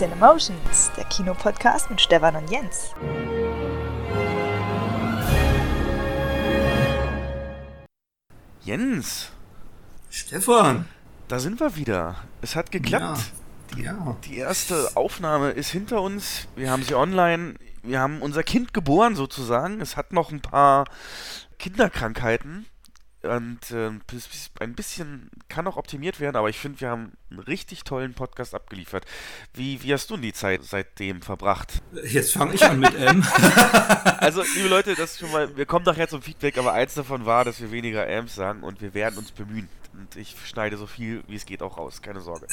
Cinemotions, der Kinopodcast mit Stefan und Jens. Jens! Stefan! Da sind wir wieder. Es hat geklappt. Die erste Aufnahme ist hinter uns. Wir haben sie online. Wir haben unser Kind geboren sozusagen. Es hat noch ein paar Kinderkrankheiten. Und ein bisschen kann noch optimiert werden, aber ich finde, wir haben einen richtig tollen Podcast abgeliefert. Wie hast du denn die Zeit seitdem verbracht? Jetzt fange ich an mit M. Also, liebe Leute, das ist schon mal, wir kommen nachher zum Feedback, aber eins davon war, dass wir weniger Ms sagen und wir werden uns bemühen. Und ich schneide so viel, wie es geht, auch raus, keine Sorge.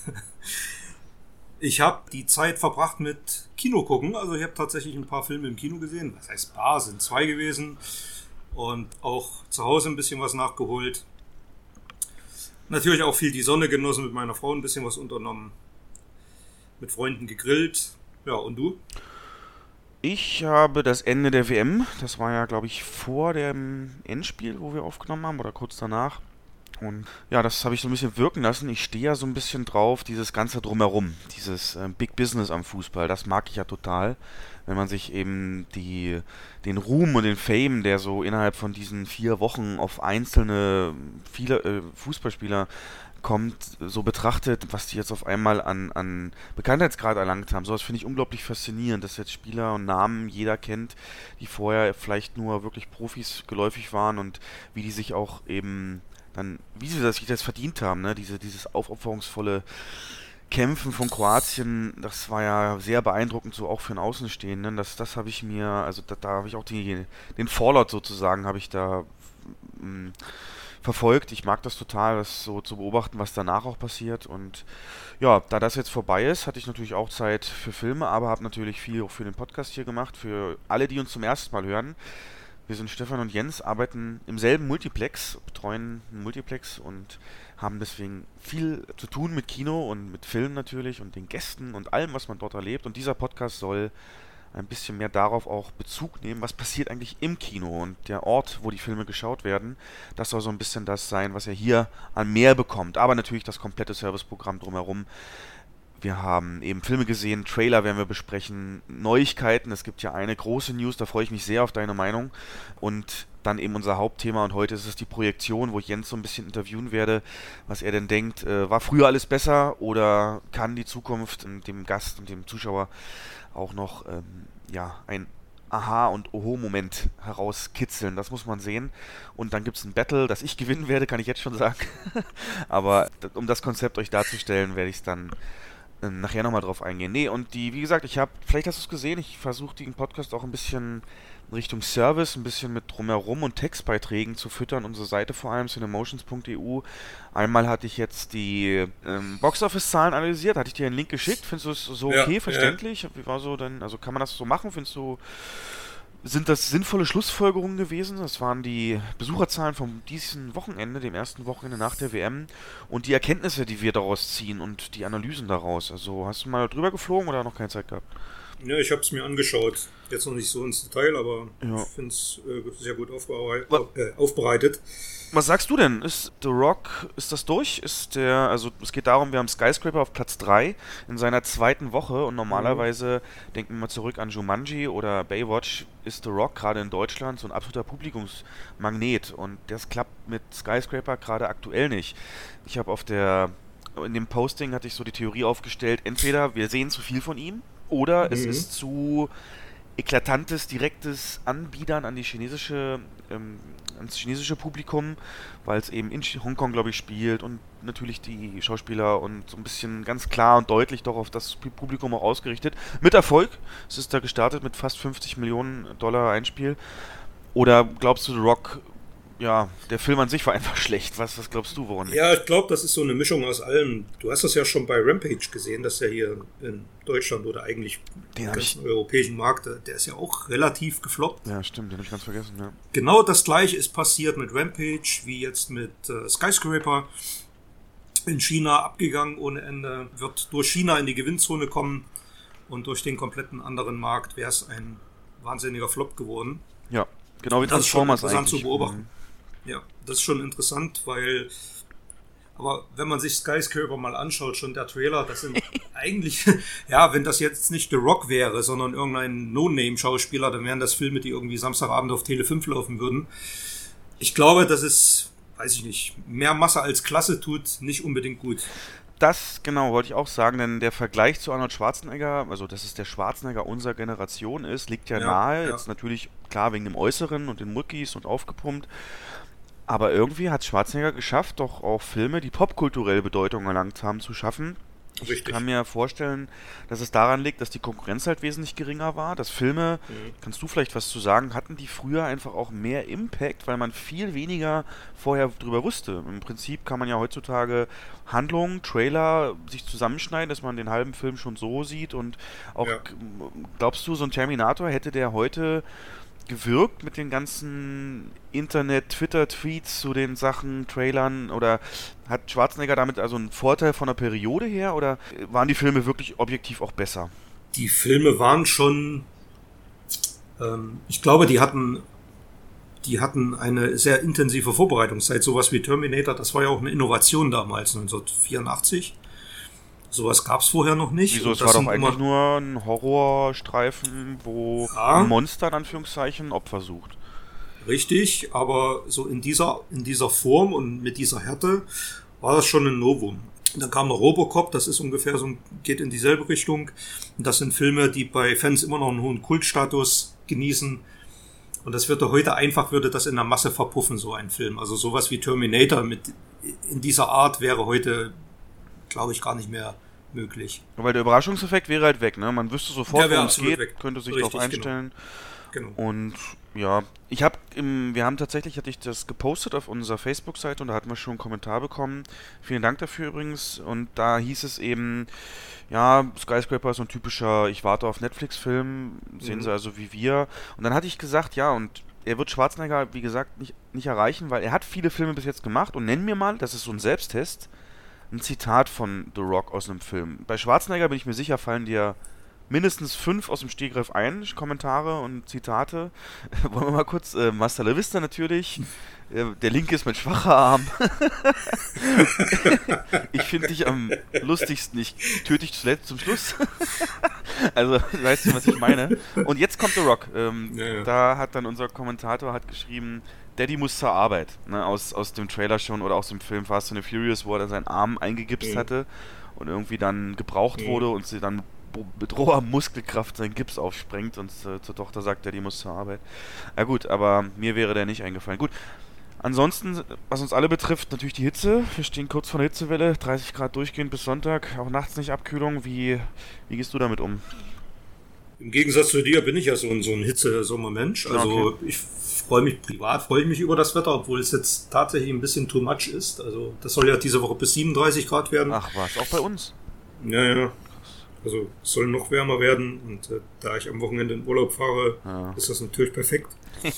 Ich habe die Zeit verbracht mit Kino gucken. Also ich habe tatsächlich ein paar Filme im Kino gesehen. Was heißt paar? Sind 2 gewesen. Und auch zu Hause ein bisschen was nachgeholt. Natürlich auch viel die Sonne genossen, mit meiner Frau ein bisschen was unternommen. Mit Freunden gegrillt. Ja, und du? Ich habe das Ende der WM, das war ja, glaube ich, vor dem Endspiel, wo wir aufgenommen haben, oder kurz danach. Und ja, das habe ich so ein bisschen wirken lassen. Ich stehe ja so ein bisschen drauf, dieses ganze Drumherum, dieses Big Business am Fußball, das mag ich ja total. Wenn man sich eben den Ruhm und den Fame, der so innerhalb von diesen 4 Wochen auf einzelne, viele Fußballspieler kommt, so betrachtet, was die jetzt auf einmal an Bekanntheitsgrad erlangt haben. Sowas finde ich unglaublich faszinierend, dass jetzt Spieler und Namen jeder kennt, die vorher vielleicht nur wirklich Profis geläufig waren und wie die sich auch eben dann, wie sie das verdient haben, ne? Dieses aufopferungsvolle Kämpfen von Kroatien, das war ja sehr beeindruckend, so auch für einen Außenstehenden. Das habe ich mir, also da habe ich auch den Fallout sozusagen, habe ich da verfolgt. Ich mag das total, das so zu beobachten, was danach auch passiert. Und ja, da das jetzt vorbei ist, hatte ich natürlich auch Zeit für Filme, aber habe natürlich viel auch für den Podcast hier gemacht, für alle, die uns zum ersten Mal hören. Wir sind Stefan und Jens, arbeiten im selben Multiplex, betreuen einen Multiplex und haben deswegen viel zu tun mit Kino und mit Film natürlich und den Gästen und allem, was man dort erlebt. Und dieser Podcast soll ein bisschen mehr darauf auch Bezug nehmen, was passiert eigentlich im Kino und der Ort, wo die Filme geschaut werden. Das soll so ein bisschen das sein, was ihr hier an mehr bekommt. Aber natürlich das komplette Serviceprogramm drumherum. Wir haben eben Filme gesehen, Trailer werden wir besprechen, Neuigkeiten. Es gibt ja eine große News, da freue ich mich sehr auf deine Meinung. Und dann eben unser Hauptthema und heute ist es die Projektion, wo ich Jens so ein bisschen interviewen werde, was er denn denkt, war früher alles besser oder kann die Zukunft dem Gast und dem Zuschauer auch noch ein Aha- und Oho-Moment herauskitzeln. Das muss man sehen. Und dann gibt es ein Battle, das ich gewinnen werde, kann ich jetzt schon sagen. Aber um das Konzept euch darzustellen, werde ich es dann nachher nochmal drauf eingehen. Nee, und wie gesagt, vielleicht hast du es gesehen, ich versuche den Podcast auch ein bisschen in Richtung Service, ein bisschen mit Drumherum und Textbeiträgen zu füttern. Unsere Seite vor allem, cinemotions.eu. Einmal hatte ich jetzt die Box-Office-Zahlen analysiert, hatte ich dir einen Link geschickt. Findest du es so okay, verständlich? Wie war so denn, also kann man das so machen? Sind das sinnvolle Schlussfolgerungen gewesen? Das waren die Besucherzahlen vom diesem Wochenende, dem ersten Wochenende nach der WM und die Erkenntnisse, die wir daraus ziehen und die Analysen daraus. Also hast du mal drüber geflogen oder noch keine Zeit gehabt? Ja, ich habe es mir angeschaut. Jetzt noch nicht so ins Detail, aber ich finde es sehr gut aufbereitet. Was sagst du denn? Ist The Rock, ist das durch? Also es geht darum, wir haben Skyscraper auf Platz 3 in seiner 2. Woche und normalerweise, denken wir mal zurück an Jumanji oder Baywatch, ist The Rock gerade in Deutschland so ein absoluter Publikumsmagnet und das klappt mit Skyscraper gerade aktuell nicht. Ich habe in dem Posting hatte ich so die Theorie aufgestellt, entweder wir sehen zu viel von ihm oder es ist zu eklatantes, direktes Anbiedern an ans chinesische Publikum, weil es eben in Hongkong, glaube ich, spielt und natürlich die Schauspieler und so ein bisschen ganz klar und deutlich doch auf das Publikum auch ausgerichtet. Mit Erfolg. Es ist da gestartet mit fast $50 Millionen Einspiel. Oder glaubst du, The Rock, ja, der Film an sich war einfach schlecht. Was glaubst du, woran? Ja, ich glaube, das ist so eine Mischung aus allem. Du hast das ja schon bei Rampage gesehen, dass er hier in Deutschland oder eigentlich im ganzen europäischen Markt, der ist ja auch relativ gefloppt. Ja, stimmt, den habe ich ganz vergessen, ja. Genau das gleiche ist passiert mit Rampage, wie jetzt mit Skyscraper. In China abgegangen ohne Ende, wird durch China in die Gewinnzone kommen und durch den kompletten anderen Markt wäre es ein wahnsinniger Flop geworden. Ja, genau wie Transformers eigentlich. Das ist schon interessant zu beobachten. Ja, das ist schon interessant, weil Aber wenn man sich Skyscraper mal anschaut, schon der Trailer, das sind eigentlich, ja, wenn das jetzt nicht The Rock wäre, sondern irgendein No-Name-Schauspieler, dann wären das Filme, die irgendwie Samstagabend auf Tele 5 laufen würden. Ich glaube, das ist, weiß ich nicht, mehr Masse als Klasse tut nicht unbedingt gut. Das, genau, wollte ich auch sagen, denn der Vergleich zu Arnold Schwarzenegger, also dass es der Schwarzenegger unserer Generation ist, liegt ja nahe. Jetzt natürlich, klar, wegen dem Äußeren und den Muckis und aufgepumpt. Aber irgendwie hat Schwarzenegger geschafft, doch auch Filme, die popkulturelle Bedeutung erlangt haben, zu schaffen. Ich kann mir vorstellen, dass es daran liegt, dass die Konkurrenz halt wesentlich geringer war. Dass Filme, kannst du vielleicht was zu sagen, hatten die früher einfach auch mehr Impact, weil man viel weniger vorher drüber wusste. Im Prinzip kann man ja heutzutage Handlungen, Trailer sich zusammenschneiden, dass man den halben Film schon so sieht. Und auch, glaubst du, so ein Terminator hätte der heute gewirkt mit den ganzen Internet-Twitter-Tweets zu den Sachen, Trailern, oder hat Schwarzenegger damit also einen Vorteil von der Periode her, oder waren die Filme wirklich objektiv auch besser? Die Filme waren schon, ich glaube, die hatten eine sehr intensive Vorbereitungszeit, sowas wie Terminator, das war ja auch eine Innovation damals, 1984. Sowas gab es vorher noch nicht. Wieso, es war doch eigentlich nur ein Horrorstreifen, wo ein Monster in Anführungszeichen Opfer sucht. Richtig, aber so in dieser Form und mit dieser Härte war das schon ein Novum. Dann kam noch Robocop, das ist ungefähr so, geht in dieselbe Richtung. Und das sind Filme, die bei Fans immer noch einen hohen Kultstatus genießen. Und das würde das in der Masse verpuffen, so ein Film. Also sowas wie Terminator in dieser Art wäre heute, glaube ich, gar nicht mehr möglich. Weil der Überraschungseffekt wäre halt weg, ne? Man wüsste sofort, worum es geht, könnte sich darauf einstellen. Genau. Und ja, hatte ich das gepostet auf unserer Facebook-Seite und da hatten wir schon einen Kommentar bekommen. Vielen Dank dafür übrigens. Und da hieß es eben, ja, Skyscraper ist so ein typischer Ich warte auf Netflix-Film, sehen Sie also wie wir. Und dann hatte ich gesagt, ja, und er wird Schwarzenegger, wie gesagt, nicht erreichen, weil er hat viele Filme bis jetzt gemacht und nenn mir mal, das ist so ein Selbsttest, ein Zitat von The Rock aus einem Film. Bei Schwarzenegger bin ich mir sicher, fallen dir mindestens 5 aus dem Stegreif ein, Kommentare und Zitate. Wollen wir mal kurz, Hasta la Vista natürlich, der Linke ist mein schwacher Arm. Ich finde dich am lustigsten, ich töte dich zuletzt zum Schluss. Also, weißt du, was ich meine? Und jetzt kommt The Rock. Da hat dann unser Kommentator geschrieben, Daddy muss zur Arbeit, ne, aus dem Trailer schon oder aus dem Film Fast and the Furious, wo er seinen Arm eingegipst hatte und irgendwie dann gebraucht wurde und sie dann mit roher Muskelkraft seinen Gips aufsprengt und zur Tochter sagt, Daddy muss zur Arbeit. Ja gut, aber mir wäre der nicht eingefallen. Gut, ansonsten, was uns alle betrifft, natürlich die Hitze. Wir stehen kurz vor der Hitzewelle, 30 Grad durchgehend bis Sonntag, auch nachts nicht Abkühlung. Wie gehst du damit um? Im Gegensatz zu dir bin ich ja so ein Hitze-Sommer-Mensch. Also ich freue mich über das Wetter, obwohl es jetzt tatsächlich ein bisschen too much ist. Also das soll ja diese Woche bis 37 Grad werden. Ach was, auch bei uns? Ja. Also es soll noch wärmer werden und da ich am Wochenende in Urlaub fahre, ist das natürlich perfekt.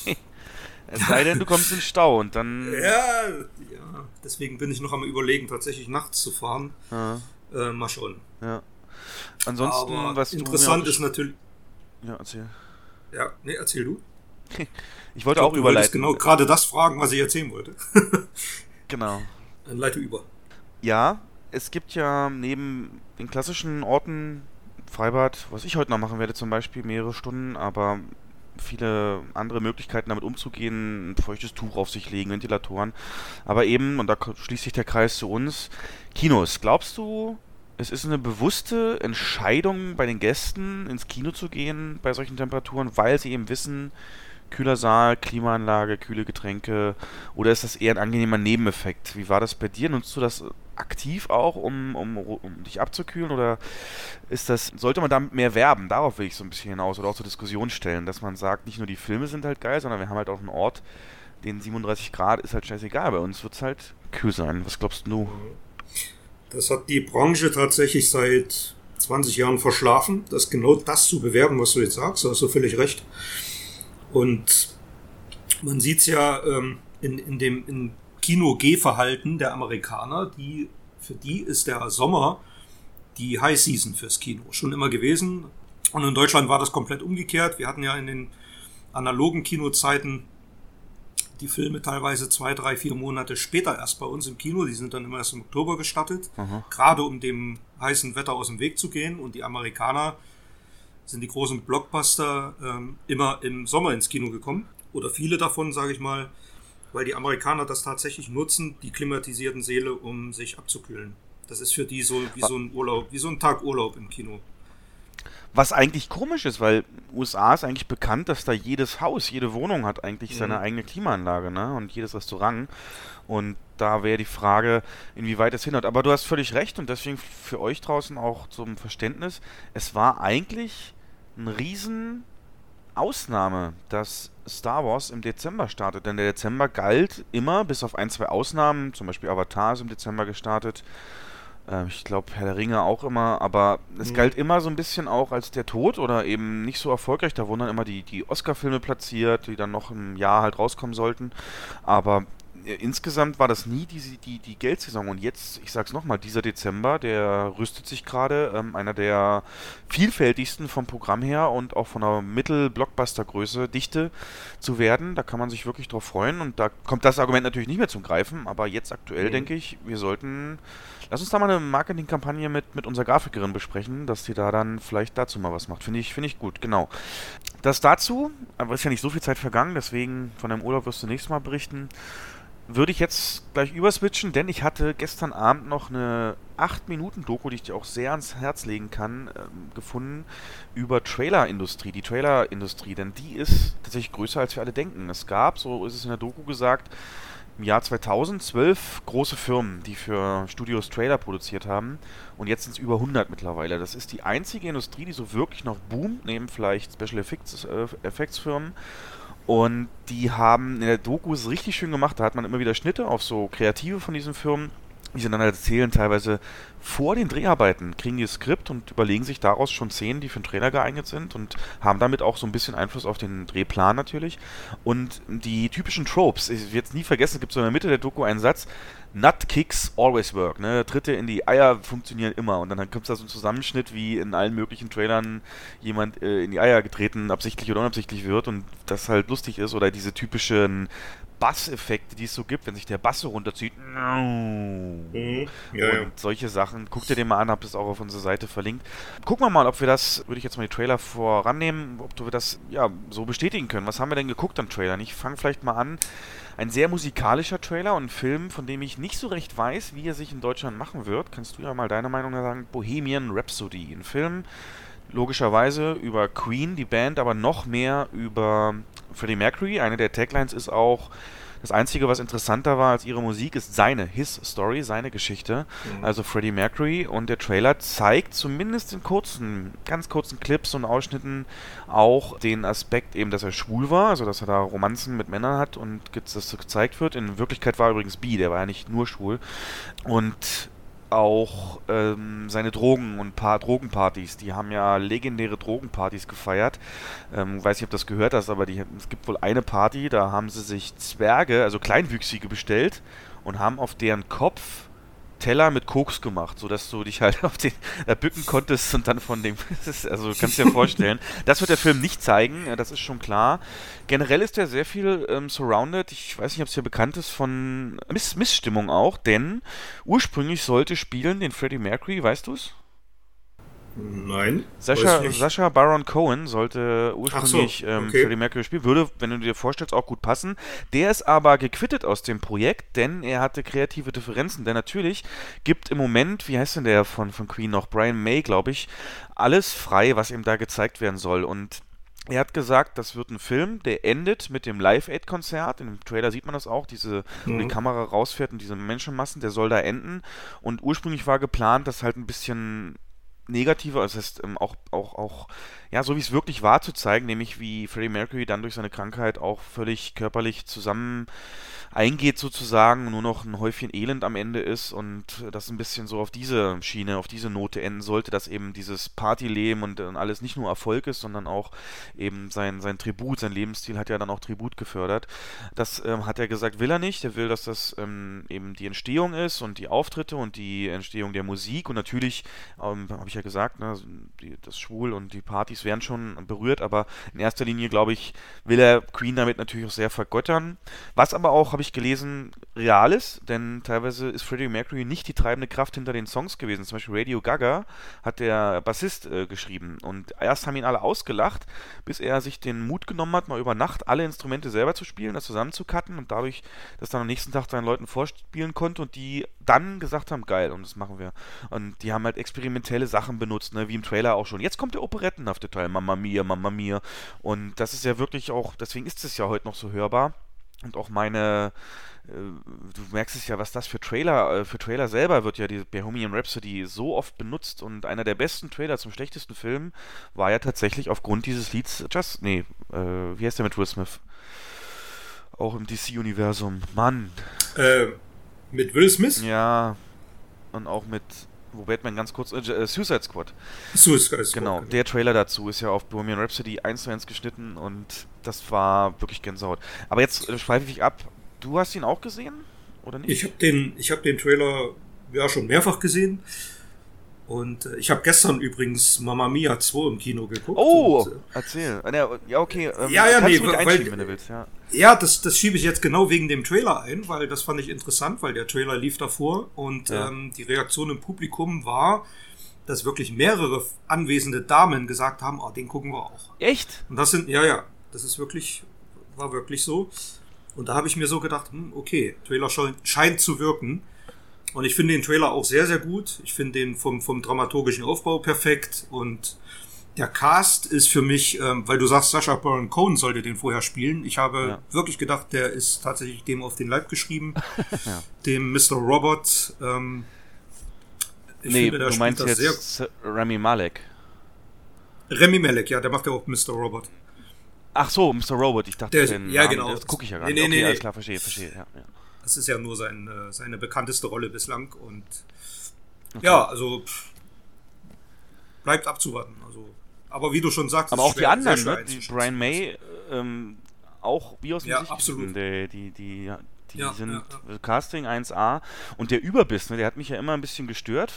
Es sei denn, du kommst in Stau und dann... Ja, deswegen bin ich noch am Überlegen, tatsächlich nachts zu fahren. Mal schauen. Ja. Ansonsten, aber was interessant ist natürlich... Ja, erzähl. Ja, nee, erzähl du. Ich wollte auch überleiten. Du wolltest genau gerade das fragen, was ich erzählen wollte. Genau. Dann leite über. Ja, es gibt ja neben den klassischen Orten, Freibad, was ich heute noch machen werde zum Beispiel, mehrere Stunden, aber viele andere Möglichkeiten damit umzugehen, ein feuchtes Tuch auf sich legen, Ventilatoren, aber eben, und da schließt sich der Kreis zu uns, Kinos. Glaubst du, es ist eine bewusste Entscheidung bei den Gästen, ins Kino zu gehen bei solchen Temperaturen, weil sie eben wissen, kühler Saal, Klimaanlage, kühle Getränke, oder ist das eher ein angenehmer Nebeneffekt? Wie war das bei dir? Nutzt du das aktiv auch, um dich abzukühlen, oder sollte man damit mehr werben? Darauf will ich so ein bisschen hinaus, oder auch zur Diskussion stellen, dass man sagt, nicht nur die Filme sind halt geil, sondern wir haben halt auch einen Ort, den 37 Grad ist halt scheißegal, bei uns wird es halt kühl sein. Was glaubst du? Das hat die Branche tatsächlich seit 20 Jahren verschlafen, genau das zu bewerben, was du jetzt sagst, da hast du völlig recht. Und man sieht es ja im Kino-Gehverhalten der Amerikaner, für die ist der Sommer die High Season fürs Kino schon immer gewesen. Und in Deutschland war das komplett umgekehrt. Wir hatten ja in den analogen Kinozeiten die Filme teilweise 2, 3, 4 Monate später erst bei uns im Kino. Die sind dann immer erst im Oktober gestartet, gerade um dem heißen Wetter aus dem Weg zu gehen. Und die Amerikaner sind die großen Blockbuster immer im Sommer ins Kino gekommen. Oder viele davon, sage ich mal, weil die Amerikaner das tatsächlich nutzen, die klimatisierten Säle, um sich abzukühlen. Das ist für die so wie so ein Urlaub, wie so ein Tag Urlaub im Kino. Was eigentlich komisch ist, weil USA ist eigentlich bekannt, dass da jedes Haus, jede Wohnung hat eigentlich seine eigene Klimaanlage, ne? Und jedes Restaurant. Und da wäre die Frage, inwieweit es hinhaut. Aber du hast völlig recht und deswegen für euch draußen auch zum Verständnis, es war eigentlich ein riesen Ausnahme, dass Star Wars im Dezember startet. Denn der Dezember galt immer, bis auf ein, zwei Ausnahmen, zum Beispiel Avatar ist im Dezember gestartet, ich glaube Herr der Ringe auch immer, aber es galt immer so ein bisschen auch als der Tod oder eben nicht so erfolgreich. Da wurden dann immer die Oscar-Filme platziert, die dann noch im Jahr halt rauskommen sollten. Aber insgesamt war das nie die Geldsaison. Und jetzt, ich sag's nochmal, dieser Dezember, der rüstet sich gerade, einer der vielfältigsten vom Programm her und auch von der Mittel-Blockbuster-Größe, Dichte zu werden. Da kann man sich wirklich drauf freuen. Und da kommt das Argument natürlich nicht mehr zum Greifen. Aber jetzt aktuell denke ich, lass uns da mal eine Marketingkampagne mit unserer Grafikerin besprechen, dass die da dann vielleicht dazu mal was macht. Finde ich gut, genau. Das dazu, aber ist ja nicht so viel Zeit vergangen, deswegen von deinem Urlaub wirst du nächstes Mal berichten. Würde ich jetzt gleich überswitchen, denn ich hatte gestern Abend noch eine 8-Minuten-Doku, die ich dir auch sehr ans Herz legen kann, gefunden über Trailerindustrie, die Trailerindustrie, denn die ist tatsächlich größer, als wir alle denken. Es gab, so ist es in der Doku gesagt, im Jahr 2000 12 große Firmen, die für Studios Trailer produziert haben und jetzt sind es über 100 mittlerweile. Das ist die einzige Industrie, die so wirklich noch boomt, neben vielleicht Special Effects Firmen. Und die haben in der Doku es richtig schön gemacht, da hat man immer wieder Schnitte auf so Kreative von diesen Firmen, die sie dann halt erzählen, teilweise vor den Dreharbeiten kriegen die das Skript und überlegen sich daraus schon Szenen, die für einen Trailer geeignet sind und haben damit auch so ein bisschen Einfluss auf den Drehplan natürlich. Und die typischen Tropes, ich werde es nie vergessen, es gibt so in der Mitte der Doku einen Satz, Nut Kicks always work, ne? Tritte in die Eier funktionieren immer und dann gibt es da so einen Zusammenschnitt, wie in allen möglichen Trailern jemand in die Eier getreten, absichtlich oder unabsichtlich wird und das halt lustig ist oder diese typischen Basseffekte, die es so gibt, wenn sich der Bass so runterzieht. Und solche Sachen. Guckt ihr den mal an, habt es auch auf unserer Seite verlinkt. Gucken wir mal, ob wir das, würde ich jetzt mal die Trailer vorannehmen, ob wir das ja so bestätigen können. Was haben wir denn geguckt an Trailern? Ich fange vielleicht mal an. Ein sehr musikalischer Trailer und ein Film, von dem ich nicht so recht weiß, wie er sich in Deutschland machen wird. Kannst du ja mal deine Meinung sagen? Bohemian Rhapsody. Ein Film, logischerweise über Queen, die Band, aber noch mehr über Freddie Mercury. Eine der Taglines ist auch, das Einzige, was interessanter war als ihre Musik, ist his Story, seine Geschichte. Also Freddie Mercury. Und der Trailer zeigt zumindest in ganz kurzen Clips und Ausschnitten auch den Aspekt eben, dass er schwul war, also dass er da Romanzen mit Männern hat und das gezeigt wird. In Wirklichkeit war er übrigens bi, der war ja nicht nur schwul. Und auch seine Drogen und Drogenpartys. Die haben ja legendäre Drogenpartys gefeiert. Weiß nicht, ob du das gehört hast, aber es gibt wohl eine Party, da haben sie sich Zwerge, also Kleinwüchsige bestellt und haben auf deren Kopf Teller mit Koks gemacht, sodass du dich halt auf den bücken konntest und dann von dem, also kannst du dir vorstellen. Das wird der Film nicht zeigen, das ist schon klar. Generell ist er sehr viel surrounded, ich weiß nicht, ob es hier bekannt ist, von Missstimmung auch, denn ursprünglich sollte spielen den Freddie Mercury, weißt du es? Nein. Sacha Baron Cohen sollte ursprünglich okay. Freddie Mercury spielen. Würde, wenn du dir vorstellst, auch gut passen. Der ist aber gequittet aus dem Projekt, denn er hatte kreative Differenzen. Denn natürlich gibt im Moment, wie heißt denn der von Queen noch, Brian May, glaube ich, alles frei, was ihm da gezeigt werden soll. Und er hat gesagt, das wird ein Film, der endet mit dem Live-Aid-Konzert. In dem Trailer sieht man das auch, wo die Kamera rausfährt und diese Menschenmassen, der soll da enden. Und ursprünglich war geplant, das halt ein bisschen negativer, also das heißt auch ja, so wie es wirklich war zu zeigen, nämlich wie Freddie Mercury dann durch seine Krankheit auch völlig körperlich eingeht sozusagen, nur noch ein Häufchen Elend am Ende ist und das ein bisschen so auf diese Schiene, auf diese Note enden sollte, dass eben dieses Partyleben und alles nicht nur Erfolg ist, sondern auch eben sein Tribut, sein Lebensstil hat ja dann auch Tribut gefördert. Das hat er gesagt, will er nicht. Er will, dass das eben die Entstehung ist und die Auftritte und die Entstehung der Musik und natürlich, habe ich ja gesagt, ne, das Schwul und die Partys werden schon berührt, aber in erster Linie, glaube ich, will er Queen damit natürlich auch sehr vergöttern. Was aber auch, habe ich gelesen, real ist, denn teilweise ist Freddie Mercury nicht die treibende Kraft hinter den Songs gewesen. Zum Beispiel Radio Gaga hat der Bassist geschrieben und erst haben ihn alle ausgelacht, bis er sich den Mut genommen hat, mal über Nacht alle Instrumente selber zu spielen, das zusammenzucutten und dadurch das dann am nächsten Tag seinen Leuten vorspielen konnte und die dann gesagt haben, geil, und das machen wir. Und die haben halt experimentelle Sachen benutzt, ne, wie im Trailer auch schon. Jetzt kommt der operettenhafte Teil, Mamma Mia, Mamma Mia. Und das ist ja wirklich auch, deswegen ist es ja heute noch so hörbar. Und auch du merkst es ja, was das für Trailer selber wird ja die Bohemian Rhapsody so oft benutzt und einer der besten Trailer zum schlechtesten Film war ja tatsächlich aufgrund dieses Lieds wie heißt der mit Will Smith? Auch im DC-Universum. Mann. Mit Will Smith? Ja, und auch mit, wo Batman ganz kurz, Suicide Squad. Suicide Squad. Genau, der Trailer dazu ist ja auf Bohemian Rhapsody 1:1 geschnitten und das war wirklich Gänsehaut. Aber jetzt schweife ich ab. Du hast ihn auch gesehen, oder nicht? Ich hab den Trailer ja schon mehrfach gesehen. Und ich habe gestern übrigens Mamma Mia 2 im Kino geguckt. Oh, und, erzähl. Ja, okay. nee, kannst du mich einschieben, wenn du willst, ja. Ja, das schiebe ich jetzt genau wegen dem Trailer ein, weil das fand ich interessant, weil der Trailer lief davor und die Reaktion im Publikum war, dass wirklich mehrere anwesende Damen gesagt haben, den gucken wir auch. Echt? Und das war wirklich so. Und da habe ich mir so gedacht, okay, Trailer scheint zu wirken. Und ich finde den Trailer auch sehr, sehr gut. Ich finde den vom dramaturgischen Aufbau perfekt. Und der Cast ist für mich, weil du sagst, Sacha Baron Cohen sollte den vorher spielen. Ich habe wirklich gedacht, der ist tatsächlich dem auf den Leib geschrieben. Dem Mr. Robot. Finde, du meinst jetzt Rami Malek. Rami Malek, ja, der macht ja auch Mr. Robot. Ach so, Mr. Robot. Ich dachte, genau. Das gucke ich ja gar nicht. Nee, alles klar, verstehe. Ja. Das ist ja nur seine bekannteste Rolle bislang und ja, also bleibt abzuwarten. Also, aber wie du schon sagst, aber auch die anderen, ne? Die Brian May, auch wie aus dem Gesicht absolut. Die sind Casting 1A und der Überbiss, ne, der hat mich ja immer ein bisschen gestört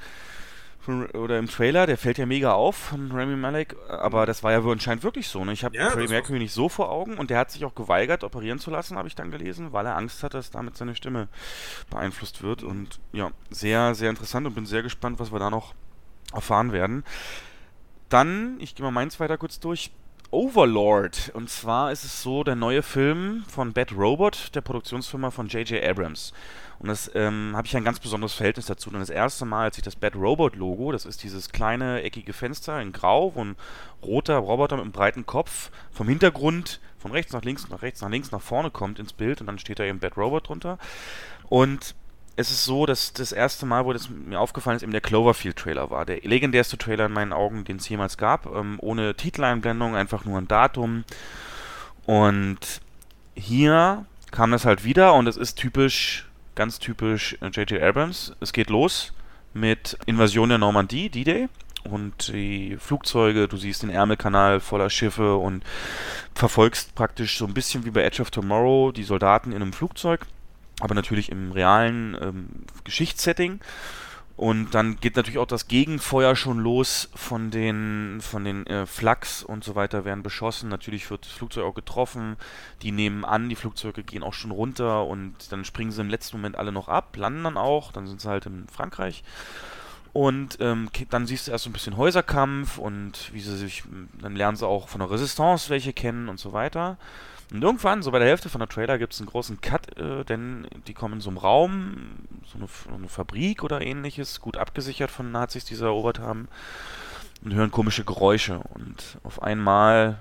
oder im Trailer, der fällt ja mega auf von Rami Malek, aber das war ja anscheinend wirklich so. Ne? Ich habe Freddie Mercury nicht so vor Augen und der hat sich auch geweigert, operieren zu lassen, habe ich dann gelesen, weil er Angst hat, dass damit seine Stimme beeinflusst wird. Und ja, sehr, sehr interessant und bin sehr gespannt, was wir da noch erfahren werden. Dann, ich gehe mal meins weiter kurz durch. Overlord. Und zwar ist es so, der neue Film von Bad Robot, der Produktionsfirma von J.J. Abrams. Und das habe ich ein ganz besonderes Verhältnis dazu. Denn das erste Mal, als ich das Bad Robot-Logo, das ist dieses kleine, eckige Fenster in Grau, wo ein roter Roboter mit einem breiten Kopf vom Hintergrund von rechts nach links, nach rechts nach links, nach vorne kommt ins Bild und dann steht da eben Bad Robot drunter. Und es ist so, dass das erste Mal, wo das mir aufgefallen ist, eben der Cloverfield-Trailer war. Der legendärste Trailer in meinen Augen, den es jemals gab. Ohne Titeleinblendung, einfach nur ein Datum. Und hier kam das halt wieder und es ist ganz typisch J.J. Abrams. Es geht los mit Invasion der Normandie, D-Day. Und die Flugzeuge, du siehst den Ärmelkanal voller Schiffe und verfolgst praktisch so ein bisschen wie bei Edge of Tomorrow die Soldaten in einem Flugzeug. Aber natürlich im realen Geschichtssetting. Und dann geht natürlich auch das Gegenfeuer schon los von den Flaks und so weiter, werden beschossen. Natürlich wird das Flugzeug auch getroffen. Die nehmen an, die Flugzeuge gehen auch schon runter und dann springen sie im letzten Moment alle noch ab, landen dann auch. Dann sind sie halt in Frankreich. Und dann siehst du erst so ein bisschen Häuserkampf und dann lernen sie auch von der Resistance welche kennen und so weiter. Und irgendwann, so bei der Hälfte von der Trailer, gibt es einen großen Cut, denn die kommen in so einem Raum, so eine Fabrik oder ähnliches, gut abgesichert von Nazis, die sie erobert haben, und hören komische Geräusche. Und auf einmal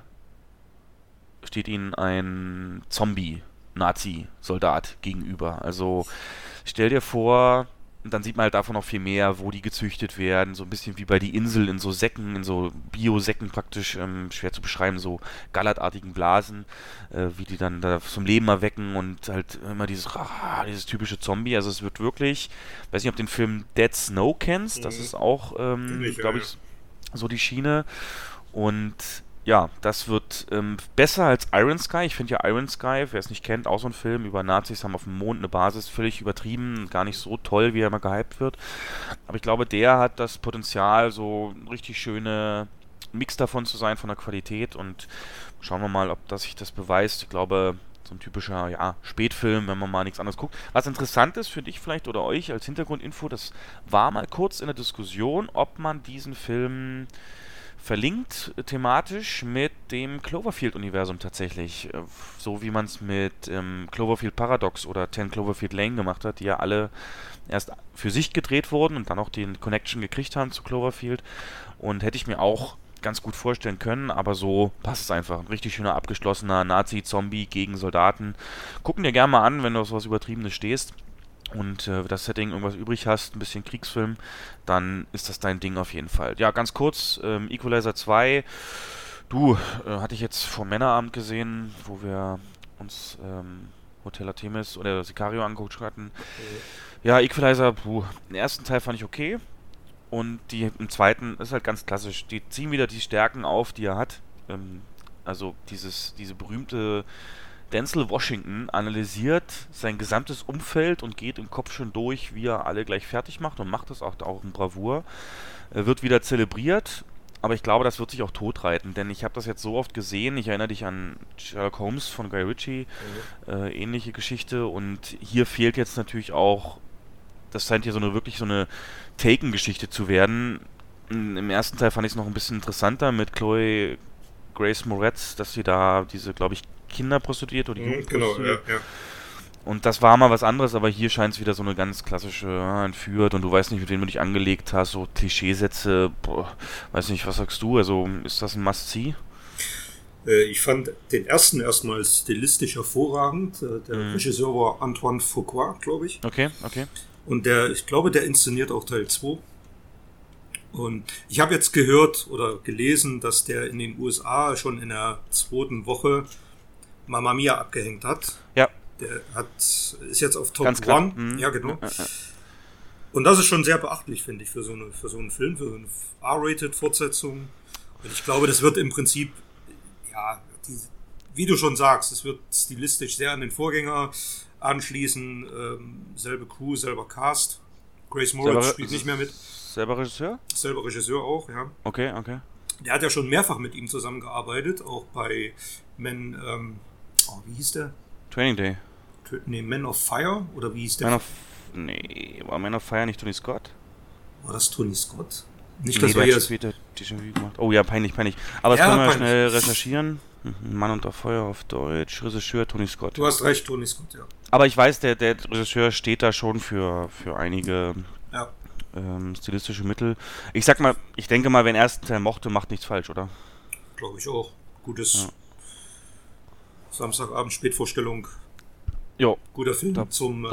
steht ihnen ein Zombie-Nazi-Soldat gegenüber. Also stell dir vor, Und dann sieht man halt davon noch viel mehr, wo die gezüchtet werden. So ein bisschen wie bei die Insel in so Säcken, in so Bio-Säcken praktisch, schwer zu beschreiben, so gallertartigen Blasen, wie die dann da zum Leben erwecken und halt immer dieses typische Zombie. Also es wird wirklich, weiß nicht, ob du den Film Dead Snow kennst, das ist auch, glaube ich, so die Schiene. Und ja, das wird besser als Iron Sky. Ich finde ja Iron Sky, wer es nicht kennt, auch so ein Film über Nazis haben auf dem Mond eine Basis, völlig übertrieben, gar nicht so toll, wie er immer gehypt wird. Aber ich glaube, der hat das Potenzial, so ein richtig schöne Mix davon zu sein, von der Qualität. Und schauen wir mal, ob das sich das beweist. Ich glaube, so ein typischer, ja, Spätfilm, wenn man mal nichts anderes guckt. Was interessant ist für dich vielleicht oder euch als Hintergrundinfo, das war mal kurz in der Diskussion, ob man diesen Film verlinkt thematisch mit dem Cloverfield-Universum tatsächlich. So wie man es mit Cloverfield Paradox oder 10 Cloverfield Lane gemacht hat, die ja alle erst für sich gedreht wurden und dann auch den Connection gekriegt haben zu Cloverfield. Und hätte ich mir auch ganz gut vorstellen können, aber so passt es einfach. Ein richtig schöner, abgeschlossener Nazi-Zombie gegen Soldaten. Gucken dir gerne mal an, wenn du auf sowas Übertriebenes stehst und das Setting irgendwas übrig hast, ein bisschen Kriegsfilm, dann ist das dein Ding auf jeden Fall. Ja, ganz kurz, Equalizer 2, hatte ich jetzt vor Männerabend gesehen, wo wir uns Hotel Artemis oder Sicario angeguckt hatten. Ja, Equalizer, den ersten Teil fand ich okay und im zweiten ist halt ganz klassisch. Die ziehen wieder die Stärken auf, die er hat. Also diese berühmte Denzel Washington analysiert sein gesamtes Umfeld und geht im Kopf schon durch, wie er alle gleich fertig macht und macht das auch in Bravour. Wird wieder zelebriert, aber ich glaube, das wird sich auch totreiten, denn ich habe das jetzt so oft gesehen, ich erinnere dich an Sherlock Holmes von Guy Ritchie, ähnliche Geschichte und hier fehlt jetzt natürlich auch, das scheint hier wirklich so eine Taken-Geschichte zu werden. Im ersten Teil fand ich es noch ein bisschen interessanter mit Chloe Grace Moretz, dass sie da diese, glaube ich, Kinderprostituierte oder Jugendprostituierte. Genau, ja. Und das war mal was anderes, aber hier scheint es wieder so eine ganz klassische entführt und du weißt nicht, mit wem du dich angelegt hast, so Klischeesätze, weiß nicht, was sagst du? Also ist das ein Must-See? Ich fand den ersten erstmal stilistisch hervorragend. Der Regisseur war Antoine Fuqua, glaube ich. Okay. Und ich glaube, der inszeniert auch Teil 2. Und ich habe jetzt gehört oder gelesen, dass der in den USA schon in der 2. Woche Mamma Mia abgehängt hat. Ja. Der ist jetzt auf Top Ganz 1. Ja, genau. Ja. Und das ist schon sehr beachtlich, finde ich, für so einen Film, für so eine R-Rated-Fortsetzung. Und ich glaube, das wird im Prinzip, ja, wie du schon sagst, es wird stilistisch sehr an den Vorgänger anschließen. Selbe Crew, selber Cast. Grace Moretz spielt nicht mehr mit. Selber Regisseur? Selber Regisseur auch, ja. Okay. Der hat ja schon mehrfach mit ihm zusammengearbeitet, auch bei wie hieß der? Training Day. Man of Fire, oder wie hieß der? War Man of Fire nicht Tony Scott? War das Tony Scott? Nicht, dass wir jetzt später Déjà-vu gemacht. Oh ja, peinlich. Aber das können wir schnell recherchieren. Mann unter Feuer auf Deutsch, Regisseur Tony Scott. Du hast recht, Tony Scott, ja. Aber ich weiß, der Regisseur steht da schon für einige stilistische Mittel. Ich denke mal, wenn er ersten Teil mochte, macht nichts falsch, oder? Glaube ich auch. Gutes Samstagabend Spätvorstellung. Jo. Guter Film zum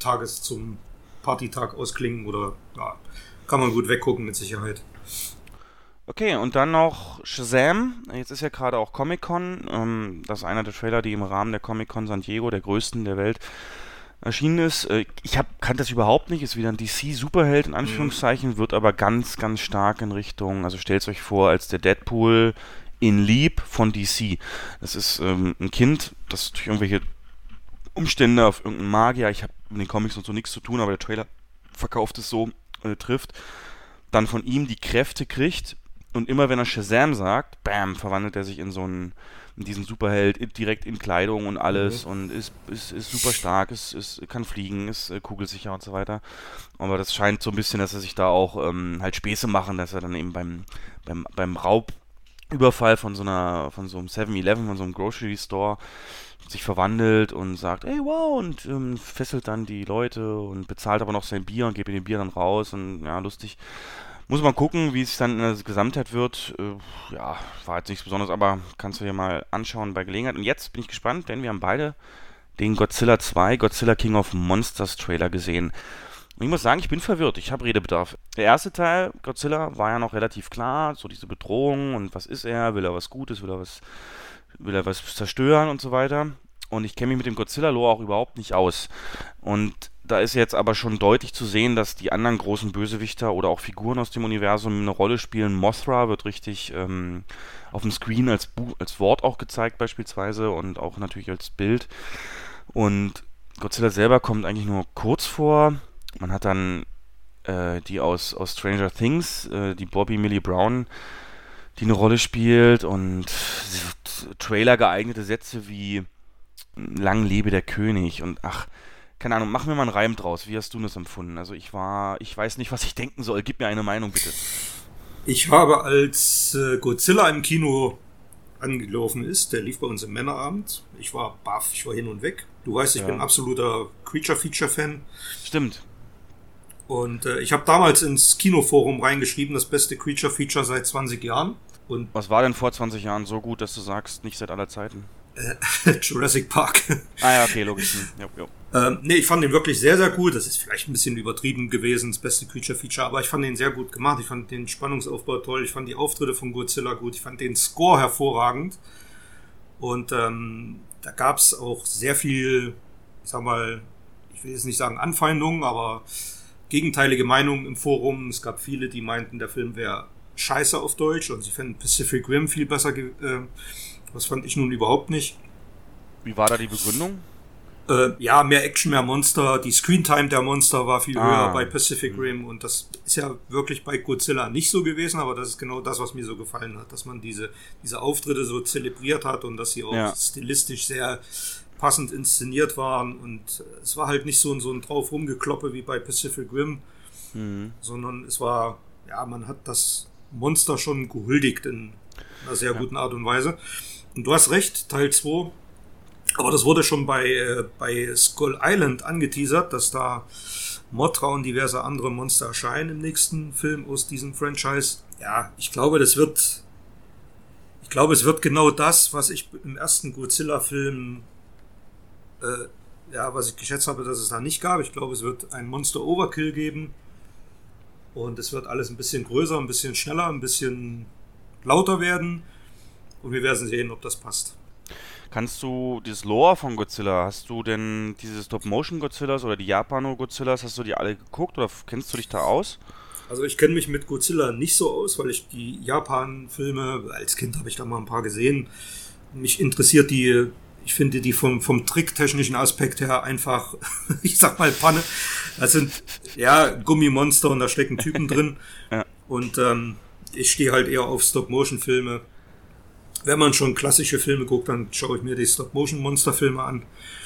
Partytag ausklingen oder kann man gut weggucken mit Sicherheit. Okay, und dann noch Shazam. Jetzt ist ja gerade auch Comic-Con. Das ist einer der Trailer, die im Rahmen der Comic-Con San Diego, der größten der Welt, erschienen ist. Ich kannte das überhaupt nicht. Ist wieder ein DC-Superheld in Anführungszeichen, wird aber ganz, ganz stark in Richtung, also stellt euch vor, als der Deadpool in Lieb von DC. Das ist ein Kind, das durch irgendwelche Umstände auf irgendeinen Magier, ich habe mit den Comics und so nichts zu tun, aber der Trailer verkauft es so, trifft, dann von ihm die Kräfte kriegt und immer wenn er Shazam sagt, bam, verwandelt er sich in diesen Superheld direkt in Kleidung und alles und ist super stark, kann fliegen, ist kugelsicher und so weiter. Aber das scheint so ein bisschen, dass er sich da auch halt Späße machen, dass er dann eben beim Raubüberfall von so einem 7-Eleven, von so einem Grocery Store sich verwandelt und sagt, ey, wow, und fesselt dann die Leute und bezahlt aber noch sein Bier und gibt ihm den Bier dann raus und ja, lustig. Muss man gucken, wie es dann in der Gesamtheit wird. War jetzt nichts Besonderes, aber kannst du dir mal anschauen bei Gelegenheit. Und jetzt bin ich gespannt, denn wir haben beide den Godzilla 2, Godzilla King of Monsters Trailer gesehen. Ich muss sagen, ich bin verwirrt. Ich habe Redebedarf. Der erste Teil, Godzilla, war ja noch relativ klar. So diese Bedrohung und was ist er? Will er was Gutes? Will er was zerstören und so weiter? Und ich kenne mich mit dem Godzilla-Lore auch überhaupt nicht aus. Und da ist jetzt aber schon deutlich zu sehen, dass die anderen großen Bösewichter oder auch Figuren aus dem Universum eine Rolle spielen. Mothra wird richtig auf dem Screen als Wort auch gezeigt beispielsweise und auch natürlich als Bild. Und Godzilla selber kommt eigentlich nur kurz vor. Man hat dann die aus Stranger Things, die Bobby Millie Brown, die eine Rolle spielt und Trailer geeignete Sätze wie Lang lebe der König und ach, keine Ahnung, mach mir mal einen Reim draus. Wie hast du das empfunden? Also ich weiß nicht, was ich denken soll. Gib mir eine Meinung, bitte. Ich habe, als Godzilla im Kino angelaufen ist, der lief bei uns im Männerabend. Ich war baff, ich war hin und weg. Du weißt, ich bin ein absoluter Creature-Feature-Fan. Stimmt. Und ich habe damals ins Kinoforum reingeschrieben, das beste Creature-Feature seit 20 Jahren. Und was war denn vor 20 Jahren so gut, dass du sagst, nicht seit aller Zeiten? Jurassic Park. Ah ja, okay, logisch. Nee, ich fand den wirklich sehr, sehr gut. Das ist vielleicht ein bisschen übertrieben gewesen, das beste Creature-Feature, aber ich fand den sehr gut gemacht. Ich fand den Spannungsaufbau toll. Ich fand die Auftritte von Godzilla gut. Ich fand den Score hervorragend. Und da gab es auch sehr viel, ich sag mal, ich will jetzt nicht sagen Anfeindungen, aber gegenteilige Meinungen im Forum. Es gab viele, die meinten, der Film wäre scheiße auf Deutsch und sie fänden Pacific Rim viel besser. Das fand ich nun überhaupt nicht. Wie war da die Begründung? Ja, mehr Action, mehr Monster. Die Screentime der Monster war viel höher bei Pacific Rim und das ist ja wirklich bei Godzilla nicht so gewesen, aber das ist genau das, was mir so gefallen hat, dass man diese Auftritte so zelebriert hat und dass sie auch stilistisch sehr passend inszeniert waren und es war halt nicht so ein drauf rumgekloppe wie bei Pacific Rim, sondern es war, ja, man hat das Monster schon gehuldigt in einer sehr guten Art und Weise. Und du hast recht, Teil 2, aber das wurde schon bei Skull Island angeteasert, dass da Mothra und diverse andere Monster erscheinen im nächsten Film aus diesem Franchise. Ja, ich glaube, es wird genau das, was ich im ersten Godzilla-Film was ich geschätzt habe, dass es da nicht gab. Ich glaube, es wird ein Monster-Overkill geben und es wird alles ein bisschen größer, ein bisschen schneller, ein bisschen lauter werden und wir werden sehen, ob das passt. Kannst du dieses Lore von Godzilla, hast du denn diese Stop-Motion-Godzillas oder die Japano-Godzillas, hast du die alle geguckt oder kennst du dich da aus? Also ich kenne mich mit Godzilla nicht so aus, weil ich die Japan-Filme, als Kind habe ich da mal ein paar gesehen, mich interessiert ich finde die vom tricktechnischen Aspekt her einfach, ich sag mal Panne. Das sind Gummimonster und da stecken Typen drin. Ja. Und ich stehe halt eher auf Stop-Motion-Filme. Wenn man schon klassische Filme guckt, dann schaue ich mir die Stop-Motion-Monster-Filme an.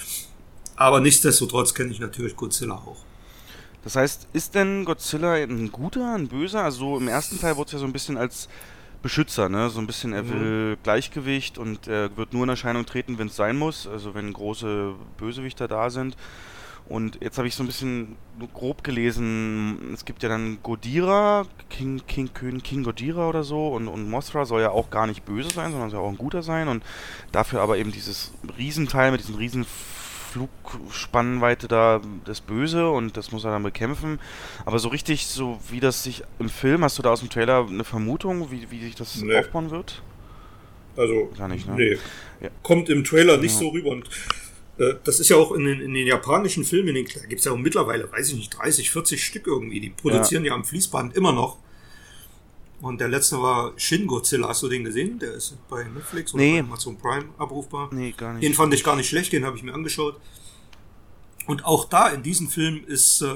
Aber nichtsdestotrotz kenne ich natürlich Godzilla auch. Das heißt, ist denn Godzilla ein guter, ein böser? Also im ersten Teil wurde es ja so ein bisschen als Beschützer, ne? So ein bisschen, er will Gleichgewicht und er wird nur in Erscheinung treten, wenn es sein muss, also wenn große Bösewichter da sind. Und jetzt habe ich so ein bisschen nur grob gelesen, es gibt ja dann Ghidorah, King Ghidorah oder so und Mothra soll ja auch gar nicht böse sein, sondern soll auch ein guter sein und dafür aber eben dieses Riesenteil mit diesen riesen Flugspannweite da das Böse und das muss er dann bekämpfen. Aber so richtig, so wie das sich im Film, hast du da aus dem Trailer eine Vermutung, wie sich das aufbauen wird? Also, gar nicht, ne? Nee. Ja. Kommt im Trailer nicht so rüber und das ist ja auch in den japanischen Filmen, da gibt es ja auch mittlerweile, weiß ich nicht, 30, 40 Stück irgendwie, die produzieren ja am Fließband immer noch. Und der letzte war Shin Godzilla, hast du den gesehen? Der ist bei Netflix oder bei Amazon Prime abrufbar. Nee, gar nicht. Den fand ich gar nicht schlecht, den habe ich mir angeschaut. Und auch da in diesem Film ist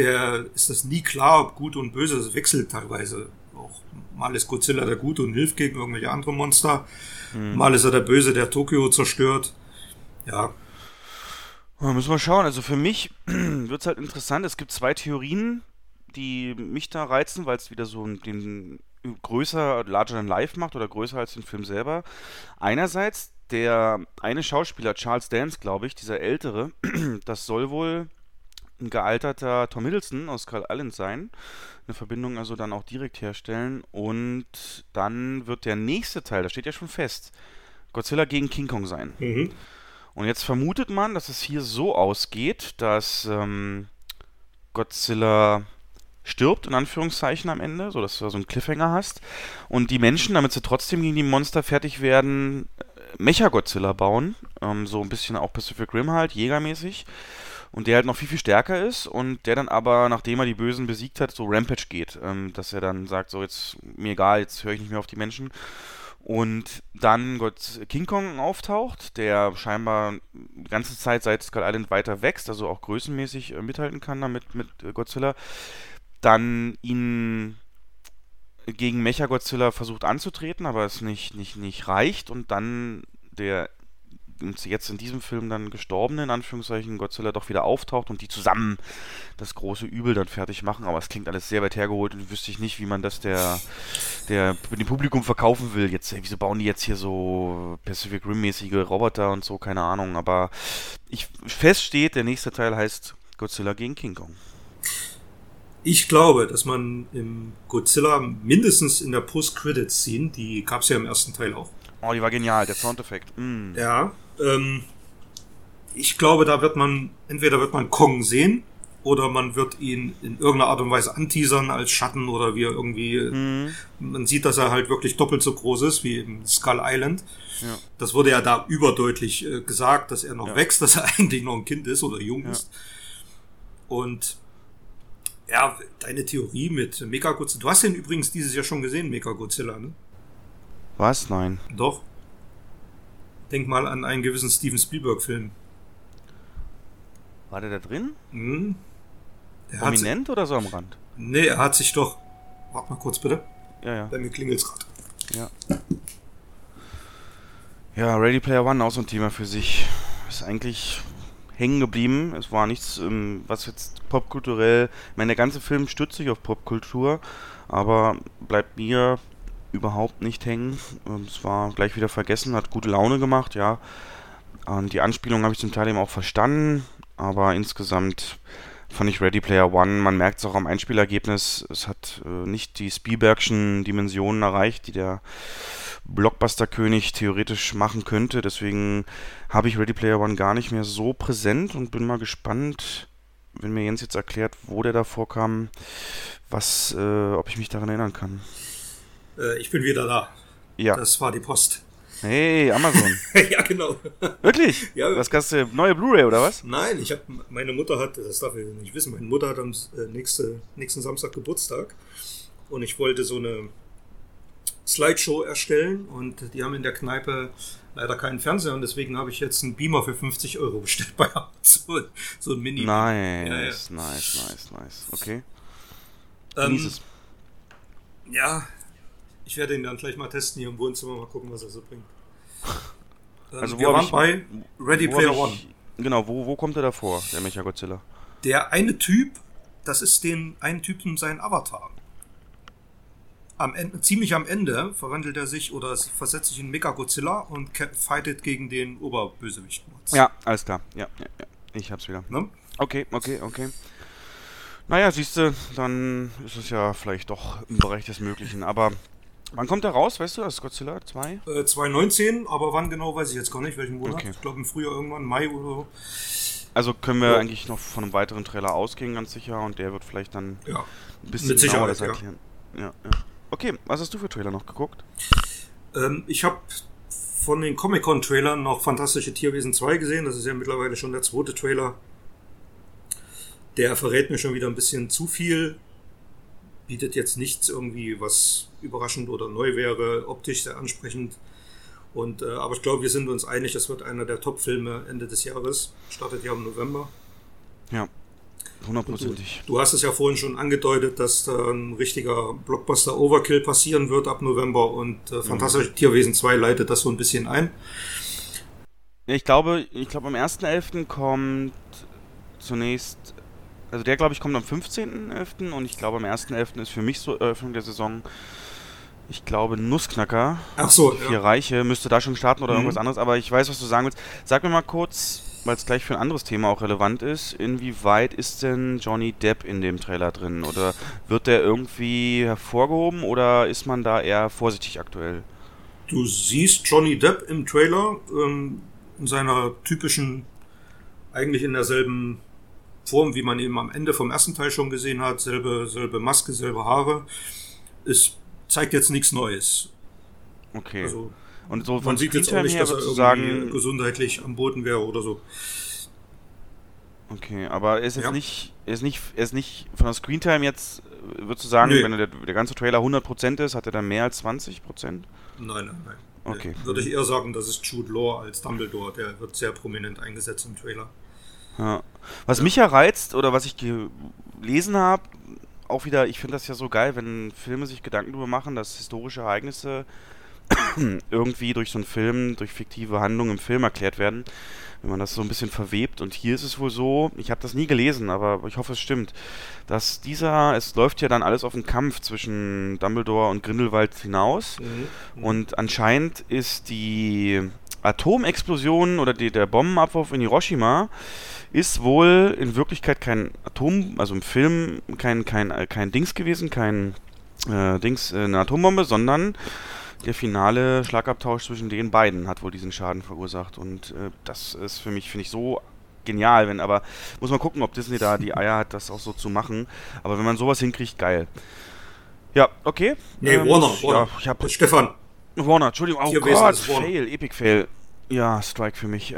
das nie klar, ob gut und böse, das wechselt teilweise. Auch mal ist Godzilla der Gute und hilft gegen irgendwelche andere Monster. Mal ist er der Böse, der Tokio zerstört. Ja. Müssen wir schauen. Also für mich wird es halt interessant. Es gibt zwei Theorien, die mich da reizen, weil es wieder so den größer, larger than life macht oder größer als den Film selber. Einerseits der eine Schauspieler, Charles Dance, glaube ich, dieser ältere, das soll wohl ein gealterter Tom Hiddleston aus Skull Island sein. Eine Verbindung also dann auch direkt herstellen. Und dann wird der nächste Teil, das steht ja schon fest, Godzilla gegen King Kong sein. Und jetzt vermutet man, dass es hier so ausgeht, dass Godzilla stirbt, in Anführungszeichen am Ende, sodass du da so einen Cliffhanger hast. Und die Menschen, damit sie trotzdem gegen die Monster fertig werden, Mecha-Godzilla bauen. So ein bisschen auch Pacific Rim halt, jägermäßig. Und der halt noch viel, viel stärker ist und der dann aber, nachdem er die Bösen besiegt hat, so Rampage geht. Dass er dann sagt, so jetzt, mir egal, jetzt höre ich nicht mehr auf die Menschen. Und dann King Kong auftaucht, der scheinbar die ganze Zeit seit Skull Island weiter wächst, also auch größenmäßig mithalten kann damit mit Godzilla. Dann ihn gegen Mecha-Godzilla versucht anzutreten, aber es nicht reicht. Und dann der jetzt in diesem Film dann gestorbene, in Anführungszeichen, Godzilla doch wieder auftaucht und die zusammen das große Übel dann fertig machen. Aber es klingt alles sehr weit hergeholt und wüsste ich nicht, wie man das dem Publikum verkaufen will. Jetzt, wieso bauen die jetzt hier so Pacific Rim-mäßige Roboter und so, keine Ahnung. Aber fest steht, der nächste Teil heißt Godzilla gegen King Kong. Ich glaube, dass man im Godzilla mindestens in der Post-Credits-Scene, die gab es ja im ersten Teil auch. Oh, die war genial, der Soundeffekt. Ja, ich glaube, da entweder wird man Kong sehen oder man wird ihn in irgendeiner Art und Weise anteasern als Schatten oder wie er irgendwie, man sieht, dass er halt wirklich doppelt so groß ist wie im Skull Island. Ja. Das wurde ja da überdeutlich gesagt, dass er noch wächst, dass er eigentlich noch ein Kind ist oder jung ist. Und ja, deine Theorie mit Mechagodzilla, du hast den übrigens dieses Jahr schon gesehen, Mechagodzilla, ne? Was? Nein. Doch. Denk mal an einen gewissen Steven Spielberg-Film. War der da drin? Hm. Prominent oder so am Rand? Nee, er hat sich doch... Warte mal kurz, bitte. Ja. Bei mir klingelt's gerade. Ja. Ja, Ready Player One, auch so ein Thema für sich. Ist eigentlich hängen geblieben. Es war nichts, was jetzt popkulturell... Ich meine, der ganze Film stützt sich auf Popkultur, aber bleibt mir überhaupt nicht hängen. Es war gleich wieder vergessen, hat gute Laune gemacht, ja. Und die Anspielung habe ich zum Teil eben auch verstanden, aber insgesamt fand ich Ready Player One, man merkt es auch am Einspielergebnis, es hat nicht die Spielbergschen Dimensionen erreicht, die der Blockbuster-König theoretisch machen könnte. Deswegen habe ich Ready Player One gar nicht mehr so präsent und bin mal gespannt, wenn mir Jens jetzt erklärt, wo der da vorkam, ob ich mich daran erinnern kann. Ich bin wieder da. Ja. Das war die Post. Hey, Amazon. Ja, genau. Wirklich? Ja. Was hast du? Neue Blu-ray oder was? Nein, meine Mutter hat, das darf ich nicht wissen, meine Mutter hat am nächsten Samstag Geburtstag und ich wollte so eine Slideshow erstellen und die haben in der Kneipe leider keinen Fernseher und deswegen habe ich jetzt einen Beamer für 50 € bestellt bei Amazon. So ein Mini. Nice. Okay. Genieß es. Ja, ich werde ihn dann gleich mal testen hier im Wohnzimmer, mal gucken, was er so bringt. Also wir waren bei Ready Player One. Genau, wo kommt er da vor, der Mechagodzilla? Der eine Typ, das ist den einen Typen sein Avatar. Ziemlich am Ende verwandelt er sich oder versetzt sich in Mechagodzilla und fightet gegen den Oberbösewicht. Ja, alles klar. Ja. Ich hab's wieder. Ne? Okay. Naja, siehste, dann ist es ja vielleicht doch im Bereich des Möglichen. Aber wann kommt er raus, weißt du, das ist Godzilla 2? 2019, aber wann genau, weiß ich jetzt gar nicht, welchen Monat. Okay. Ich glaube im Frühjahr irgendwann, Mai oder so. Also können wir eigentlich noch von einem weiteren Trailer ausgehen, ganz sicher. Und der wird vielleicht dann ein bisschen mit genauer Sicherheit, das erklären. Ja. Okay, was hast du für Trailer noch geguckt? Ich habe von den Comic-Con-Trailern noch Fantastische Tierwesen 2 gesehen. Das ist ja mittlerweile schon der zweite Trailer. Der verrät mir schon wieder ein bisschen zu viel. Bietet jetzt nichts irgendwie, was überraschend oder neu wäre, optisch sehr ansprechend. Aber ich glaube, wir sind uns einig, das wird einer der Top-Filme Ende des Jahres. Startet ja im November. Ja, 100%. Du hast es ja vorhin schon angedeutet, dass da ein richtiger Blockbuster-Overkill passieren wird ab November und Fantastische Tierwesen 2 leitet das so ein bisschen ein. Ja, ich glaube am 1.11. kommt zunächst, also der glaube ich kommt am 15.11. und ich glaube am 1.11. ist für mich so Eröffnung der Saison, ich glaube Nussknacker. Ach so, die 4 Reiche, müsste da schon starten oder irgendwas anderes, aber ich weiß, was du sagen willst. Sag mir mal kurz, weil es gleich für ein anderes Thema auch relevant ist, inwieweit ist denn Johnny Depp in dem Trailer drin? Oder wird der irgendwie hervorgehoben oder ist man da eher vorsichtig aktuell? Du siehst Johnny Depp im Trailer in seiner typischen, eigentlich in derselben Form, wie man ihn am Ende vom ersten Teil schon gesehen hat, selbe Maske, selbe Haare. Es zeigt jetzt nichts Neues. Okay. Also, und so man sieht jetzt auch nicht, dass er irgendwie gesundheitlich am Boden wäre oder so. Okay, aber er ist jetzt Ja. er ist nicht von der Screentime jetzt, würdest du sagen, Nö. wenn der ganze Trailer 100% ist, hat er dann mehr als 20%? Nein. Okay. Würde ich eher sagen, das ist Jude Law als Dumbledore. Der wird sehr prominent eingesetzt im Trailer. Ja. Was mich ja reizt, oder was ich gelesen habe, auch wieder, ich finde das ja so geil, wenn Filme sich Gedanken darüber machen, dass historische Ereignisse irgendwie durch so einen Film, durch fiktive Handlungen im Film erklärt werden, wenn man das so ein bisschen verwebt. Und hier ist es wohl so, ich habe das nie gelesen, aber ich hoffe, es stimmt, dass es läuft ja dann alles auf einen Kampf zwischen Dumbledore und Grindelwald hinaus. Und anscheinend ist die Atomexplosion oder der Bombenabwurf in Hiroshima ist wohl in Wirklichkeit kein also im Film kein Dings gewesen, eine Atombombe, sondern der finale Schlagabtausch zwischen den beiden hat wohl diesen Schaden verursacht. Und das ist finde ich so genial, aber muss man gucken, ob Disney da die Eier hat, das auch so zu machen. Aber wenn man sowas hinkriegt, geil. Ja, okay. Nee, Warner. Ja, ich hab Stefan. Warner, Entschuldigung, oh Tierwesen Gott, ist Warner. Fail, Epic Fail. Ja, Strike für mich.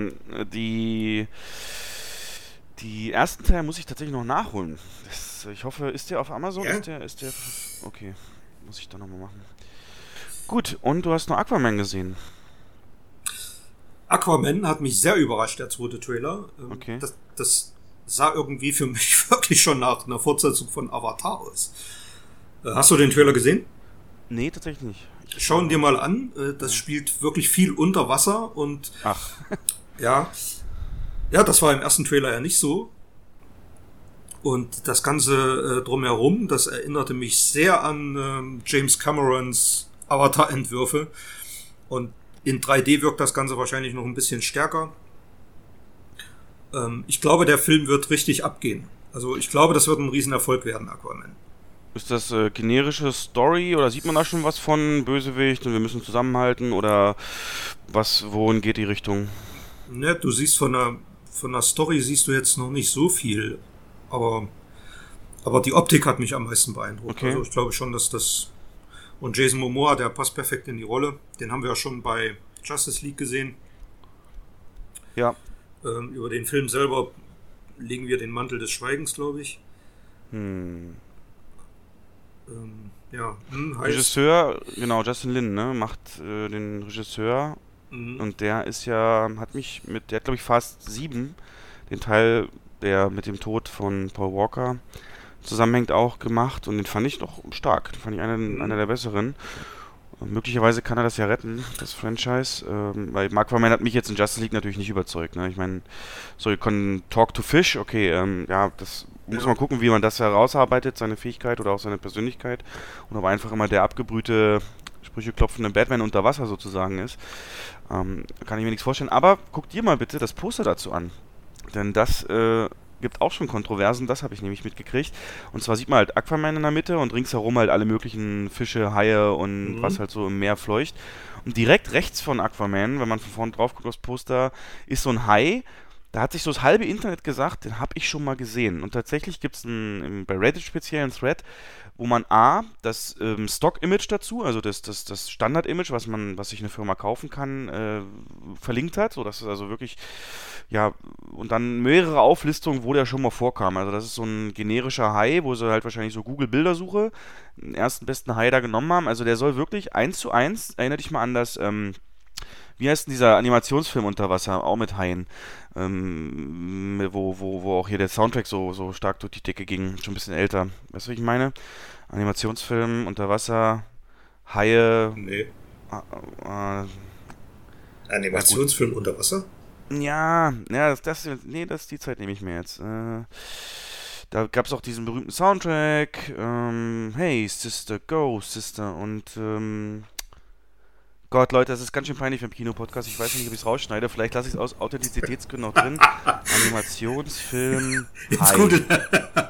Die ersten Teil muss ich tatsächlich noch nachholen. Ich hoffe, ist der auf Amazon? Ja? Ist der. Okay, muss ich dann nochmal machen. Gut, und du hast noch Aquaman gesehen. Aquaman hat mich sehr überrascht, der zweite Trailer. Okay. Das sah irgendwie für mich wirklich schon nach einer Fortsetzung von Avatar aus. Hast du den Trailer gesehen? Nee, tatsächlich nicht. Schau ihn dir mal an. Das spielt wirklich viel unter Wasser und Ach, ja, das war im ersten Trailer ja nicht so. Und das Ganze drumherum, das erinnerte mich sehr an James Camerons Avatar-Entwürfe. Und in 3D wirkt das Ganze wahrscheinlich noch ein bisschen stärker. Ich glaube, der Film wird richtig abgehen. Also ich glaube, das wird ein Riesenerfolg werden, Aquaman. ist das generische Story oder sieht man da schon was von Bösewicht und wir müssen zusammenhalten oder wohin geht die Richtung? Ne, du siehst von der Story siehst du jetzt noch nicht so viel. Aber die Optik hat mich am meisten beeindruckt. Okay. Also ich glaube schon, dass das... Und Jason Momoa, der passt perfekt in die Rolle. Den haben wir ja schon bei Justice League gesehen. Ja. Über den Film selber legen wir den Mantel des Schweigens, glaube ich. Heißt, Regisseur, genau, Justin Lin, ne, macht den Regisseur und der hat glaube ich Fast 7, den Teil, der mit dem Tod von Paul Walker zusammenhängt, auch gemacht und den fand ich doch stark. Den fand ich einer der besseren. Und möglicherweise kann er das ja retten, das Franchise, weil Aquaman hat mich jetzt in Justice League natürlich nicht überzeugt. Ne? Ich meine, Talk to Fish, okay, das muss man gucken, wie man das herausarbeitet, seine Fähigkeit oder auch seine Persönlichkeit und ob er einfach immer der abgebrühte, sprücheklopfende Batman unter Wasser sozusagen ist. Kann ich mir nichts vorstellen. Aber guck dir mal bitte das Poster dazu an. Denn das gibt auch schon Kontroversen, das habe ich nämlich mitgekriegt. Und zwar sieht man halt Aquaman in der Mitte und ringsherum halt alle möglichen Fische, Haie und was halt so im Meer fleucht. Und direkt rechts von Aquaman, wenn man von vorne drauf guckt aufs Poster, ist so ein Hai. Da hat sich so das halbe Internet gesagt, den habe ich schon mal gesehen. Und tatsächlich gibt es bei Reddit speziell einen Thread, wo man das Stock-Image dazu, also das Standard-Image, was sich eine Firma kaufen kann, verlinkt hat, sodass es also wirklich, ja, und dann mehrere Auflistungen, wo der schon mal vorkam. Also das ist so ein generischer Hai, wo sie halt wahrscheinlich so Google-Bildersuche den ersten besten Hai da genommen haben. Also der soll wirklich 1:1, erinnere dich mal an das, wie heißt denn dieser Animationsfilm unter Wasser, auch mit Haien, wo auch hier der Soundtrack so stark durch die Decke ging, schon ein bisschen älter. Weißt du, was ich meine? Animationsfilm unter Wasser, Haie. Nee. Animationsfilm unter Wasser? Ja, die Zeit nehme ich mir jetzt. Da gab es auch diesen berühmten Soundtrack, Hey Sister, Go Sister und Gott, Leute, das ist ganz schön peinlich für einen Kinopodcast. Ich weiß nicht, ob ich es rausschneide. Vielleicht lasse ich es aus Authentizitätsgründen auch drin. Animationsfilm Hai.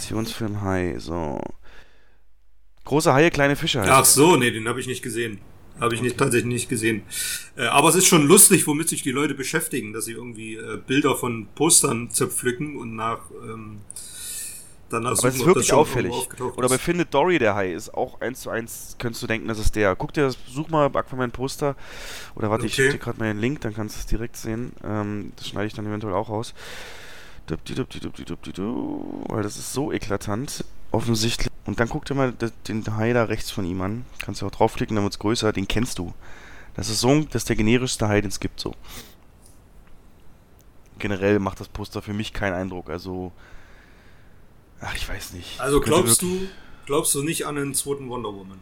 Animationsfilm Hai, so. Große Haie, kleine Fische heißt. Ach so, nee, den habe ich nicht gesehen. Habe ich tatsächlich nicht gesehen. Aber es ist schon lustig, womit sich die Leute beschäftigen, dass sie irgendwie Bilder von Postern zerpflücken und danach Aber suchen, es ist ob das wirklich schon auffällig. irgendwo aufgetaucht Oder bei ist. Findet Dory der Hai ist auch 1:1, könntest du denken, das ist der. Guck dir das, such mal Aquaman Poster. Oder warte, ich schicke dir gerade mal den Link, dann kannst du es direkt sehen. Das schneide ich dann eventuell auch raus. Weil das ist so eklatant, offensichtlich. Und dann guck dir mal den Hai da rechts von ihm an. Kannst du auch draufklicken, dann wird es größer. Den kennst du. Das ist der generischste Hai, den es gibt, so. Generell macht das Poster für mich keinen Eindruck, also... Ach, ich weiß nicht. Also glaubst du nicht an einen zweiten Wonder Woman?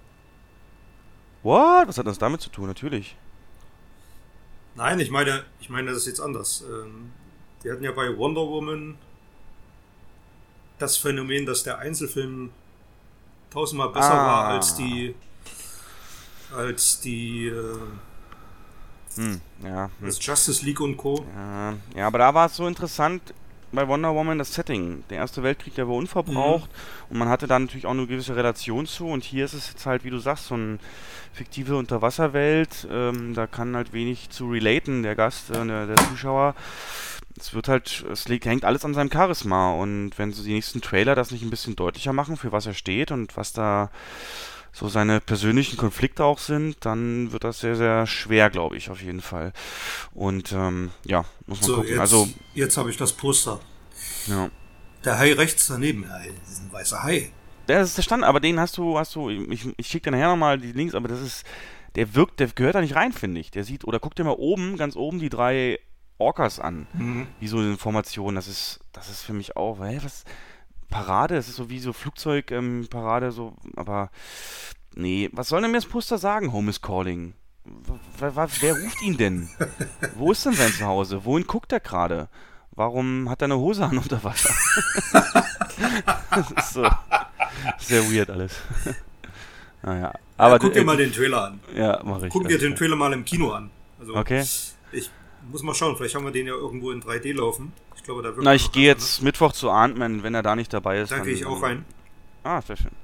What? Was hat das damit zu tun? Natürlich. Nein, ich meine, das ist jetzt anders. Wir hatten ja bei Wonder Woman das Phänomen, dass der Einzelfilm tausendmal besser war als die als Justice League und Co. Ja, aber da war es so interessant bei Wonder Woman das Setting. Der Erste Weltkrieg, der war unverbraucht und man hatte da natürlich auch eine gewisse Relation zu und hier ist es jetzt halt, wie du sagst, so eine fiktive Unterwasserwelt. Da kann halt wenig zu relaten, der Gast, der Zuschauer. Hängt alles an seinem Charisma und wenn so die nächsten Trailer das nicht ein bisschen deutlicher machen, für was er steht und was da so seine persönlichen Konflikte auch sind, dann wird das sehr, sehr schwer, glaube ich, auf jeden Fall. Und muss man gucken. Jetzt habe ich das Poster. Ja. Der Hai rechts daneben, das ist ein weißer Hai. Das ist der Stand, aber den hast du, ich schicke dir nachher nochmal die Links, aber der gehört da nicht rein, finde ich. Oder guck dir mal ganz oben die 3 Orcas an, wie so eine Formation, das ist für mich auch, Parade, das ist so wie so Flugzeug-Parade, so, aber nee, was soll denn mir das Poster sagen, Home is Calling? Wer ruft ihn denn? Wo ist denn sein Zuhause? Wohin guckt er gerade? Warum hat er eine Hose an unter Wasser? Das ist so sehr weird alles. Naja, aber guck dir mal den Trailer an. Ja, mach ich. Guck dir den Trailer mal im Kino an. Also, okay. Ich muss mal schauen, vielleicht haben wir den ja irgendwo in 3D laufen. Ich glaube, da wird. Ich gehe jetzt Mittwoch zu Ant-Man, wenn er da nicht dabei ist. Da gehe ich auch rein. Sehr schön.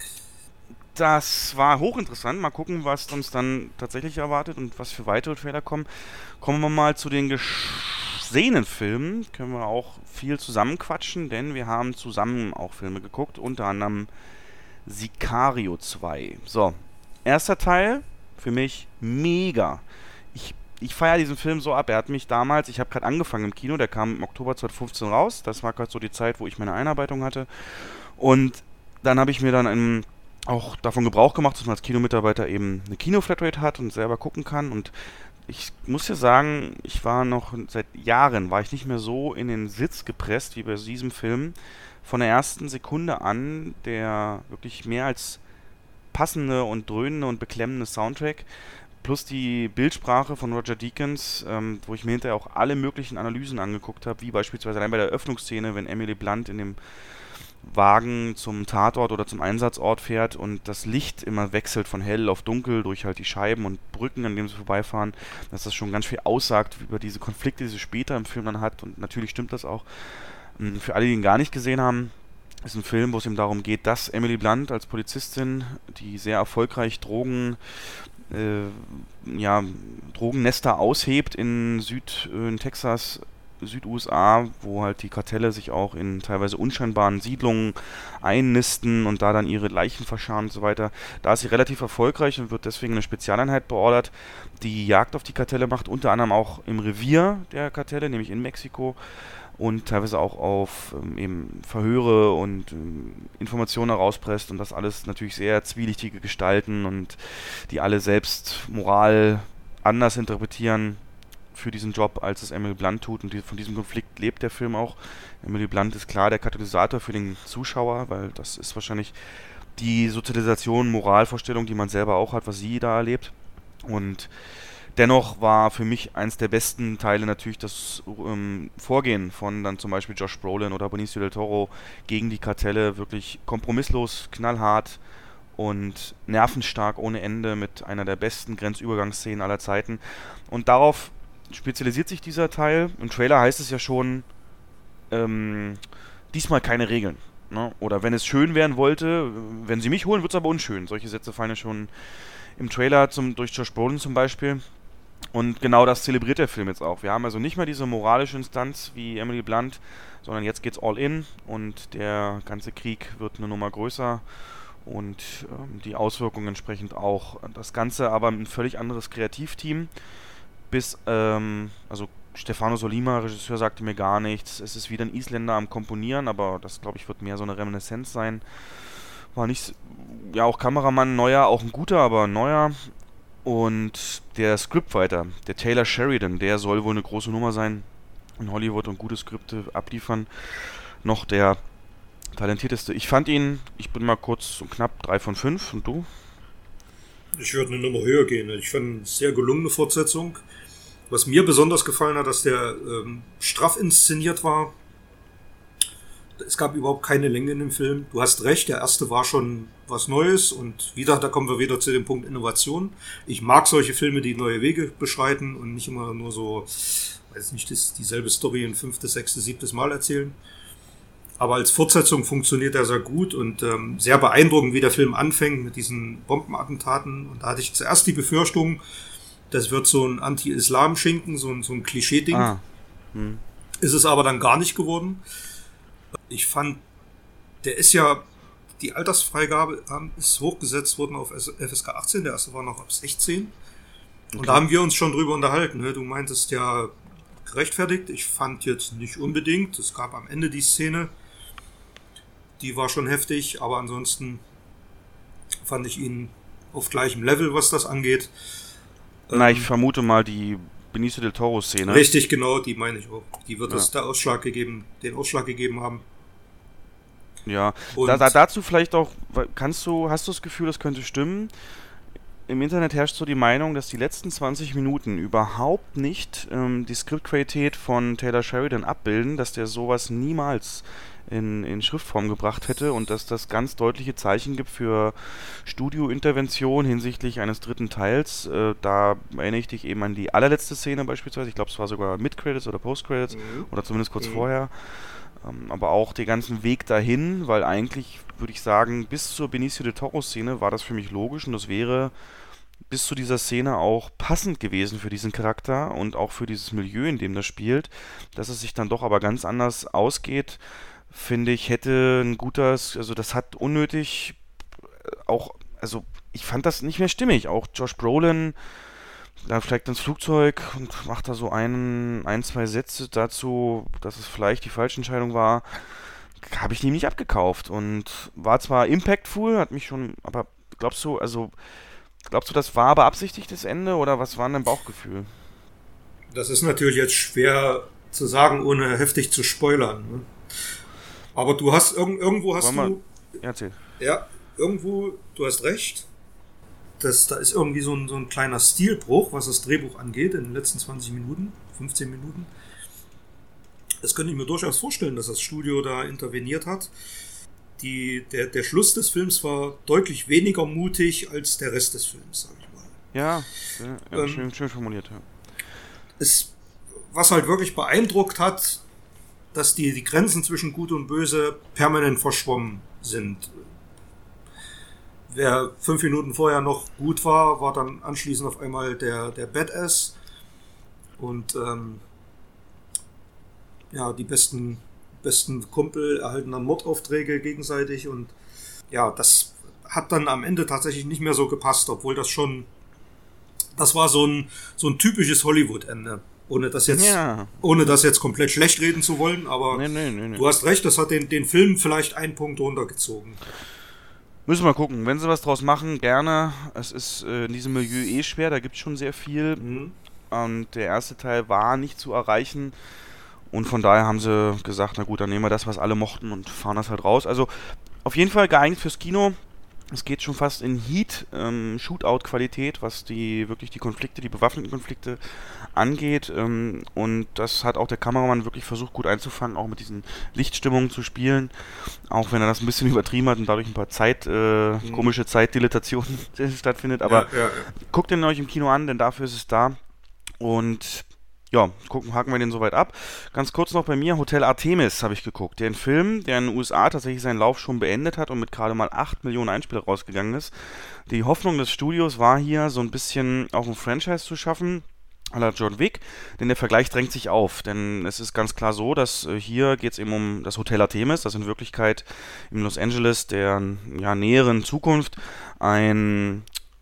Das war hochinteressant. Mal gucken, was uns dann tatsächlich erwartet und was für weitere Trailer kommen. Kommen wir mal zu den gesehenen Filmen. Können wir auch viel zusammenquatschen, denn wir haben zusammen auch Filme geguckt. Unter anderem Sicario 2. So, erster Teil, für mich mega. Ich feiere diesen Film so ab. Er hat mich damals, ich habe gerade angefangen im Kino, der kam im Oktober 2015 raus. Das war gerade so die Zeit, wo ich meine Einarbeitung hatte. Und dann habe ich mir dann auch davon Gebrauch gemacht, dass man als Kinomitarbeiter eben eine Kino-Flatrate hat und selber gucken kann. Und ich muss dir sagen, seit Jahren war ich nicht mehr so in den Sitz gepresst wie bei diesem Film. Von der ersten Sekunde an, der wirklich mehr als passende und dröhnende und beklemmende Soundtrack, plus die Bildsprache von Roger Deakins, wo ich mir hinterher auch alle möglichen Analysen angeguckt habe, wie beispielsweise allein bei der Eröffnungsszene, wenn Emily Blunt in dem Wagen zum Tatort oder zum Einsatzort fährt und das Licht immer wechselt von hell auf dunkel durch halt die Scheiben und Brücken, an denen sie vorbeifahren, dass das schon ganz viel aussagt über diese Konflikte, die sie später im Film dann hat und natürlich stimmt das auch. Für alle, die ihn gar nicht gesehen haben, ist ein Film, wo es eben darum geht, dass Emily Blunt als Polizistin, die sehr erfolgreich Drogennester aushebt in Texas, Süd-USA, wo halt die Kartelle sich auch in teilweise unscheinbaren Siedlungen einnisten und da dann ihre Leichen verscharren und so weiter. Da ist sie relativ erfolgreich und wird deswegen eine Spezialeinheit beordert, die Jagd auf die Kartelle macht, unter anderem auch im Revier der Kartelle, nämlich in Mexiko, und teilweise auch auf eben Verhöre und Informationen herauspresst und das alles natürlich sehr zwielichtige Gestalten und die alle selbst Moral anders interpretieren für diesen Job, als es Emily Blunt tut, und von diesem Konflikt lebt der Film auch. Emily Blunt ist klar der Katalysator für den Zuschauer, weil das ist wahrscheinlich die Sozialisation, Moralvorstellung, die man selber auch hat, was sie da erlebt. Und dennoch war für mich eins der besten Teile natürlich das Vorgehen von dann zum Beispiel Josh Brolin oder Benicio del Toro gegen die Kartelle, wirklich kompromisslos, knallhart und nervenstark ohne Ende mit einer der besten Grenzübergangsszenen aller Zeiten. Und darauf spezialisiert sich dieser Teil. Im Trailer heißt es ja schon, diesmal keine Regeln. Ne? Oder wenn es schön werden wollte, wenn sie mich holen, wird es aber unschön. Solche Sätze fallen ja schon im Trailer durch Josh Brolin zum Beispiel. Und genau das zelebriert der Film jetzt auch. Wir haben also nicht mehr diese moralische Instanz wie Emily Blunt, sondern jetzt geht's all in und der ganze Krieg wird eine Nummer größer und die Auswirkungen entsprechend auch. Das Ganze aber ein völlig anderes Kreativteam. Also Stefano Sollima, Regisseur, sagte mir gar nichts. Es ist wieder ein Isländer am Komponieren, aber das, glaube ich, wird mehr so eine Reminiszenz sein. War nicht, ja, auch Kameramann, neuer, auch ein guter, aber ein neuer. Und der Scriptwriter, der Taylor Sheridan, der soll wohl eine große Nummer sein in Hollywood und gute Skripte abliefern. Noch der talentierteste. Ich fand ihn, ich bin mal kurz und knapp 3 von 5. Und du? Ich würde eine Nummer höher gehen. Ich fand eine sehr gelungene Fortsetzung. Was mir besonders gefallen hat, dass der straff inszeniert war. Es gab überhaupt keine Länge in dem Film. Du hast recht, der erste war schon was Neues und wieder, da kommen wir wieder zu dem Punkt Innovation. Ich mag solche Filme, die neue Wege beschreiten und nicht immer nur so, weiß nicht, dieselbe Story ein 5., 6., 7. Mal erzählen. Aber als Fortsetzung funktioniert er sehr gut und sehr beeindruckend, wie der Film anfängt mit diesen Bombenattentaten. Und da hatte ich zuerst die Befürchtung, das wird so ein Anti-Islam-Schinken, so ein Klischee-Ding. Ist es aber dann gar nicht geworden. Ich fand, der ist ja, die Altersfreigabe ist hochgesetzt worden auf FSK 18, der erste war noch ab 16. Und Okay. da haben wir uns schon drüber unterhalten. Ne? Du meintest ja gerechtfertigt. Ich fand jetzt nicht unbedingt. Es gab am Ende die Szene, die war schon heftig, aber ansonsten fand ich ihn auf gleichem Level, was das angeht. Na, ich vermute mal die Benicio del Toro-Szene. Richtig, genau, die meine ich auch. Die wird Ja. den Ausschlag gegeben haben. Ja, Und dazu vielleicht auch, hast du das Gefühl, das könnte stimmen? Im Internet herrscht so die Meinung, dass die letzten 20 Minuten überhaupt nicht die Skriptqualität von Taylor Sheridan abbilden, dass der sowas niemals in Schriftform gebracht hätte und dass das ganz deutliche Zeichen gibt für Studiointervention hinsichtlich eines dritten Teils. Da erinnere ich dich eben an die allerletzte Szene beispielsweise. Ich glaube, es war sogar Mid-Credits oder Post-Credits oder zumindest kurz vorher. Aber auch den ganzen Weg dahin, weil eigentlich, würde ich sagen, bis zur Benicio del Toro-Szene war das für mich logisch und das wäre bis zu dieser Szene auch passend gewesen für diesen Charakter und auch für dieses Milieu, in dem das spielt. Dass es sich dann doch aber ganz anders ausgeht, finde ich, hätte ein gutes, also das hat unnötig auch, also ich fand das nicht mehr stimmig. Auch Josh Brolin, da steigt ins Flugzeug und macht da so ein, zwei Sätze dazu, dass es vielleicht die falsche Entscheidung war, habe ich ihm nicht abgekauft und war zwar impactful, hat mich schon, aber glaubst du, das war beabsichtigtes Ende oder was war denn dein Bauchgefühl? das ist natürlich jetzt schwer zu sagen, ohne heftig zu spoilern. Ne? Aber du hast irgendwo hast Wollen du. Ja, erzähl. Ja, irgendwo, du hast recht. Da ist irgendwie so ein kleiner Stilbruch, was das Drehbuch angeht, in den letzten 20 Minuten, 15 Minuten. Das könnte ich mir durchaus vorstellen, dass das Studio da interveniert hat. Der Schluss des Films war deutlich weniger mutig als der Rest des Films, sag ich mal. Ja, schön formuliert, ja. Was halt wirklich beeindruckt hat, dass die Grenzen zwischen Gut und Böse permanent verschwommen sind. Wer 5 Minuten vorher noch gut war, war dann anschließend auf einmal der Badass. Und die besten Kumpel erhalten dann Mordaufträge gegenseitig. Und ja, das hat dann am Ende tatsächlich nicht mehr so gepasst, obwohl das war so ein typisches Hollywood-Ende. Ohne das jetzt komplett schlecht reden zu wollen, aber Nee. du hast recht, das hat den Film vielleicht einen Punkt runtergezogen. Müssen wir gucken. Wenn sie was draus machen, gerne. Es ist in diesem Milieu schwer, da gibt es schon sehr viel. Und der erste Teil war nicht zu erreichen. Und von daher haben sie gesagt, na gut, dann nehmen wir das, was alle mochten und fahren das halt raus. Also auf jeden Fall geeignet fürs Kino. Es geht schon fast in Heat, Shootout-Qualität, was die Konflikte, die bewaffneten Konflikte angeht. Und das hat auch der Kameramann wirklich versucht gut einzufangen, auch mit diesen Lichtstimmungen zu spielen. Auch wenn er das ein bisschen übertrieben hat und dadurch ein paar komische Zeitdilatationen stattfindet. Aber guckt ihn euch im Kino an, denn dafür ist es da. Und ja, haken wir den soweit ab. Ganz kurz noch bei mir, Hotel Artemis habe ich geguckt. Den Film, der in den USA tatsächlich seinen Lauf schon beendet hat und mit gerade mal 8 Millionen Einspieler rausgegangen ist. Die Hoffnung des Studios war hier, so ein bisschen auch ein Franchise zu schaffen, à la John Wick, denn der Vergleich drängt sich auf. Denn es ist ganz klar so, dass hier geht es eben um das Hotel Artemis, das in Wirklichkeit in Los Angeles der näheren Zukunft eine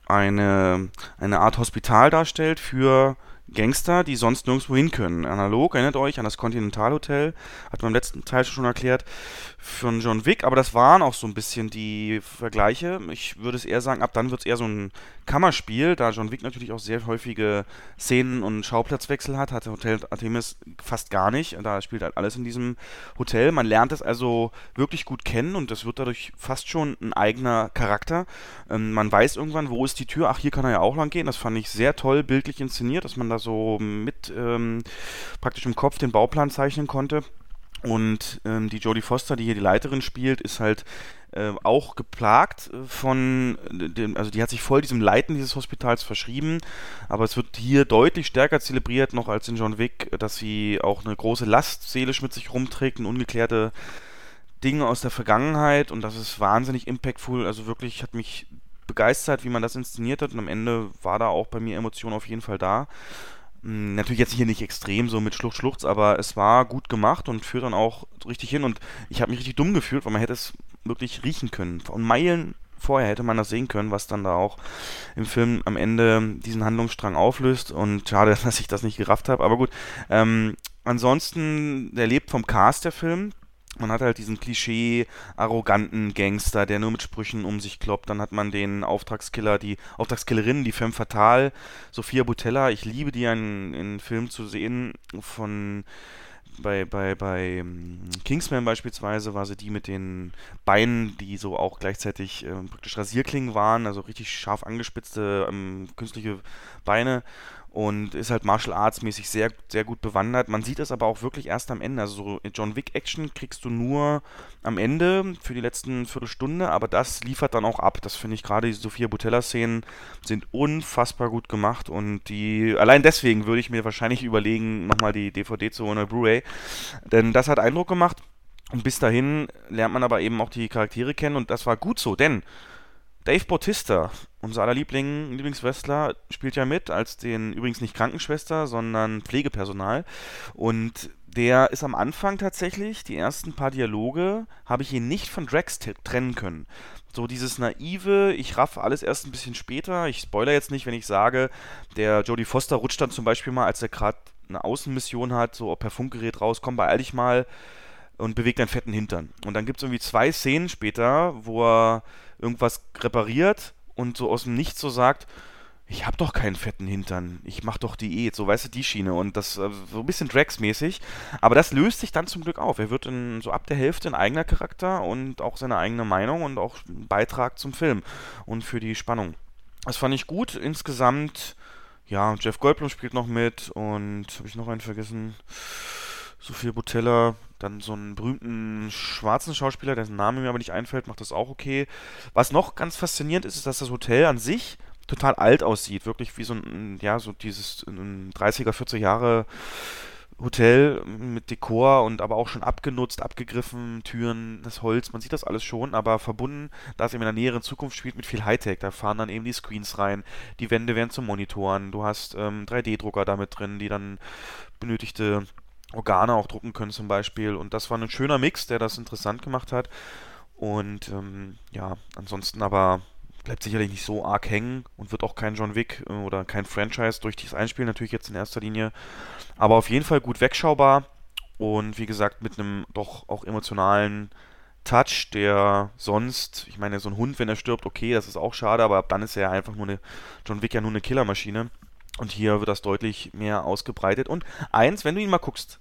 Art Hospital darstellt für Gangster, die sonst nirgendwo hin können. Analog, erinnert euch an das Continental Hotel, hat man im letzten Teil schon erklärt, von John Wick, aber das waren auch so ein bisschen die Vergleiche. Ich würde es eher sagen, ab dann wird es eher so ein Kammerspiel, da John Wick natürlich auch sehr häufige Szenen- und Schauplatzwechsel hat, hatte Hotel Artemis fast gar nicht. Da spielt halt alles in diesem Hotel. Man lernt es also wirklich gut kennen und das wird dadurch fast schon ein eigener Charakter. Man weiß irgendwann, wo ist die Tür? Ach, hier kann er ja auch lang gehen. Das fand ich sehr toll bildlich inszeniert, dass man da so mit praktisch im Kopf den Bauplan zeichnen konnte. Und die Jodie Foster, die hier die Leiterin spielt, ist halt auch geplagt von also die hat sich voll diesem Leiten dieses Hospitals verschrieben, aber es wird hier deutlich stärker zelebriert noch als in John Wick, dass sie auch eine große Last seelisch mit sich rumträgt, und ungeklärte Dinge aus der Vergangenheit, und das ist wahnsinnig impactful, also wirklich hat mich begeistert, wie man das inszeniert hat, und am Ende war da auch bei mir Emotion auf jeden Fall da. Natürlich jetzt hier nicht extrem so mit Schluchz, aber es war gut gemacht und führt dann auch richtig hin, und ich habe mich richtig dumm gefühlt, weil man hätte es wirklich riechen können. Von Meilen vorher hätte man das sehen können, was dann da auch im Film am Ende diesen Handlungsstrang auflöst, und schade, dass ich das nicht gerafft habe, aber gut. Ansonsten, der lebt vom Cast, der Film. Man hat halt diesen Klischee-arroganten Gangster, der nur mit Sprüchen um sich kloppt. Dann hat man den Auftragskiller, die Auftragskillerin, die Femme Fatale, Sophia Boutella. Ich liebe die in Filmen zu sehen. Bei Kingsman beispielsweise war sie die mit den Beinen, die so auch gleichzeitig praktisch Rasierklingen waren, also richtig scharf angespitzte künstliche Beine, und ist halt Martial Arts mäßig sehr, sehr gut bewandert. Man sieht es aber auch wirklich erst am Ende. Also so John Wick Action kriegst du nur am Ende für die letzten Viertelstunde, aber das liefert dann auch ab. Das finde ich, gerade die Sophia Boutella-Szenen sind unfassbar gut gemacht, und allein deswegen würde ich mir wahrscheinlich überlegen, nochmal die DVD zu holen oder Blu-ray, denn das hat Eindruck gemacht, und bis dahin lernt man aber eben auch die Charaktere kennen, und das war gut so, denn Dave Bautista, unser aller Lieblingswrestler, spielt ja mit als den, übrigens nicht Krankenschwester, sondern Pflegepersonal, und der ist am Anfang tatsächlich, die ersten paar Dialoge, habe ich ihn nicht von Drax trennen können. So dieses naive, ich raff alles erst ein bisschen später, ich spoilere jetzt nicht, wenn ich sage, der Jodie Foster rutscht dann zum Beispiel mal, als er gerade eine Außenmission hat, so per Funkgerät raus, komm, beeil dich mal, und bewegt einen fetten Hintern. Und dann gibt es irgendwie 2 Szenen später, wo er irgendwas repariert und so aus dem Nichts so sagt, ich hab doch keinen fetten Hintern, ich mach doch Diät, so, weißt du, die Schiene, und das so ein bisschen Drax-mäßig, aber das löst sich dann zum Glück auf. Er wird so ab der Hälfte ein eigener Charakter und auch seine eigene Meinung und auch ein Beitrag zum Film und für die Spannung. Das fand ich gut, insgesamt, ja, Jeff Goldblum spielt noch mit, und habe ich noch einen vergessen? Sophia Boutella, dann so einen berühmten schwarzen Schauspieler, dessen Name mir aber nicht einfällt, macht das auch okay. Was noch ganz faszinierend ist, ist, dass das Hotel an sich total alt aussieht. Wirklich wie so ein, ja, so dieses 30er, 40er Jahre Hotel mit Dekor, und aber auch schon abgenutzt, abgegriffen, Türen, das Holz, man sieht das alles schon, aber verbunden, da es eben in der näheren Zukunft spielt, mit viel Hightech. Da fahren dann eben die Screens rein, die Wände werden zu Monitoren, du hast 3D-Drucker damit drin, die dann benötigte Organe auch drucken können zum Beispiel, und das war ein schöner Mix, der das interessant gemacht hat, und ja, ansonsten aber bleibt sicherlich nicht so arg hängen und wird auch kein John Wick oder kein Franchise durch dieses Einspielen natürlich jetzt in erster Linie, aber auf jeden Fall gut wegschaubar, und wie gesagt mit einem doch auch emotionalen Touch, der sonst, ich meine, so ein Hund, wenn er stirbt, okay, das ist auch schade, aber ab dann ist er einfach John Wick ja nur eine Killermaschine. Und hier wird das deutlich mehr ausgebreitet. Und eins, wenn du ihn mal guckst,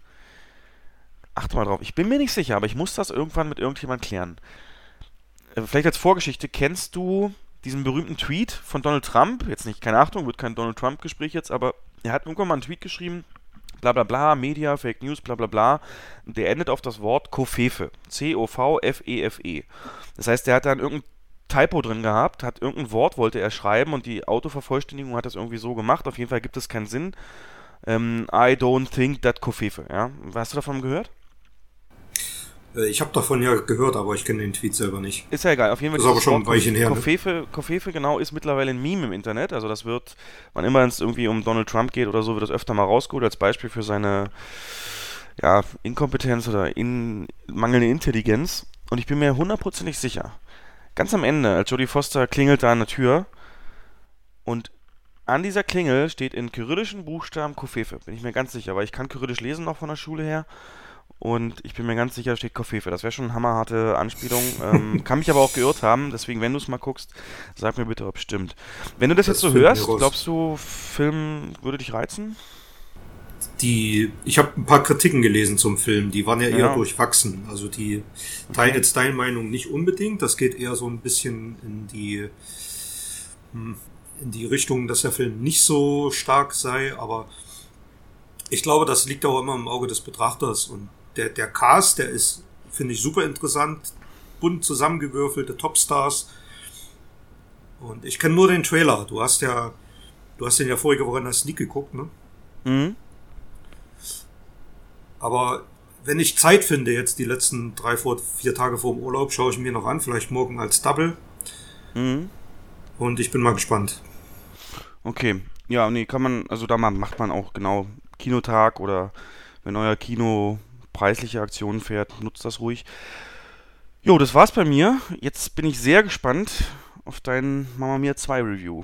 achte mal drauf, ich bin mir nicht sicher, aber ich muss das irgendwann mit irgendjemandem klären. Vielleicht als Vorgeschichte, kennst du diesen berühmten Tweet von Donald Trump? Jetzt nicht, keine Achtung, wird kein Donald Trump-Gespräch jetzt, aber er hat irgendwann mal einen Tweet geschrieben, bla bla bla, Media, Fake News, bla bla bla. Der endet auf das Wort Covfefe. C-O-V-F-E-F-E. Das heißt, der hat dann irgendein Typo drin gehabt, hat irgendein Wort wollte er schreiben, und die Autovervollständigung hat das irgendwie so gemacht. Auf jeden Fall gibt es keinen Sinn. I don't think that Covfefe, ja. Hast du davon gehört? Ich habe davon ja gehört, aber ich kenne den Tweet selber nicht. Ist ja egal, auf jeden Fall. Das ist aber schon ein Weilchen her. Covfefe, genau, ist mittlerweile ein Meme im Internet. Also das wird, wann immer es irgendwie um Donald Trump geht oder so, wird das öfter mal rausgeholt als Beispiel für seine Inkompetenz oder mangelnde Intelligenz. Und ich bin mir hundertprozentig sicher, ganz am Ende, als Jodie Foster klingelt da an der Tür und an dieser Klingel steht in kyrillischen Buchstaben Covfefe, bin ich mir ganz sicher, weil ich kann Kyrillisch lesen noch von der Schule her. Und ich bin mir ganz sicher, steht Covfefe. Das wäre schon eine hammerharte Anspielung. Kann mich aber auch geirrt haben. Deswegen, wenn du es mal guckst, sag mir bitte, ob es stimmt. Wenn du das jetzt so hörst, glaubst du, Film würde dich reizen? Ich habe ein paar Kritiken gelesen zum Film. Die waren ja eher durchwachsen. Also die teilen jetzt deine Meinung nicht unbedingt. Das geht eher so ein bisschen in die Richtung, dass der Film nicht so stark sei. Aber ich glaube, das liegt auch immer im Auge des Betrachters. Und der Cast, der ist, finde ich, super interessant. Bunt zusammengewürfelte Topstars. Und ich kenne nur den Trailer. Du hast den ja vorige Woche in der Sneak geguckt, ne? Mhm. Aber wenn ich Zeit finde, jetzt die letzten 4 Tage vor dem Urlaub, schaue ich mir noch an. Vielleicht morgen als Double. Mhm. Und ich bin mal gespannt. Okay. Ja, nee, macht man auch genau Kinotag oder wenn euer Kino preisliche Aktionen fährt, nutzt das ruhig. Jo, das war's bei mir. Jetzt bin ich sehr gespannt auf dein Mamma Mia 2 Review.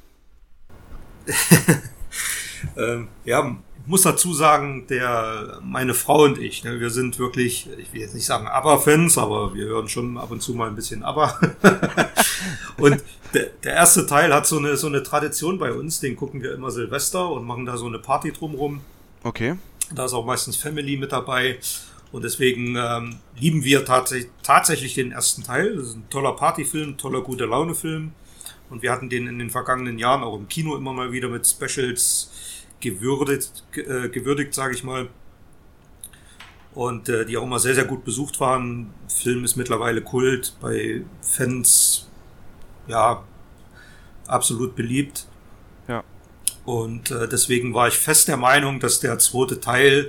Ich muss dazu sagen, meine Frau und ich, ne, wir sind wirklich, ich will jetzt nicht sagen ABBA-Fans, aber wir hören schon ab und zu mal ein bisschen ABBA. Und der erste Teil hat so eine Tradition bei uns, den gucken wir immer Silvester und machen da so eine Party drumrum. Okay. Da ist auch meistens Family mit dabei und deswegen lieben wir tatsächlich den ersten Teil. Das ist ein toller Partyfilm, toller Gute-Laune-Film und wir hatten den in den vergangenen Jahren auch im Kino immer mal wieder mit Specials gewürdigt, sage ich mal. Und die auch immer sehr, sehr gut besucht waren. Der Film ist mittlerweile Kult, bei Fans, ja, absolut beliebt. Ja. Und deswegen war ich fest der Meinung, dass der zweite Teil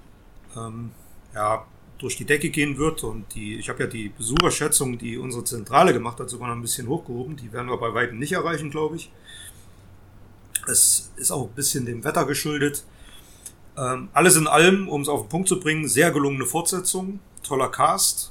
durch die Decke gehen wird. Und ich habe ja die Besucherschätzung, die unsere Zentrale gemacht hat, sogar noch ein bisschen hochgehoben. Die werden wir bei weitem nicht erreichen, glaube ich. Es ist auch ein bisschen dem Wetter geschuldet. Alles in allem, um es auf den Punkt zu bringen, sehr gelungene Fortsetzung, toller Cast.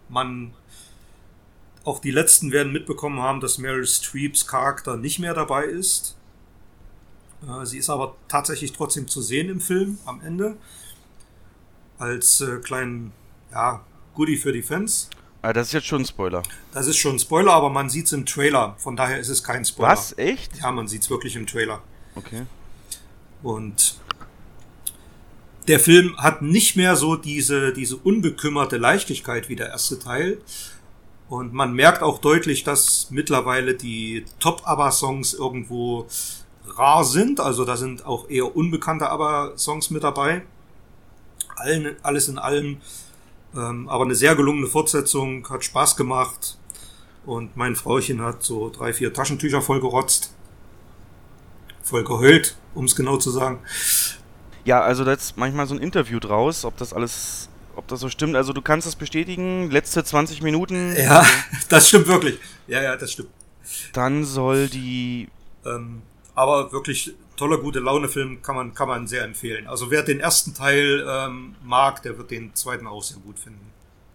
Auch die Letzten werden mitbekommen haben, dass Meryl Streeps Charakter nicht mehr dabei ist. Sie ist aber tatsächlich trotzdem zu sehen im Film am Ende. Als kleinen Goodie für die Fans. Das ist jetzt schon ein Spoiler. Das ist schon ein Spoiler, aber man sieht es im Trailer. Von daher ist es kein Spoiler. Was? Echt? Ja, man sieht es wirklich im Trailer. Okay. Und der Film hat nicht mehr so diese unbekümmerte Leichtigkeit wie der erste Teil. Und man merkt auch deutlich, dass mittlerweile die Top-ABBA-Songs irgendwo rar sind. Also da sind auch eher unbekannte ABBA-Songs mit dabei. Alles in allem. Aber eine sehr gelungene Fortsetzung, hat Spaß gemacht. Und mein Frauchen hat so 3-4 Taschentücher vollgerotzt. Voll geheult, um es genau zu sagen. Ja, also da ist manchmal so ein Interview draus, ob das so stimmt. Also du kannst das bestätigen, letzte 20 Minuten. Ja, das stimmt wirklich. Ja, das stimmt. Dann soll die... aber wirklich toller Gute-Laune-Film, kann man sehr empfehlen. Also wer den ersten Teil mag, der wird den zweiten auch sehr gut finden.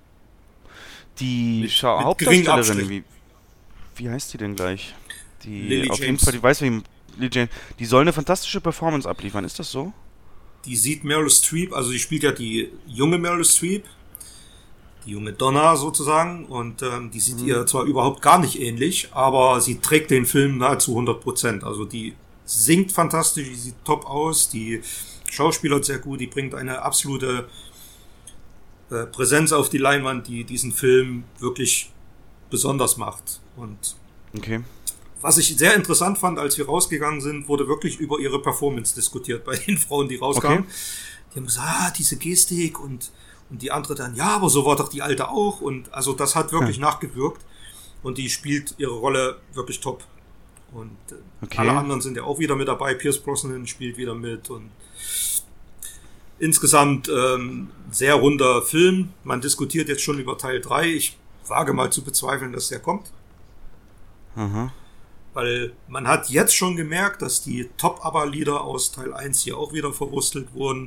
Die Hauptdarstellerin, wie heißt die denn gleich? Lily auf James. jeden Fall, die weiß wie Lily James. Die soll eine fantastische Performance abliefern, ist das so? Die sieht Meryl Streep, also die spielt ja die junge Meryl Streep, die junge Donna sozusagen, und die sieht ihr zwar überhaupt gar nicht ähnlich, aber sie trägt den Film nahezu 100%. Also die singt fantastisch, die sieht top aus, die schauspielert sehr gut, die bringt eine absolute Präsenz auf die Leinwand, die diesen Film wirklich besonders macht. Und okay. Was ich sehr interessant fand, als wir rausgegangen sind, wurde wirklich über ihre Performance diskutiert bei den Frauen, die rauskamen. Okay. Die haben gesagt, diese Gestik und die andere dann, ja, aber so war doch die alte auch. Und also das hat wirklich nachgewirkt und die spielt ihre Rolle wirklich top. Und Okay. alle anderen sind ja auch wieder mit dabei. Pierce Brosnan spielt wieder mit und insgesamt sehr runder Film. Man diskutiert jetzt schon über Teil 3. Ich wage mal zu bezweifeln, dass der kommt. Aha. Weil man hat jetzt schon gemerkt, dass die Top-Aber-Lieder aus Teil 1 hier auch wieder verwurstelt wurden.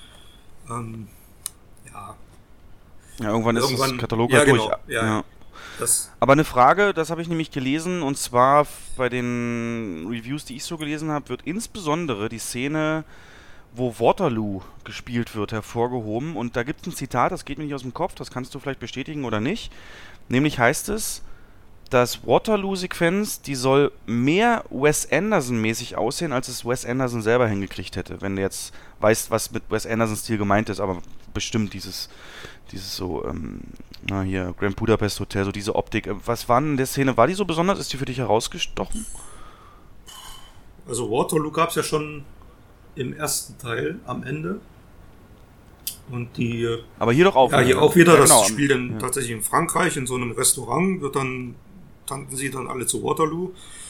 Ja. Ja, irgendwann ist das Katalog ja, halt genau, durch. ja. Das, Aber eine Frage, das habe ich nämlich gelesen, und zwar bei den Reviews, die ich so gelesen habe, wird insbesondere die Szene, wo Waterloo gespielt wird, hervorgehoben. Und da gibt es ein Zitat, das geht mir nicht aus dem Kopf, das kannst du vielleicht bestätigen oder nicht. Nämlich heißt es, dass Waterloo-Sequenz, die soll mehr Wes Anderson-mäßig aussehen, als es Wes Anderson selber hingekriegt hätte. Wenn du jetzt weißt, was mit Wes Anderson-Stil gemeint ist, aber bestimmt dieses so, hier, Grand Budapest Hotel, so diese Optik. Was war denn in der Szene? War die so besonders? Ist die für dich herausgestochen? also Waterloo gab es ja schon im ersten Teil am Ende. Und die. Aber hier doch auch. Ja, hier auch wieder. Ja, genau. Das spielt dann tatsächlich in Frankreich, in so einem Restaurant, tanken sie dann alle zu Waterloo.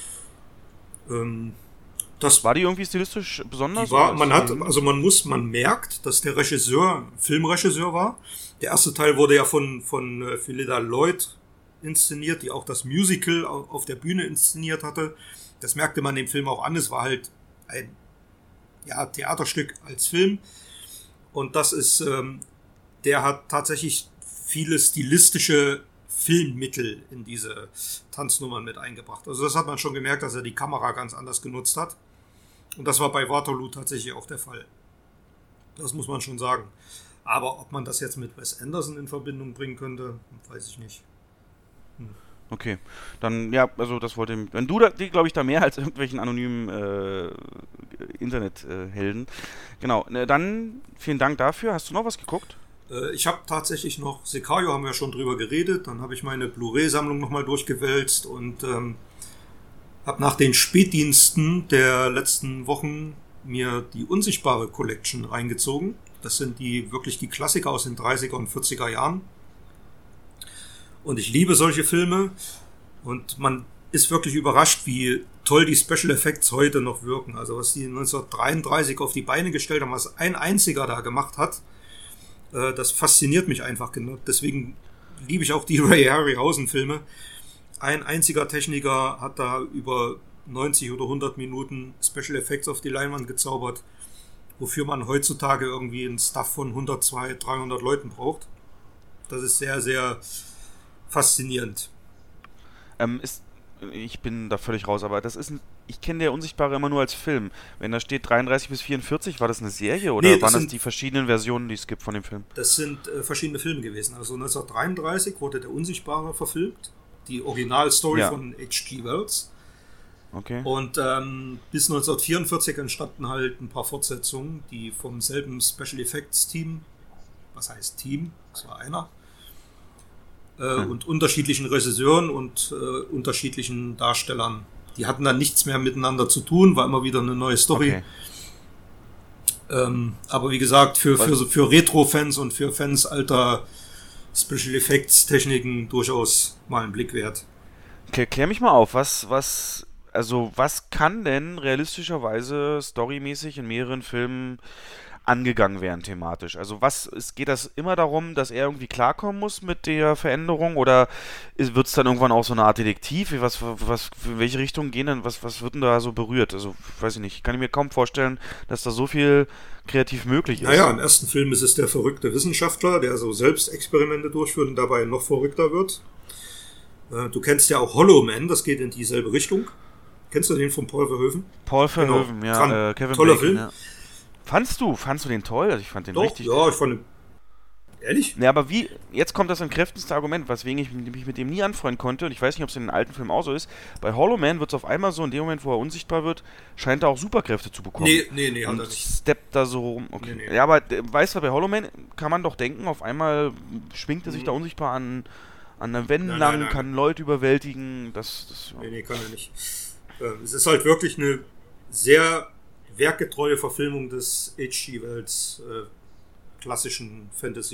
Das war die irgendwie stilistisch besonders? Man merkt, dass der Filmregisseur war. Der erste Teil wurde ja von Phyllida Lloyd inszeniert, die auch das Musical auf der Bühne inszeniert hatte. Das merkte man dem Film auch an. Es war halt ein Theaterstück als Film. Und das ist, der hat tatsächlich viele stilistische Filmmittel in diese Tanznummern mit eingebracht. Also das hat man schon gemerkt, dass er die Kamera ganz anders genutzt hat. Und das war bei Waterloo tatsächlich auch der Fall. Das muss man schon sagen. Aber ob man das jetzt mit Wes Anderson in Verbindung bringen könnte, weiß ich nicht. Okay, dann, ja, also das wollte, wenn du die, glaube ich, da mehr als irgendwelchen anonymen Internethelden. Genau, dann vielen Dank dafür. Hast du noch was geguckt? Ich habe tatsächlich noch, Sicario haben wir ja schon drüber geredet, dann habe ich meine Blu-ray-Sammlung nochmal durchgewälzt und habe nach den Spätdiensten der letzten Wochen mir die Unsichtbare Collection reingezogen. Das sind wirklich die Klassiker aus den 30er und 40er Jahren. Und ich liebe solche Filme und man ist wirklich überrascht, wie toll die Special Effects heute noch wirken. Also was die 1933 auf die Beine gestellt haben, was ein einziger da gemacht hat, das fasziniert mich einfach genau. Deswegen liebe ich auch die Ray Harryhausen Filme. Ein einziger Techniker hat da über 90 oder 100 Minuten Special Effects auf die Leinwand gezaubert, wofür man heutzutage irgendwie einen Staff von 100, 200, 300 Leuten braucht. Das ist sehr, sehr faszinierend. Ich bin da völlig raus, aber ich kenne der Unsichtbare immer nur als Film. Wenn da steht 33 bis 44, war das eine Serie oder waren das die verschiedenen Versionen, die es gibt von dem Film? Das sind verschiedene Filme gewesen. Also 1933 wurde der Unsichtbare verfilmt, die Originalstory von H.G. Wells. Okay. Und bis 1944 entstanden halt ein paar Fortsetzungen, die vom selben Special Effects Team, was heißt Team, das war einer, und unterschiedlichen Regisseuren und unterschiedlichen Darstellern. Die hatten dann nichts mehr miteinander zu tun, war immer wieder eine neue Story. Okay. Aber wie gesagt, für Retro-Fans und für Fans alter Special Effects Techniken durchaus mal einen Blick wert. Okay, klär mich mal auf, was kann denn realistischerweise storymäßig in mehreren Filmen angegangen werden thematisch? Also geht das immer darum, dass er irgendwie klarkommen muss mit der Veränderung oder wird es dann irgendwann auch so eine Art Detektiv? In welche Richtung gehen denn, was wird denn da so berührt? Also, weiß ich nicht, kann ich mir kaum vorstellen, dass da so viel kreativ möglich ist. Naja, im ersten Film ist es der verrückte Wissenschaftler, der so selbst Experimente durchführt und dabei noch verrückter wird. Du kennst ja auch Hollow Man, das geht in dieselbe Richtung. Kennst du den von Paul Verhoeven? Paul Verhoeven, genau. Ja. Kevin toller Bacon, Film. Ja. Fandst du den toll? Also ich fand den richtig. Ja, ich fand den. Ehrlich? Ja, aber jetzt kommt das entkräftendste Argument, weswegen ich mich mit dem nie anfreunden konnte, und ich weiß nicht, ob es in den alten Filmen auch so ist. Bei Hollow Man wird es auf einmal so, in dem Moment, wo er unsichtbar wird, scheint er auch Superkräfte zu bekommen. Nee, und hat er nicht. Steppt da so rum. Okay. Nee. Ja, aber weißt du, bei Hollow Man kann man doch denken, auf einmal schwingt er sich da unsichtbar an der Wänden lang, kann Leute überwältigen. Nee, kann er nicht. Es ist halt wirklich eine sehr werkgetreue Verfilmung des H.G. Wells klassischen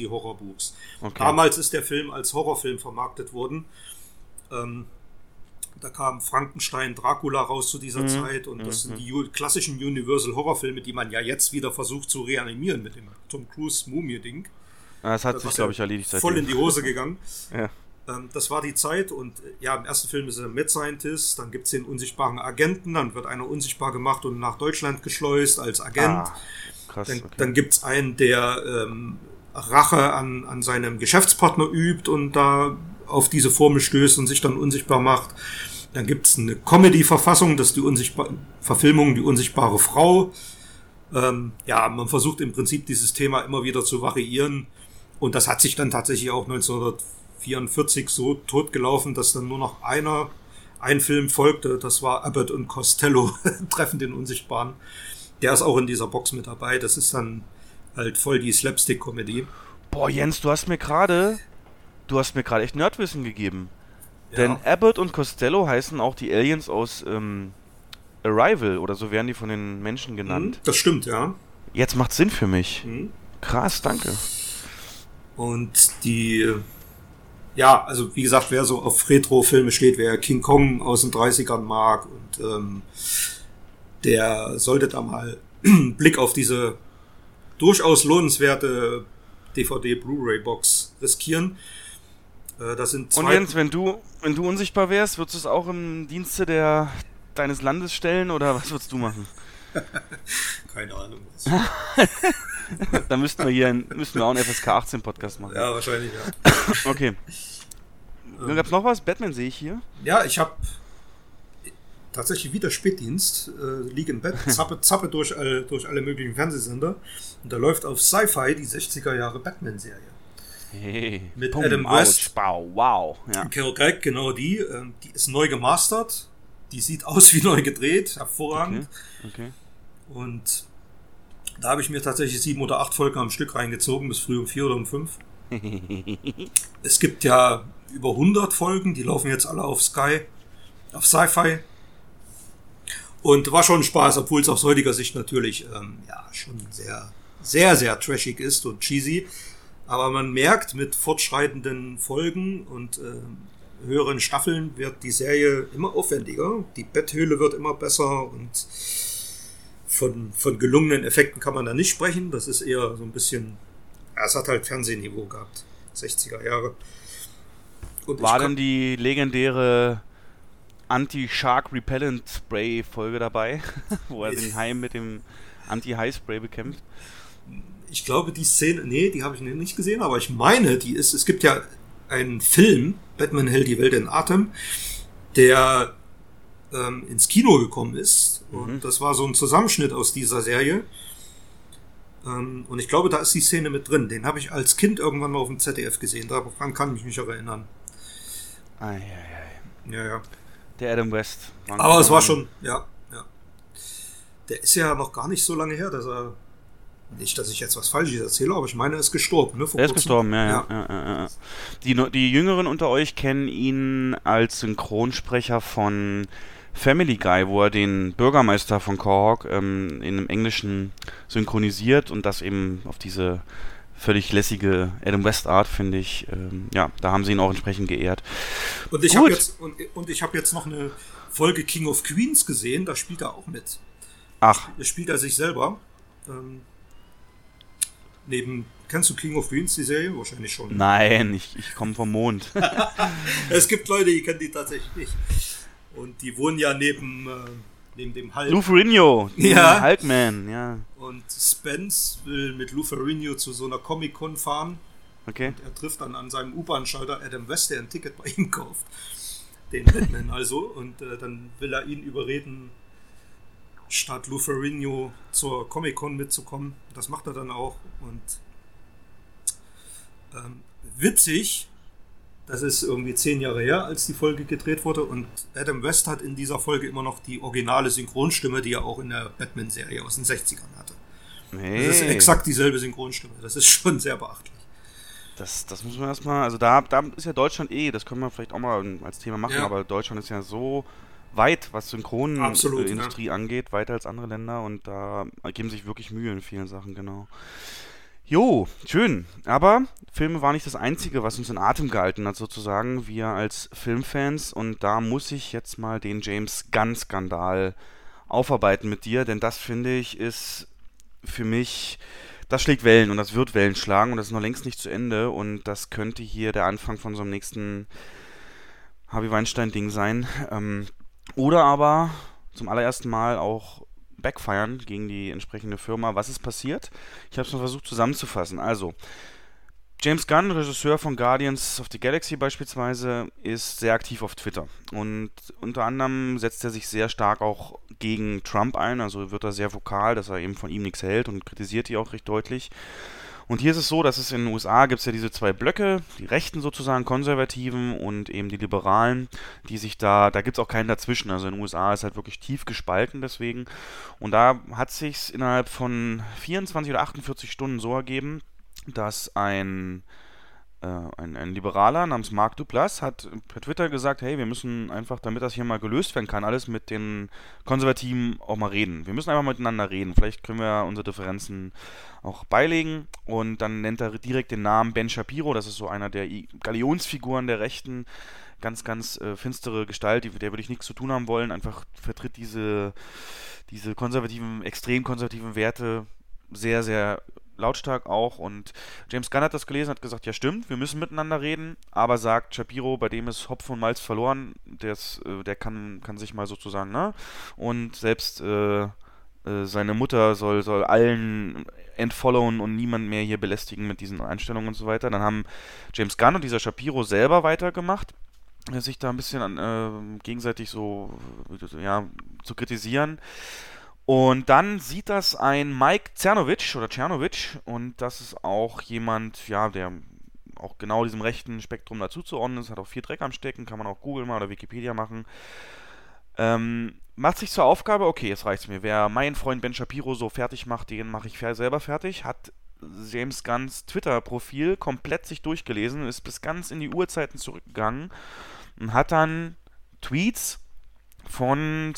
Fantasy-Horrorbuchs. Okay. Damals ist der Film als Horrorfilm vermarktet worden. Da kam Frankenstein, Dracula raus zu dieser Zeit und das sind die klassischen Universal-Horrorfilme, die man ja jetzt wieder versucht zu reanimieren mit dem Tom Cruise-Mumie-Ding. Das hat sich, glaube ich, erledigt seitdem. Voll in die Hose gegangen. Ja. Das war die Zeit und ja, im ersten Film ist er Mad Scientist, dann gibt es den unsichtbaren Agenten, dann wird einer unsichtbar gemacht und nach Deutschland geschleust als Agent. Krass, dann gibt es einen, der Rache an seinem Geschäftspartner übt und da auf diese Formel stößt und sich dann unsichtbar macht. Dann gibt es eine Comedy-Verfassung, das ist die Verfilmung, die unsichtbare Frau. Man versucht im Prinzip dieses Thema immer wieder zu variieren und das hat sich dann tatsächlich auch 1944 so totgelaufen, dass dann nur noch ein Film folgte, das war Abbott und Costello treffen den Unsichtbaren. Der ist auch in dieser Box mit dabei, das ist dann halt voll die Slapstick-Comedy. Boah, Jens, du hast mir gerade echt Nerdwissen gegeben. Ja. Denn Abbott und Costello heißen auch die Aliens aus Arrival, oder so werden die von den Menschen genannt. Das stimmt, ja. Jetzt macht Sinn für mich. Krass, danke. Und also wie gesagt, wer so auf Retro-Filme steht, wer King Kong aus den 30ern mag und der sollte da mal einen Blick auf diese durchaus lohnenswerte DVD-Blu-ray-Box riskieren. Das sind Und Jens, wenn du unsichtbar wärst, würdest du es auch im Dienste deines Landes stellen oder was würdest du machen? Keine Ahnung. Da müssten wir auch einen FSK 18 Podcast machen. Ja, wahrscheinlich, ja. Okay. Gab es noch was? Batman sehe ich hier. Ja, ich habe tatsächlich wieder Spätdienst, liege im Bett, zappe durch alle möglichen Fernsehsender und da läuft auf Sci-Fi die 60er Jahre Batman-Serie. Hey, mit Adam West. Wow. Ja. Korrekt, genau die ist neu gemastert, die sieht aus wie neu gedreht, hervorragend. Okay. Und da habe ich mir tatsächlich 7 oder 8 Folgen am Stück reingezogen, bis früh um 4 oder um 5. Es gibt ja über 100 Folgen, die laufen jetzt alle auf Sky, auf Sci-Fi. Und war schon Spaß, obwohl es aus heutiger Sicht natürlich schon sehr, sehr, sehr trashig ist und cheesy. Aber man merkt, mit fortschreitenden Folgen und höheren Staffeln wird die Serie immer aufwendiger. Die Betthöhle wird immer besser und von gelungenen Effekten kann man da nicht sprechen. Das ist eher so ein bisschen, es hat halt Fernsehniveau gehabt. 60er Jahre. Und war denn die legendäre Anti-Shark Repellent Spray Folge dabei, wo er den Hai mit dem Anti-Hai-Spray bekämpft? Ich glaube, die Szene, die habe ich nicht gesehen, aber ich meine, es gibt ja einen Film, Batman hält die Welt in Atem, der ins Kino gekommen ist. Und das war so ein Zusammenschnitt aus dieser Serie. Und ich glaube, da ist die Szene mit drin. Den habe ich als Kind irgendwann mal auf dem ZDF gesehen. Daran kann ich mich auch erinnern. Ja. Der Adam West. Aber es war schon, ja. Der ist ja noch gar nicht so lange her, dass er, nicht, dass ich jetzt was Falsches erzähle, aber ich meine, er ist gestorben, ne? Er ist gestorben, ja. Die Jüngeren unter euch kennen ihn als Synchronsprecher von Family Guy, wo er den Bürgermeister von Quahog in einem Englischen synchronisiert und das eben auf diese völlig lässige Adam West Art, finde ich. Da haben sie ihn auch entsprechend geehrt. Und ich habe jetzt noch eine Folge King of Queens gesehen, da spielt er auch mit. Ach. Da spielt er sich selber. Kennst du King of Queens, die Serie? Wahrscheinlich schon. Nein, ich komme vom Mond. Es gibt Leute, die kennen die tatsächlich nicht. Und die wohnen ja neben dem Hulk. Lou Ferrigno, ja. Hulkman, ja. Und Spence will mit Lou Ferrigno zu so einer Comic-Con fahren. Okay. Und er trifft dann an seinem U-Bahn-Schalter Adam West, der ein Ticket bei ihm kauft. Den Batman also. Und dann will er ihn überreden, statt Lou Ferrigno zur Comic-Con mitzukommen. Das macht er dann auch. Und witzig, das ist irgendwie 10 Jahre her, als die Folge gedreht wurde. Und Adam West hat in dieser Folge immer noch die originale Synchronstimme, die er auch in der Batman-Serie aus den 60ern hatte. Hey. Das ist exakt dieselbe Synchronstimme. Das ist schon sehr beachtlich. Das muss man erstmal, also da ist ja Deutschland das können wir vielleicht auch mal als Thema machen, aber Deutschland ist ja so weit, was Synchronindustrie angeht, weiter als andere Länder und da geben sich wirklich Mühe in vielen Sachen, genau. Jo, schön. Aber Filme war nicht das Einzige, was uns in Atem gehalten hat, sozusagen, wir als Filmfans. Und da muss ich jetzt mal den James Gunn-Skandal aufarbeiten mit dir, denn das, finde ich, ist für mich, das schlägt Wellen und das wird Wellen schlagen und das ist noch längst nicht zu Ende und das könnte hier der Anfang von so einem nächsten Harvey Weinstein-Ding sein. Oder aber zum allerersten Mal auch backfiren gegen die entsprechende Firma. Was ist passiert? Ich habe es mal versucht zusammenzufassen. Also, James Gunn, Regisseur von Guardians of the Galaxy beispielsweise, ist sehr aktiv auf Twitter. Und unter anderem setzt er sich sehr stark auch gegen Trump ein. Also wird er sehr vokal, dass er eben von ihm nichts hält und kritisiert die auch recht deutlich. Und hier ist es so, dass es in den USA gibt es ja diese zwei Blöcke, die Rechten sozusagen, Konservativen und eben die Liberalen, die sich da gibt es auch keinen dazwischen. Also in den USA ist halt wirklich tief gespalten deswegen. Und da hat sich innerhalb von 24 oder 48 Stunden so ergeben, dass ein Liberaler namens Mark Duplass hat per Twitter gesagt, hey, wir müssen einfach, damit das hier mal gelöst werden kann, alles mit den Konservativen auch mal reden. Wir müssen einfach miteinander reden. Vielleicht können wir unsere Differenzen auch beilegen. Und dann nennt er direkt den Namen Ben Shapiro, das ist so einer der Galionsfiguren der Rechten, ganz, ganz finstere Gestalt, der würde ich nichts zu tun haben wollen, einfach vertritt diese konservativen, extrem konservativen Werte sehr, sehr lautstark auch und James Gunn hat das gelesen, hat gesagt, ja stimmt, wir müssen miteinander reden, aber sagt Shapiro, bei dem ist Hopfen und Malz verloren, der kann sich mal sozusagen, ne? Und selbst seine Mutter soll allen entfollowen und niemand mehr hier belästigen mit diesen Einstellungen und so weiter. Dann haben James Gunn und dieser Shapiro selber weitergemacht, sich da ein bisschen gegenseitig so ja, zu kritisieren. Und dann sieht das ein Mike Czernovic und das ist auch jemand, ja, der auch genau diesem rechten Spektrum dazuzuordnen ist, hat auch viel Dreck am Stecken, kann man auch Google mal oder Wikipedia machen. Macht sich zur Aufgabe, okay, jetzt reicht's mir. Wer meinen Freund Ben Shapiro so fertig macht, den mache ich selber fertig, hat James Gunns Twitter-Profil komplett sich durchgelesen, ist bis ganz in die Urzeiten zurückgegangen und hat dann Tweets von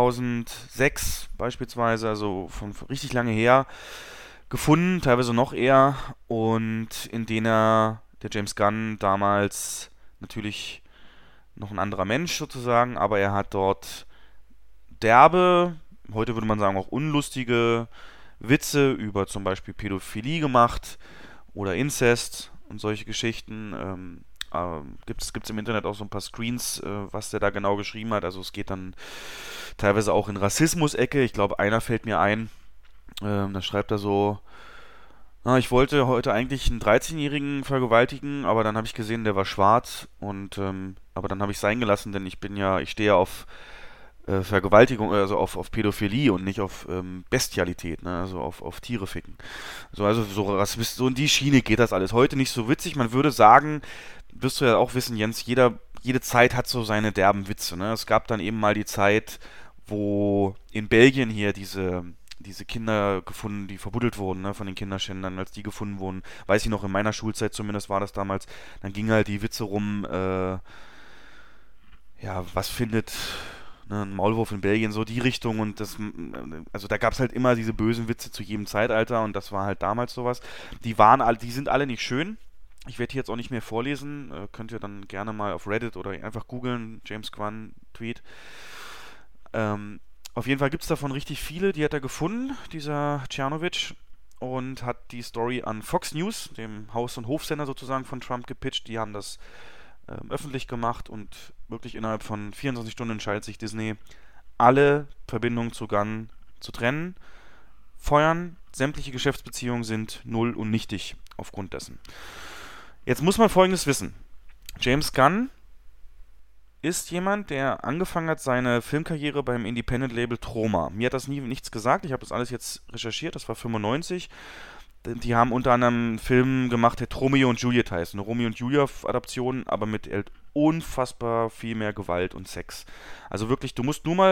2006 beispielsweise, also von richtig lange her, gefunden, teilweise noch eher, und in denen der James Gunn damals natürlich noch ein anderer Mensch sozusagen, aber er hat dort derbe, heute würde man sagen auch unlustige Witze über zum Beispiel Pädophilie gemacht oder Inzest und solche Geschichten. Gibt's im Internet auch so ein paar Screens, was der da genau geschrieben hat. Also es geht dann teilweise auch in Rassismus-Ecke. Ich glaube, einer fällt mir ein. Da schreibt er so, ich wollte heute eigentlich einen 13-Jährigen vergewaltigen, aber dann habe ich gesehen, der war schwarz und aber dann habe ich es sein gelassen, denn ich stehe ja auf Vergewaltigung, also auf Pädophilie und nicht auf Bestialität, ne? Also auf Tiere ficken. So in die Schiene geht das alles. Heute nicht so witzig. Man würde sagen, wirst du ja auch wissen, Jens, jede Zeit hat so seine derben Witze, ne? Es gab dann eben mal die Zeit, wo in Belgien hier diese Kinder gefunden, die verbuddelt wurden, ne, von den Kinderschändern, als die gefunden wurden, weiß ich noch, in meiner Schulzeit zumindest war das damals, dann ging halt die Witze rum, ja, was findet ein Maulwurf in Belgien, so die Richtung und also da gab es halt immer diese bösen Witze zu jedem Zeitalter und das war halt damals sowas. Die sind alle nicht schön. Ich werde hier jetzt auch nicht mehr vorlesen, könnt ihr dann gerne mal auf Reddit oder einfach googeln, James Gunn Tweet. Auf jeden Fall gibt es davon richtig viele, die hat er gefunden, dieser Czernovic, und hat die Story an Fox News, dem Haus- und Hofsender sozusagen von Trump, gepitcht. Die haben das öffentlich gemacht und wirklich innerhalb von 24 Stunden entscheidet sich Disney, alle Verbindungen zu Gunn zu trennen, feuern, sämtliche Geschäftsbeziehungen sind null und nichtig aufgrund dessen. Jetzt muss man Folgendes wissen. James Gunn ist jemand, der angefangen hat seine Filmkarriere beim Independent-Label Troma. Mir hat das nichts gesagt, ich habe das alles jetzt recherchiert, das war 95. Die haben unter anderem einen Film gemacht, der Romeo und Juliet heißt. Eine Romeo und Julia-Adaption, aber mit unfassbar viel mehr Gewalt und Sex. Also wirklich, du musst nur mal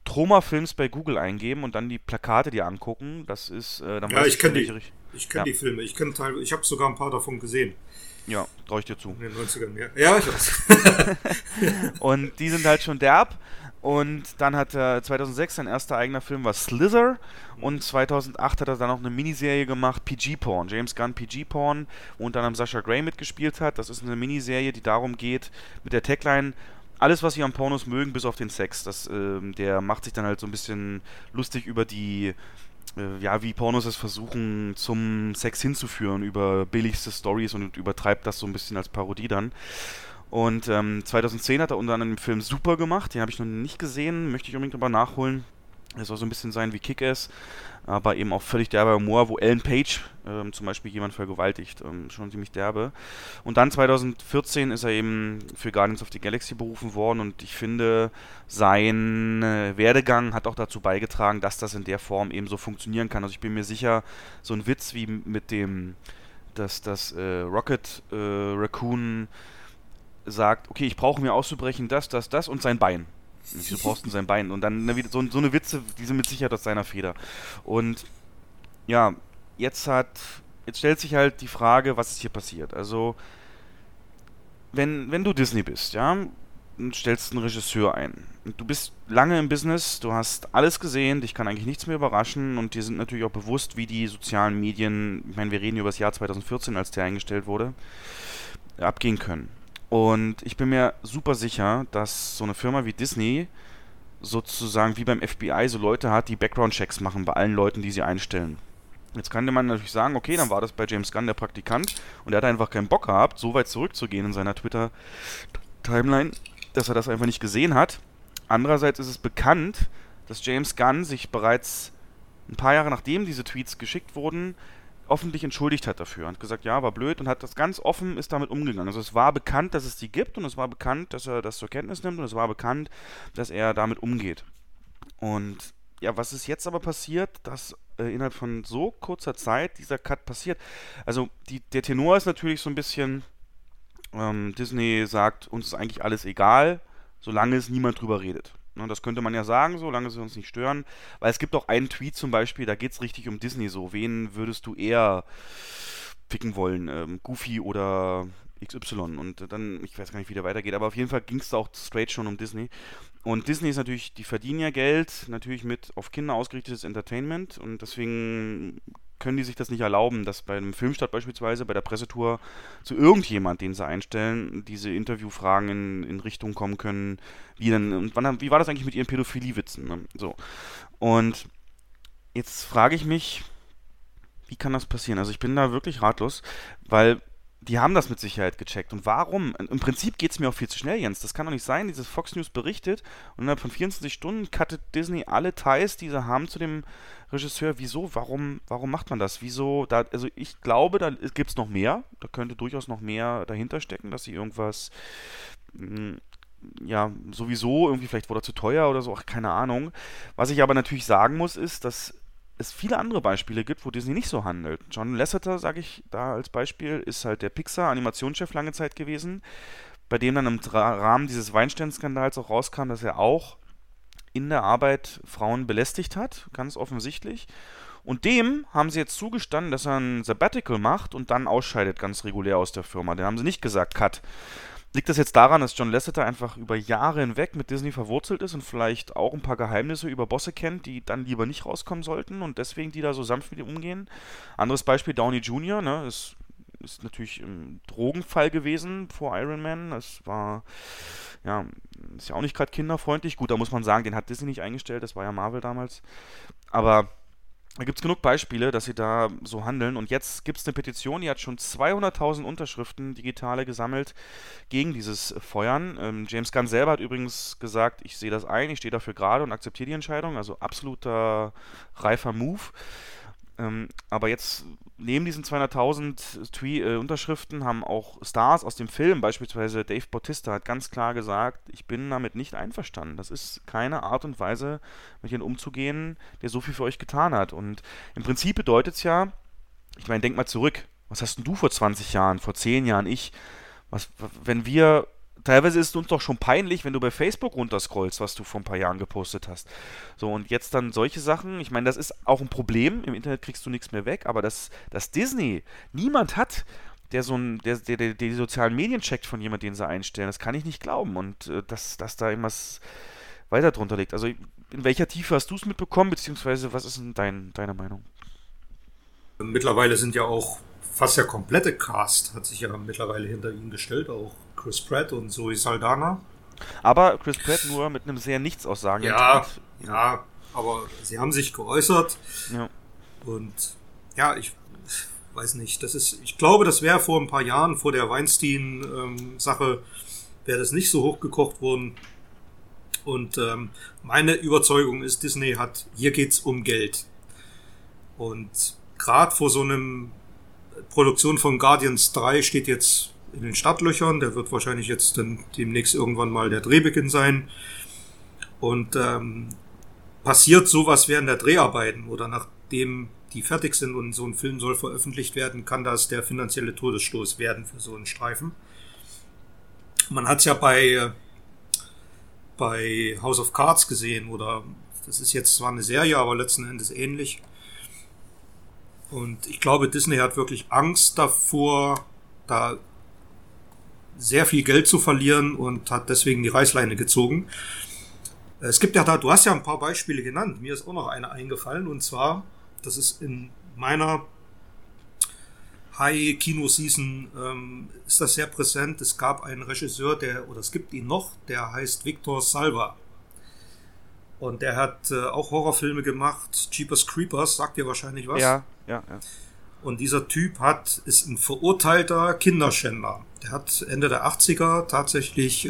Troma-Films bei Google eingeben und dann die Plakate dir angucken. Das ist, dann Ja, weißt ich du schon, kenne welche die. Richtung. Ich kenne Ja, die Filme. Ich habe sogar ein paar davon gesehen ja, traue ich dir zu. in den 90ern. Ja, ich weiß. Und die sind halt schon derb. Und dann hat er 2006 sein erster eigener Film war Slither. Und 2008 hat er dann noch eine Miniserie gemacht, PG Porn, James Gunn PG Porn, wo unter anderem Sasha Grey mitgespielt hat. Das ist eine Miniserie, die darum geht, mit der Tagline, alles, was sie an Pornos mögen, bis auf den Sex. Der macht sich dann halt so ein bisschen lustig über die, ja, wie Pornos es versuchen, zum Sex hinzuführen, über billigste Stories und übertreibt das so ein bisschen als Parodie dann. Und 2010 hat er unter anderem den Film Super gemacht, den habe ich noch nicht gesehen, möchte ich unbedingt aber nachholen. Das soll so ein bisschen sein wie Kick-Ass, aber eben auch völlig derber Humor, wo Ellen Page zum Beispiel jemand vergewaltigt, schon ziemlich derbe. Und dann 2014 ist er eben für Guardians of the Galaxy berufen worden und ich finde, sein Werdegang hat auch dazu beigetragen, dass das in der Form eben so funktionieren kann. Also ich bin mir sicher, so ein Witz wie mit dem, dass das Rocket Raccoon sagt, okay, ich brauche mir auszubrechen das und sein Bein. Wieso brauchst du sein Bein? Und dann wieder so eine Witze, die sind mit Sicherheit aus seiner Feder. Und ja, jetzt stellt sich halt die Frage, was ist hier passiert? Also, wenn du Disney bist, ja, und stellst einen Regisseur ein. Und du bist lange im Business, du hast alles gesehen, dich kann eigentlich nichts mehr überraschen und dir sind natürlich auch bewusst, wie die sozialen Medien, ich meine, wir reden über das Jahr 2014, als der eingestellt wurde, abgehen können. Und ich bin mir super sicher, dass so eine Firma wie Disney sozusagen wie beim FBI so Leute hat, die Background-Checks machen bei allen Leuten, die sie einstellen. Jetzt könnte man natürlich sagen, okay, dann war das bei James Gunn der Praktikant und er hat einfach keinen Bock gehabt, so weit zurückzugehen in seiner Twitter-Timeline, dass er das einfach nicht gesehen hat. Andererseits ist es bekannt, dass James Gunn sich bereits ein paar Jahre nachdem diese Tweets geschickt wurden, öffentlich entschuldigt hat dafür und gesagt, ja, war blöd und hat das ganz offen, ist damit umgegangen. Also es war bekannt, dass es die gibt und es war bekannt, dass er das zur Kenntnis nimmt und es war bekannt, dass er damit umgeht. Und ja, was ist jetzt aber passiert, dass innerhalb von so kurzer Zeit dieser Cut passiert? Also der Tenor ist natürlich so ein bisschen, Disney sagt, uns ist eigentlich alles egal, solange es niemand drüber redet. Ne, das könnte man ja sagen, solange sie uns nicht stören. Weil es gibt auch einen Tweet zum Beispiel, da geht es richtig um Disney so. Wen würdest du eher ficken wollen? Goofy oder XY? Und dann, ich weiß gar nicht, wie der weitergeht, aber auf jeden Fall ging es da auch straight schon um Disney. Und Disney ist natürlich, die verdienen ja Geld, natürlich mit auf Kinder ausgerichtetes Entertainment und deswegen können die sich das nicht erlauben, dass bei einem Filmstart beispielsweise, bei der Pressetour zu irgendjemand, den sie einstellen, diese Interviewfragen in Richtung kommen können, wie war das eigentlich mit ihren Pädophilie-Witzen, ne? So. Und jetzt frage ich mich, wie kann das passieren? Also ich bin da wirklich ratlos, weil die haben das mit Sicherheit gecheckt. Und warum? Im Prinzip geht es mir auch viel zu schnell, Jens. Das kann doch nicht sein. Dieses Fox News berichtet und innerhalb von 24 Stunden cuttet Disney alle Ties, die sie haben zu dem Regisseur. Wieso? Warum macht man das? Wieso? Also ich glaube, da gibt es noch mehr. Da könnte durchaus noch mehr dahinter stecken, dass sie irgendwas, ja, sowieso irgendwie, vielleicht wurde er zu teuer oder so, ach, keine Ahnung. Was ich aber natürlich sagen muss, ist, dass es viele andere Beispiele gibt, wo Disney nicht so handelt. John Lasseter, sage ich da als Beispiel, ist halt der Pixar-Animationschef lange Zeit gewesen, bei dem dann im Rahmen dieses Weinstein-Skandals auch rauskam, dass er auch in der Arbeit Frauen belästigt hat, ganz offensichtlich. Und dem haben sie jetzt zugestanden, dass er ein Sabbatical macht und dann ausscheidet ganz regulär aus der Firma. Den haben sie nicht gesagt, Cut. Liegt das jetzt daran, dass John Lasseter einfach über Jahre hinweg mit Disney verwurzelt ist und vielleicht auch ein paar Geheimnisse über Bosse kennt, die dann lieber nicht rauskommen sollten und deswegen die da so sanft mit ihm umgehen? Anderes Beispiel, Downey Jr., ne, ist natürlich ein Drogenfall gewesen vor Iron Man. Das war, ja, ist ja auch nicht gerade kinderfreundlich. Gut, da muss man sagen, den hat Disney nicht eingestellt, das war ja Marvel damals. Aber da gibt es genug Beispiele, dass sie da so handeln. Und jetzt gibt es eine Petition, die hat schon 200.000 Unterschriften digitale gesammelt gegen dieses Feuern. James Gunn selber hat übrigens gesagt, ich sehe das ein, ich stehe dafür gerade und akzeptiere die Entscheidung. Also absoluter reifer Move. Aber jetzt neben diesen 200.000 Unterschriften haben auch Stars aus dem Film, beispielsweise Dave Bautista, hat ganz klar gesagt, ich bin damit nicht einverstanden. Das ist keine Art und Weise, mit jemandem umzugehen, der so viel für euch getan hat. Und im Prinzip bedeutet es ja, ich meine, denk mal zurück, was hast denn du vor 20 Jahren, vor 10 Jahren, wenn wir teilweise ist es uns doch schon peinlich, wenn du bei Facebook runterscrollst, was du vor ein paar Jahren gepostet hast. So, und jetzt dann solche Sachen, ich meine, das ist auch ein Problem, im Internet kriegst du nichts mehr weg, aber dass Disney niemand hat, der der die sozialen Medien checkt von jemandem, den sie einstellen, das kann ich nicht glauben. Und dass da irgendwas weiter drunter liegt. Also in welcher Tiefe hast du es mitbekommen, beziehungsweise was ist denn deine Meinung? Mittlerweile sind ja auch fast der komplette Cast hat sich ja mittlerweile hinter ihn gestellt, auch Chris Pratt und Zoe Saldana. Aber Chris Pratt nur mit einem sehr nichtsaussagen. Ja, aber sie haben sich geäußert. Ja. Und ja, ich weiß nicht, ich glaube, das wäre vor ein paar Jahren, vor der Weinstein-Sache, wäre das nicht so hochgekocht worden. Und meine Überzeugung ist, hier geht's um Geld. Und gerade vor so einem Produktion von Guardians 3 steht jetzt in den Startlöchern. Der wird wahrscheinlich jetzt dann demnächst irgendwann mal der Drehbeginn sein. Und passiert sowas während der Dreharbeiten oder nachdem die fertig sind und so ein Film soll veröffentlicht werden, kann das der finanzielle Todesstoß werden für so einen Streifen. Man hat es ja bei House of Cards gesehen, oder das ist jetzt zwar eine Serie, aber letzten Endes ähnlich. Und ich glaube, Disney hat wirklich Angst davor, da sehr viel Geld zu verlieren und hat deswegen die Reißleine gezogen. Es gibt ja du hast ja ein paar Beispiele genannt. Mir ist auch noch eine eingefallen, und zwar, das ist in meiner High-Kino-Season ist das sehr präsent. Es gab einen Regisseur, es gibt ihn noch, der heißt Victor Salva. Und der hat auch Horrorfilme gemacht. Jeepers Creepers, sagt dir wahrscheinlich was. Ja. Und dieser Typ ist ein verurteilter Kinderschänder. Der hat Ende der 80er tatsächlich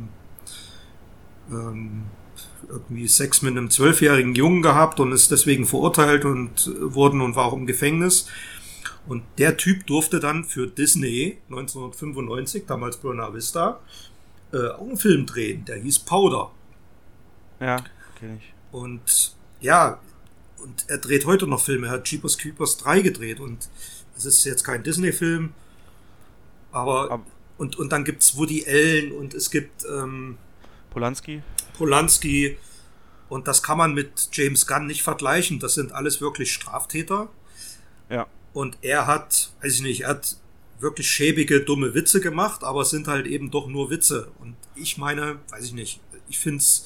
irgendwie Sex mit einem 12-jährigen Jungen gehabt und ist deswegen verurteilt und war auch im Gefängnis. Und der Typ durfte dann für Disney 1995, damals Buena Vista, auch einen Film drehen. Der hieß Powder. Ja, kenn ich. Und ja, und er dreht heute noch Filme. Er hat Jeepers Creepers 3 gedreht. Und das ist jetzt kein Disney-Film. Aber und dann gibt's Woody Allen und es gibt Polanski. Und das kann man mit James Gunn nicht vergleichen. Das sind alles wirklich Straftäter. Ja. Und er hat wirklich schäbige, dumme Witze gemacht, aber es sind halt eben doch nur Witze. Und ich meine, ich finde es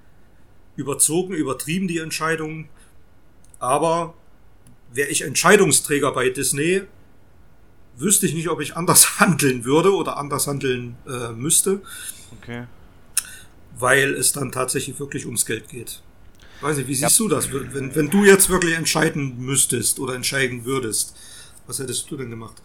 übertrieben, die Entscheidung. Aber wäre ich Entscheidungsträger bei Disney, wüsste ich nicht, ob ich anders handeln würde oder anders handeln müsste. Okay. Weil es dann tatsächlich wirklich ums Geld geht. Weiß nicht, wie siehst du das? Wenn du jetzt wirklich entscheiden müsstest oder entscheiden würdest, was hättest du denn gemacht?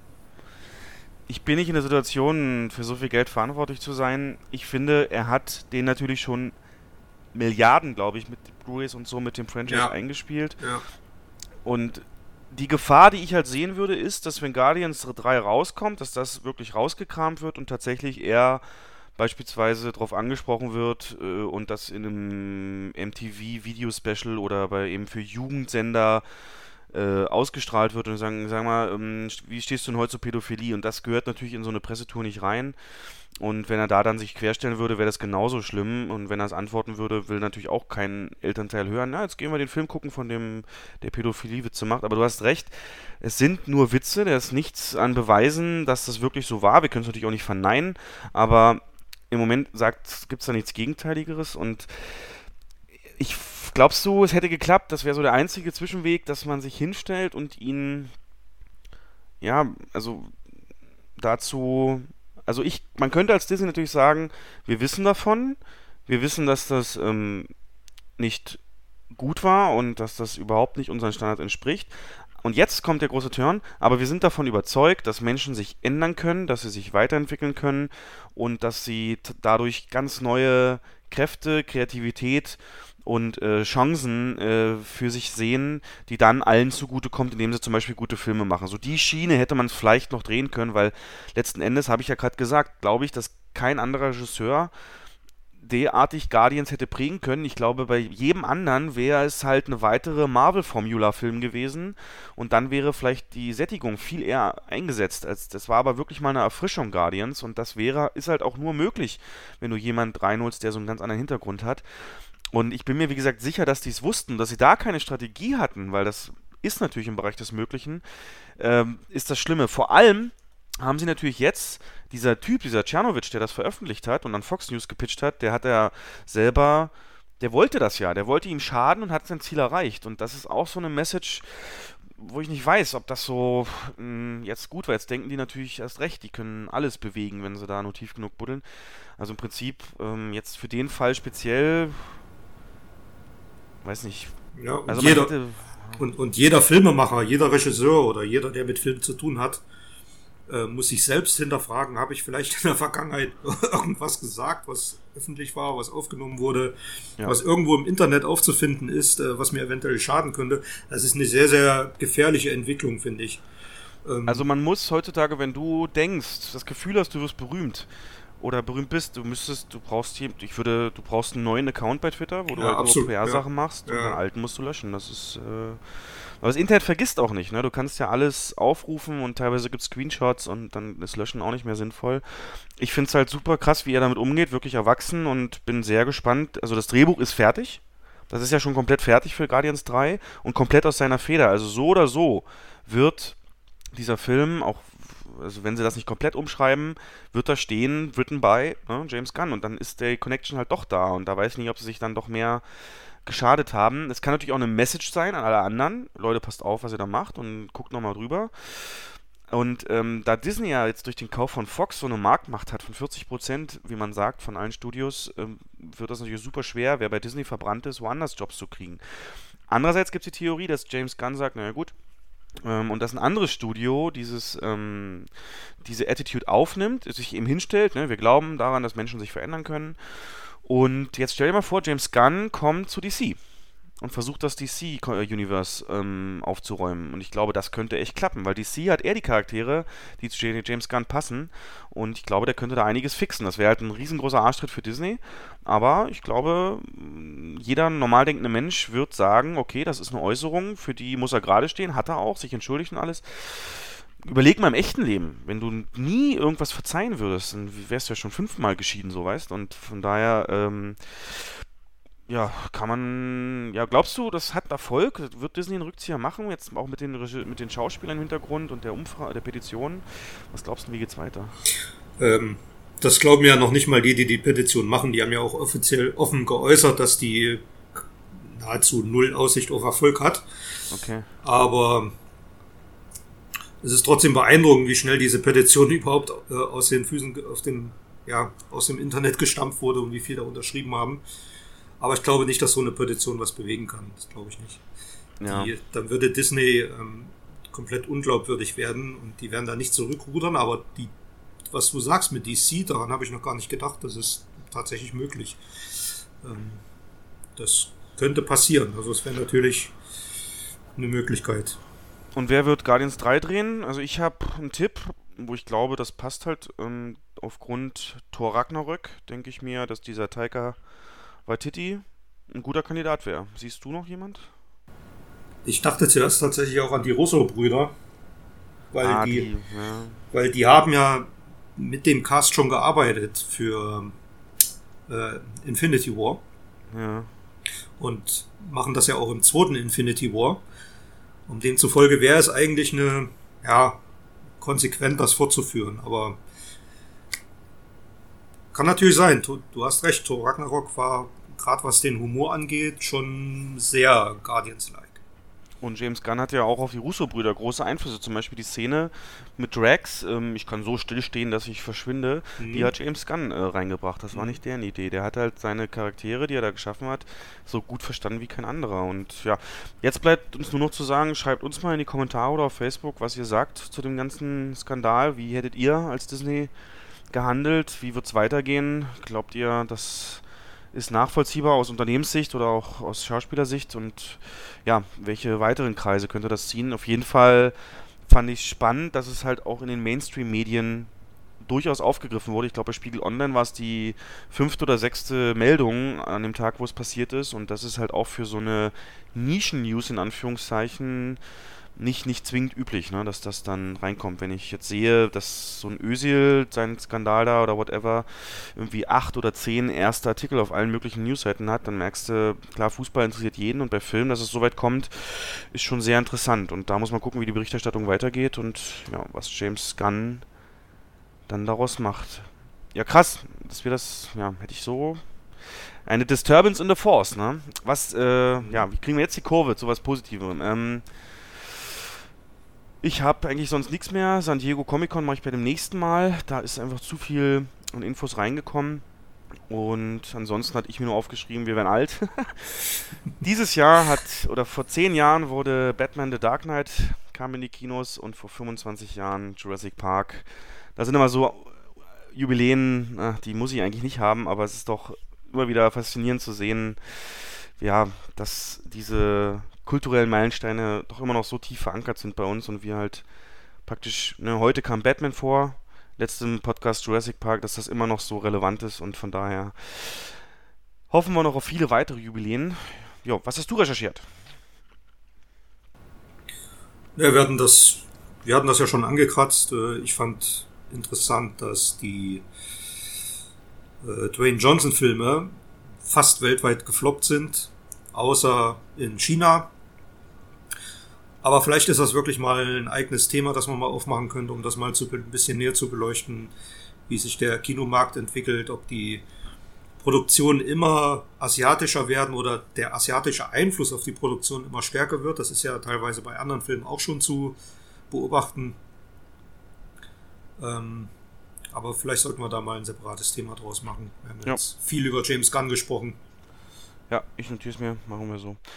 Ich bin nicht in der Situation, für so viel Geld verantwortlich zu sein. Ich finde, er hat den natürlich schon Milliarden, glaube ich, mit Blu-rays und so mit dem Franchise eingespielt. Ja. Und die Gefahr, die ich halt sehen würde, ist, dass wenn Guardians 3 rauskommt, dass das wirklich rausgekramt wird und tatsächlich eher beispielsweise darauf angesprochen wird und das in einem MTV-Video-Special oder eben für Jugendsender ausgestrahlt wird und sagen mal, wie stehst du denn heute zur Pädophilie? Und das gehört natürlich in so eine Pressetour nicht rein. Und wenn er da dann sich querstellen würde, wäre das genauso schlimm. Und wenn er es antworten würde, will natürlich auch kein Elternteil hören, na, jetzt gehen wir den Film gucken, von dem der Pädophilie-Witze macht. Aber du hast recht, es sind nur Witze, da ist nichts an Beweisen, dass das wirklich so war. Wir können es natürlich auch nicht verneinen, aber im Moment gibt es da nichts Gegenteiligeres. Und glaubst du, es hätte geklappt? Das wäre so der einzige Zwischenweg, dass man sich hinstellt und ihn, ja, also dazu, man könnte als Disney natürlich sagen, wir wissen davon, wir wissen, dass das nicht gut war und dass das überhaupt nicht unseren Standard entspricht. Und jetzt kommt der große Turn, aber wir sind davon überzeugt, dass Menschen sich ändern können, dass sie sich weiterentwickeln können und dass sie dadurch ganz neue Kräfte, Kreativität und Chancen für sich sehen, die dann allen zugutekommt, indem sie zum Beispiel gute Filme machen. So die Schiene hätte man vielleicht noch drehen können, weil letzten Endes, habe ich ja gerade gesagt, glaube ich, dass kein anderer Regisseur derartig Guardians hätte prägen können. Ich glaube, bei jedem anderen wäre es halt eine weitere Marvel-Formula-Film gewesen und dann wäre vielleicht die Sättigung viel eher eingesetzt. Das war aber wirklich mal eine Erfrischung Guardians und ist halt auch nur möglich, wenn du jemand reinholst, der so einen ganz anderen Hintergrund hat. Und ich bin mir, wie gesagt, sicher, dass die es wussten, dass sie da keine Strategie hatten, weil das ist natürlich im Bereich des Möglichen, ist das Schlimme. Vor allem haben sie natürlich jetzt, dieser Czernovich, der das veröffentlicht hat und an Fox News gepitcht hat, der wollte das ja, der wollte ihm schaden und hat sein Ziel erreicht. Und das ist auch so eine Message, wo ich nicht weiß, ob das so jetzt gut war. Jetzt denken die natürlich erst recht, die können alles bewegen, wenn sie da nur tief genug buddeln. Also im Prinzip jetzt für den Fall speziell, weiß nicht. Ja, und, Also und jeder Filmemacher, jeder Regisseur oder jeder, der mit Film zu tun hat, muss sich selbst hinterfragen, habe ich vielleicht in der Vergangenheit irgendwas gesagt, was öffentlich war, was aufgenommen wurde, was irgendwo im Internet aufzufinden ist, was mir eventuell schaden könnte. Das ist eine sehr, sehr gefährliche Entwicklung, finde ich. Also man muss heutzutage, wenn du denkst, das Gefühl hast, du wirst berühmt oder berühmt bist, du brauchst einen neuen Account bei Twitter, wo du halt nur PR-Sachen machst und den alten musst du löschen. Das ist aber das Internet vergisst auch nicht, ne? Du kannst ja alles aufrufen und teilweise gibt es Screenshots und dann ist Löschen auch nicht mehr sinnvoll. Ich finde es halt super krass, wie er damit umgeht, wirklich erwachsen und bin sehr gespannt. Also das Drehbuch ist fertig. Das ist ja schon komplett fertig für Guardians 3 und komplett aus seiner Feder. Also so oder so wird dieser Film, auch also wenn sie das nicht komplett umschreiben, wird da stehen, written by James Gunn und dann ist der Connection halt doch da und da weiß ich nicht, ob sie sich dann doch mehr geschadet haben. Es kann natürlich auch eine Message sein an alle anderen. Leute, passt auf, was ihr da macht und guckt nochmal drüber. Und da Disney ja jetzt durch den Kauf von Fox so eine Marktmacht hat von 40%, wie man sagt, von allen Studios, wird das natürlich super schwer, wer bei Disney verbrannt ist, woanders Jobs zu kriegen. Andererseits gibt es die Theorie, dass James Gunn sagt, naja gut, und dass ein anderes Studio diese Attitude aufnimmt, sich eben hinstellt, ne? Wir glauben daran, dass Menschen sich verändern können. Und jetzt stell dir mal vor, James Gunn kommt zu DC und versucht das DC-Universe aufzuräumen. Und ich glaube, das könnte echt klappen, weil DC hat eher die Charaktere, die zu James Gunn passen. Und ich glaube, der könnte da einiges fixen. Das wäre halt ein riesengroßer Arschtritt für Disney. Aber ich glaube, jeder normal denkende Mensch wird sagen, okay, das ist eine Äußerung, für die muss er gerade stehen, hat er auch, sich entschuldigt und alles. Überleg mal im echten Leben, wenn du nie irgendwas verzeihen würdest, dann wärst du ja schon 5-mal geschieden, so weißt. Und von daher, kann man, glaubst du, das hat Erfolg? Wird Disney einen Rückzieher machen, jetzt auch mit den Schauspielern im Hintergrund und der Petition? Was glaubst du, wie geht's weiter? Das glauben ja noch nicht mal die Petition machen. Die haben ja auch offiziell offen geäußert, dass die nahezu null Aussicht auf Erfolg hat. Okay. Aber es ist trotzdem beeindruckend, wie schnell diese Petition überhaupt aus den Füßen, aus dem Internet gestampft wurde und wie viele da unterschrieben haben. Aber ich glaube nicht, dass so eine Petition was bewegen kann. Das glaube ich nicht. Ja. Dann würde Disney komplett unglaubwürdig werden und die werden da nicht zurückrudern. Aber was du sagst mit DC, daran habe ich noch gar nicht gedacht. Das ist tatsächlich möglich. Das könnte passieren. Also es wäre natürlich eine Möglichkeit. Und wer wird Guardians 3 drehen? Also ich habe einen Tipp, wo ich glaube, das passt halt aufgrund Thor Ragnarök, denke ich mir, dass dieser Taika Waititi ein guter Kandidat wäre. Siehst du noch jemand? Ich dachte zuerst tatsächlich auch an die Russo-Brüder, weil die haben ja mit dem Cast schon gearbeitet für Infinity War. Ja. Und machen das ja auch im zweiten Infinity War. Und demzufolge wäre es eigentlich konsequent, das fortzuführen. Aber kann natürlich sein. Du hast recht, Thor Ragnarok war, gerade was den Humor angeht, schon sehr Guardians-like. Und James Gunn hat ja auch auf die Russo-Brüder große Einflüsse. Zum Beispiel die Szene mit Drax, ich kann so stillstehen, dass ich verschwinde, die hat James Gunn reingebracht. Das war nicht deren Idee. Der hat halt seine Charaktere, die er da geschaffen hat, so gut verstanden wie kein anderer. Und ja, jetzt bleibt uns nur noch zu sagen, schreibt uns mal in die Kommentare oder auf Facebook, was ihr sagt zu dem ganzen Skandal. Wie hättet ihr als Disney gehandelt? Wie wird es weitergehen? Glaubt ihr, das ist nachvollziehbar aus Unternehmenssicht oder auch aus Schauspielersicht und ja, welche weiteren Kreise könnte das ziehen? Auf jeden Fall fand ich spannend, dass es halt auch in den Mainstream-Medien durchaus aufgegriffen wurde. Ich glaube, bei Spiegel Online war es die 5. oder 6. Meldung an dem Tag, wo es passiert ist. Und das ist halt auch für so eine Nischen-News in Anführungszeichen nicht zwingend üblich, ne, dass das dann reinkommt. Wenn ich jetzt sehe, dass so ein Özil, sein Skandal da oder whatever, irgendwie 8 oder 10 erste Artikel auf allen möglichen Newsseiten hat, dann merkst du, klar, Fußball interessiert jeden und bei Filmen, dass es so weit kommt, ist schon sehr interessant. Und da muss man gucken, wie die Berichterstattung weitergeht und ja, was James Gunn dann daraus macht. Ja, krass, dass wir das, ja, hätte ich so... Eine Disturbance in the Force, ne? Was, ja, wie kriegen wir jetzt die Kurve zu was Positivem? Ich habe eigentlich sonst nichts mehr. San Diego Comic-Con mache ich bei dem nächsten Mal. Da ist einfach zu viel an Infos reingekommen. Und ansonsten hatte ich mir nur aufgeschrieben, wir werden alt. Dieses Jahr oder vor 10 Jahren wurde Batman The Dark Knight, kam in die Kinos und vor 25 Jahren Jurassic Park. Da sind immer so Jubiläen, die muss ich eigentlich nicht haben, aber es ist doch immer wieder faszinierend zu sehen, ja, dass diese kulturellen Meilensteine doch immer noch so tief verankert sind bei uns und wir halt praktisch, ne, heute kam Batman vor, letztem Podcast Jurassic Park, dass das immer noch so relevant ist und von daher hoffen wir noch auf viele weitere Jubiläen. Jo, was hast du recherchiert? Ja, wir hatten das ja schon angekratzt. Ich fand interessant, dass die Dwayne Johnson Filme fast weltweit gefloppt sind, außer in China. Aber vielleicht ist das wirklich mal ein eigenes Thema, das man mal aufmachen könnte, um das mal ein bisschen näher zu beleuchten, wie sich der Kinomarkt entwickelt, ob die Produktionen immer asiatischer werden oder der asiatische Einfluss auf die Produktion immer stärker wird. Das ist ja teilweise bei anderen Filmen auch schon zu beobachten. Aber vielleicht sollten wir da mal ein separates Thema draus machen. Wir haben jetzt viel über James Gunn gesprochen. Ja, ich notiere es mir, machen wir so.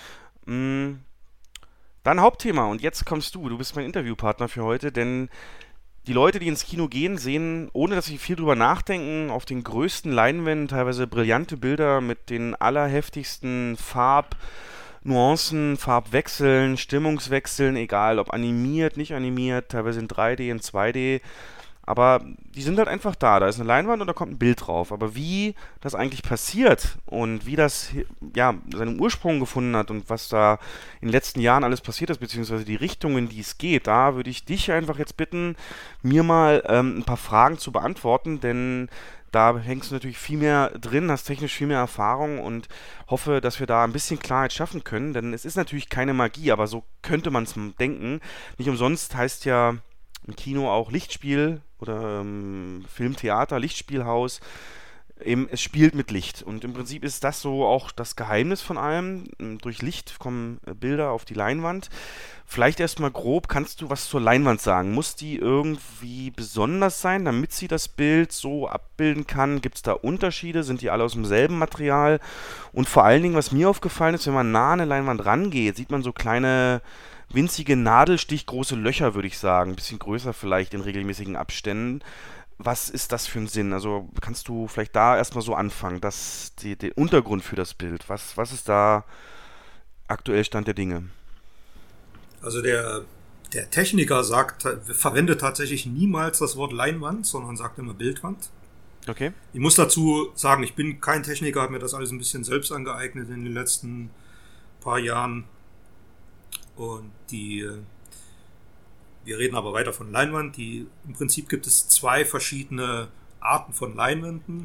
Dann Hauptthema und jetzt kommst du. Du bist mein Interviewpartner für heute, denn die Leute, die ins Kino gehen, sehen, ohne dass sie viel drüber nachdenken, auf den größten Leinwänden teilweise brillante Bilder mit den allerheftigsten Farbnuancen, Farbwechseln, Stimmungswechseln, egal ob animiert, nicht animiert, teilweise in 3D, in 2D. Aber die sind halt einfach da. Da ist eine Leinwand und da kommt ein Bild drauf. Aber wie das eigentlich passiert und wie das ja seinen Ursprung gefunden hat und was da in den letzten Jahren alles passiert ist, beziehungsweise die Richtungen, die es geht, da würde ich dich einfach jetzt bitten, mir mal ein paar Fragen zu beantworten, denn da hängst du natürlich viel mehr drin, hast technisch viel mehr Erfahrung und hoffe, dass wir da ein bisschen Klarheit schaffen können, denn es ist natürlich keine Magie, aber so könnte man es denken. Nicht umsonst heißt ja im Kino auch Lichtspiel oder Filmtheater, Lichtspielhaus. Eben, es spielt mit Licht. Und im Prinzip ist das so auch das Geheimnis von allem. Durch Licht kommen Bilder auf die Leinwand. Vielleicht erstmal grob, kannst du was zur Leinwand sagen? Muss die irgendwie besonders sein, damit sie das Bild so abbilden kann? Gibt es da Unterschiede? Sind die alle aus demselben Material? Und vor allen Dingen, was mir aufgefallen ist, wenn man nah an eine Leinwand rangeht, sieht man so kleine winzige nadelstichgroße Löcher, würde ich sagen. Ein bisschen größer vielleicht in regelmäßigen Abständen. Was ist das für ein Sinn? Also kannst du vielleicht da erstmal so anfangen, den Untergrund für das Bild. Was ist da aktuell Stand der Dinge? Also der Techniker verwendet tatsächlich niemals das Wort Leinwand, sondern sagt immer Bildwand. Okay. Ich muss dazu sagen, ich bin kein Techniker, habe mir das alles ein bisschen selbst angeeignet in den letzten paar Jahren. Und wir reden aber weiter von Leinwand. Im Prinzip gibt es 2 verschiedene Arten von Leinwänden.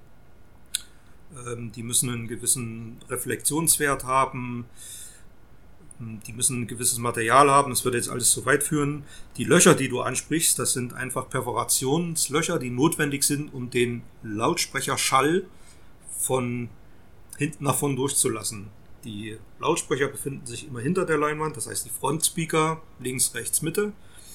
Die müssen einen gewissen Reflexionswert haben. Die müssen ein gewisses Material haben. Das würde jetzt alles zu weit führen. Die Löcher, die du ansprichst, das sind einfach Perforationslöcher, die notwendig sind, um den Lautsprecherschall von hinten nach vorn durchzulassen. Die Lautsprecher befinden sich immer hinter der Leinwand, das heißt die Frontspeaker links, rechts, Mitte.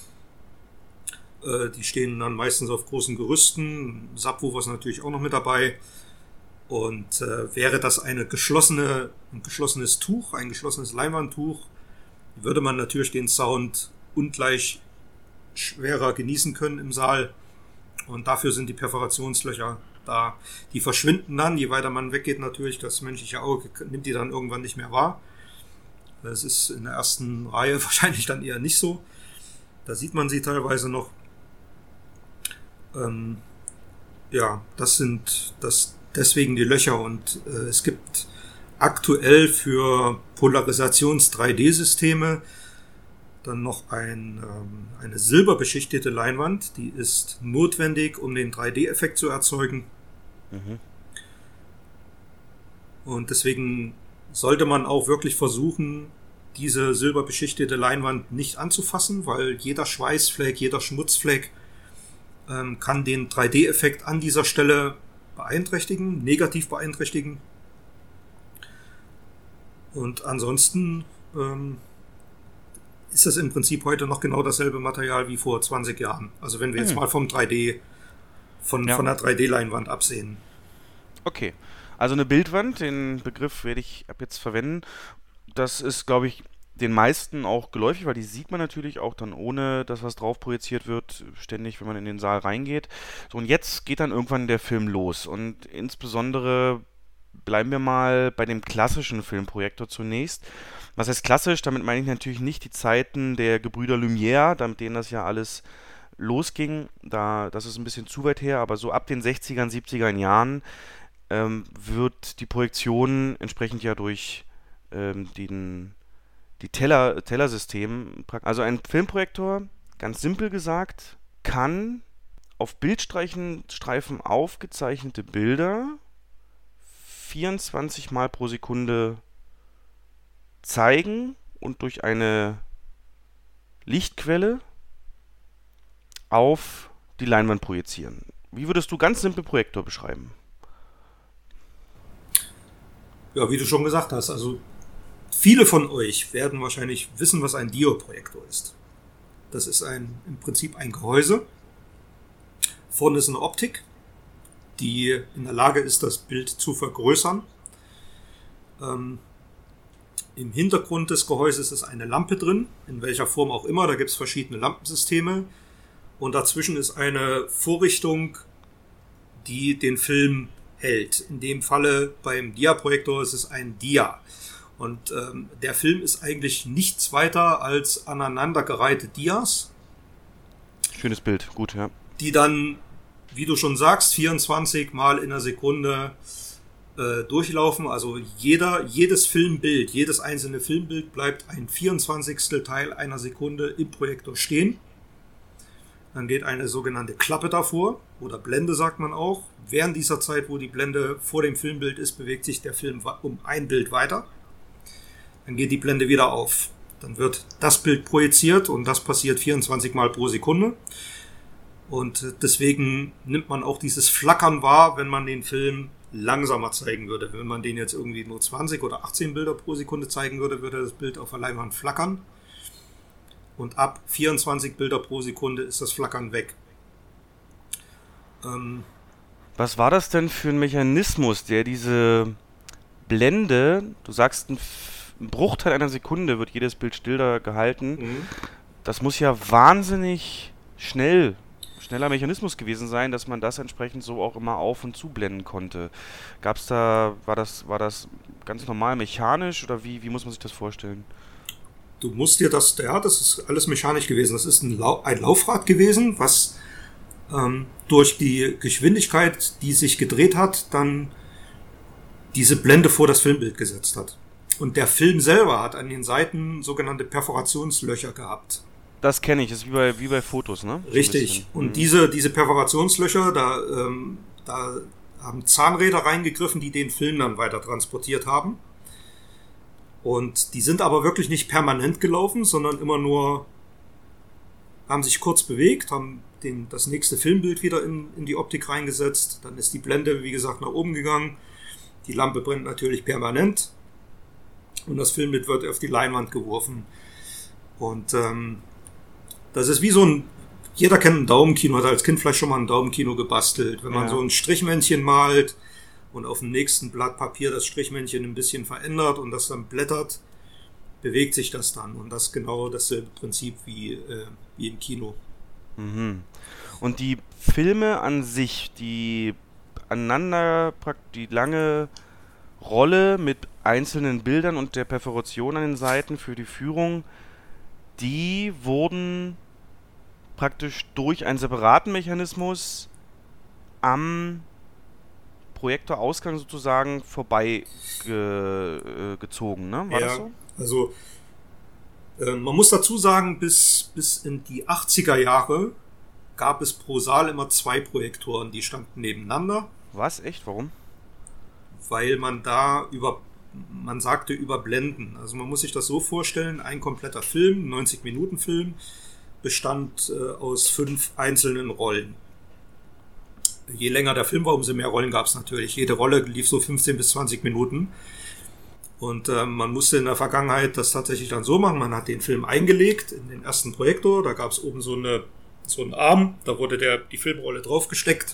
Die stehen dann meistens auf großen Gerüsten, Subwoofer ist natürlich auch noch mit dabei. Und wäre das ein geschlossenes Tuch, ein geschlossenes Leinwandtuch, würde man natürlich den Sound ungleich schwerer genießen können im Saal. Und dafür sind die Perforationslöcher da. Die verschwinden dann, je weiter man weggeht natürlich, das menschliche Auge nimmt die dann irgendwann nicht mehr wahr. Das ist in der ersten Reihe wahrscheinlich dann eher nicht so. Da sieht man sie teilweise noch. Ähm, ja, deswegen die Löcher. Und es gibt aktuell für Polarisations-3D-Systeme dann noch eine silberbeschichtete Leinwand, die ist notwendig, um den 3D-Effekt zu erzeugen. Mhm. Und deswegen sollte man auch wirklich versuchen, diese silberbeschichtete Leinwand nicht anzufassen, weil jeder Schweißfleck, jeder Schmutzfleck kann den 3D-Effekt an dieser Stelle beeinträchtigen, negativ beeinträchtigen. Und ansonsten ist das im Prinzip heute noch genau dasselbe Material wie vor 20 Jahren. Also wenn wir jetzt mal von der 3D-Leinwand absehen. Okay, also eine Bildwand, den Begriff werde ich ab jetzt verwenden. Das ist, glaube ich, den meisten auch geläufig, weil die sieht man natürlich auch dann, ohne dass was drauf projiziert wird, ständig, wenn man in den Saal reingeht. So, und jetzt geht dann irgendwann der Film los. Und insbesondere bleiben wir mal bei dem klassischen Filmprojektor zunächst. Was heißt klassisch? Damit meine ich natürlich nicht die Zeiten der Gebrüder Lumière, mit denen das ja alles losging. Das ist ein bisschen zu weit her, aber so ab den 60ern, 70ern Jahren wird die Projektion entsprechend ja durch die Tellersystem. Also ein Filmprojektor, ganz simpel gesagt, kann auf Bildstreifen aufgezeichnete Bilder 24 Mal pro Sekunde zeigen und durch eine Lichtquelle auf die Leinwand projizieren. Wie würdest du ganz simpel Projektor beschreiben? Ja, wie du schon gesagt hast, also viele von euch werden wahrscheinlich wissen, was ein Diode-Projektor ist. Das ist im Prinzip ein Gehäuse. Vorne ist eine Optik, die in der Lage ist, das Bild zu vergrößern. Im Hintergrund des Gehäuses ist eine Lampe drin, in welcher Form auch immer. Da gibt es verschiedene Lampensysteme. Und dazwischen ist eine Vorrichtung, die den Film hält. In dem Falle beim Dia-Projektor ist es ein Dia. Und der Film ist eigentlich nichts weiter als aneinandergereihte Dias. Schönes Bild, gut, ja. Die dann, wie du schon sagst, 24 Mal in der Sekunde durchlaufen. Also jedes Filmbild, jedes einzelne Filmbild bleibt ein 24. Teil einer Sekunde im Projektor stehen. Dann geht eine sogenannte Klappe davor, oder Blende sagt man auch. Während dieser Zeit, wo die Blende vor dem Filmbild ist, bewegt sich der Film um ein Bild weiter. Dann geht die Blende wieder auf. Dann wird das Bild projiziert und das passiert 24 Mal pro Sekunde. Und deswegen nimmt man auch dieses Flackern wahr, wenn man den Film langsamer zeigen würde. Wenn man den jetzt irgendwie nur 20 oder 18 Bilder pro Sekunde zeigen würde, würde das Bild auf der Leinwand flackern. Und ab 24 Bilder pro Sekunde ist das Flackern weg. Was war das denn für ein Mechanismus, der diese Blende, du sagst, ein Bruchteil einer Sekunde wird jedes Bild stiller gehalten. Mhm. Das muss ja wahnsinnig schneller Mechanismus gewesen sein, dass man das entsprechend so auch immer auf- und zublenden konnte. War das ganz normal mechanisch oder wie muss man sich das vorstellen? Du musst dir das ist alles mechanisch gewesen. Das ist ein Laufrad gewesen, was durch die Geschwindigkeit, die sich gedreht hat, dann diese Blende vor das Filmbild gesetzt hat. Und der Film selber hat an den Seiten sogenannte Perforationslöcher gehabt. Das kenne ich, das ist wie bei Fotos, ne? Richtig. Und diese Perforationslöcher, da haben Zahnräder reingegriffen, die den Film dann weiter transportiert haben. Und die sind aber wirklich nicht permanent gelaufen, sondern immer nur haben sich kurz bewegt, haben das nächste Filmbild wieder in die Optik reingesetzt. Dann ist die Blende, wie gesagt, nach oben gegangen. Die Lampe brennt natürlich permanent. Und das Filmbild wird auf die Leinwand geworfen. Und das ist wie so jeder kennt ein Daumenkino, hat als Kind vielleicht schon mal ein Daumenkino gebastelt. Wenn man so ein Strichmännchen malt und auf dem nächsten Blatt Papier das Strichmännchen ein bisschen verändert und das dann blättert, bewegt sich das dann. Und das ist genau dasselbe Prinzip wie im Kino. Mhm. Und die Filme an sich, die lange Rolle mit einzelnen Bildern und der Perforation an den Seiten für die Führung, die wurden praktisch durch einen separaten Mechanismus am Projektorausgang sozusagen vorbei gezogen, ne? War das so? Also man muss dazu sagen, bis in die 80er Jahre gab es pro Saal immer 2 Projektoren, die standen nebeneinander. Was? Echt? Warum? Weil man sagte überblenden. Also man muss sich das so vorstellen, ein kompletter Film, 90-Minuten-Film, bestand aus 5 einzelnen Rollen. Je länger der Film war, umso mehr Rollen gab es natürlich. Jede Rolle lief so 15 bis 20 Minuten. Und man musste in der Vergangenheit das tatsächlich dann so machen. Man hat den Film eingelegt in den ersten Projektor. Da gab es oben so einen Arm. Da wurde die Filmrolle draufgesteckt.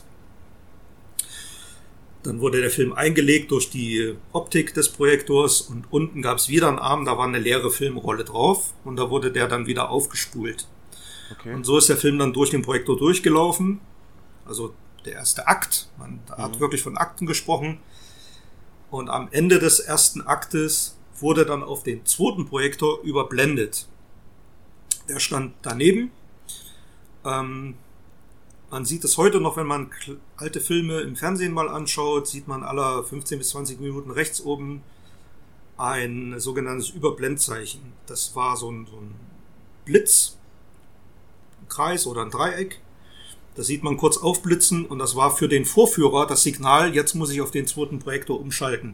Dann wurde der Film eingelegt durch die Optik des Projektors. Und unten gab es wieder einen Arm. Da war eine leere Filmrolle drauf. Und da wurde der dann wieder aufgespult. Okay. Und so ist der Film dann durch den Projektor durchgelaufen. Also der erste Akt. Man hat wirklich von Akten gesprochen. Und am Ende des ersten Aktes wurde dann auf den zweiten Projektor überblendet. Der stand daneben. Man sieht es heute noch, wenn man alte Filme im Fernsehen mal anschaut, sieht man alle 15 bis 20 Minuten rechts oben ein sogenanntes Überblendzeichen. Das war so ein Blitz, ein Kreis oder ein Dreieck. Das sieht man kurz aufblitzen und das war für den Vorführer das Signal, jetzt muss ich auf den zweiten Projektor umschalten.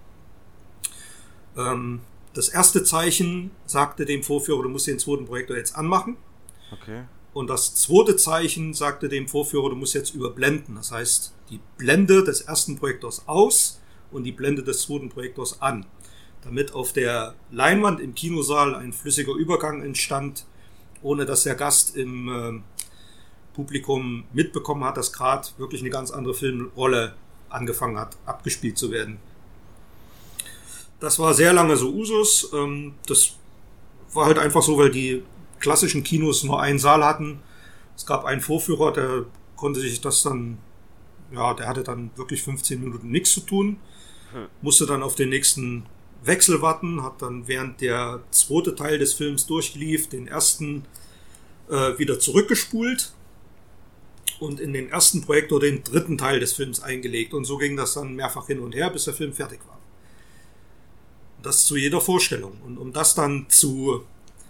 Das erste Zeichen sagte dem Vorführer, du musst den zweiten Projektor jetzt anmachen. Okay. Und das zweite Zeichen sagte dem Vorführer, du musst jetzt überblenden. Das heißt, die Blende des ersten Projektors aus und die Blende des zweiten Projektors an. Damit auf der Leinwand im Kinosaal ein flüssiger Übergang entstand, ohne dass der Gast im Publikum mitbekommen hat, dass gerade wirklich eine ganz andere Filmrolle angefangen hat, abgespielt zu werden. Das war sehr lange so Usus. Das war halt einfach so, weil die klassischen Kinos nur einen Saal hatten. Es gab einen Vorführer, der konnte sich das dann, der hatte dann wirklich 15 Minuten nichts zu tun, musste dann auf den nächsten Wechsel warten, hat dann während der zweite Teil des Films durchlief, den ersten wieder zurückgespult und in den ersten Projektor den dritten Teil des Films eingelegt. Und so ging das dann mehrfach hin und her, bis der Film fertig war. Das zu jeder Vorstellung. Und um das dann zu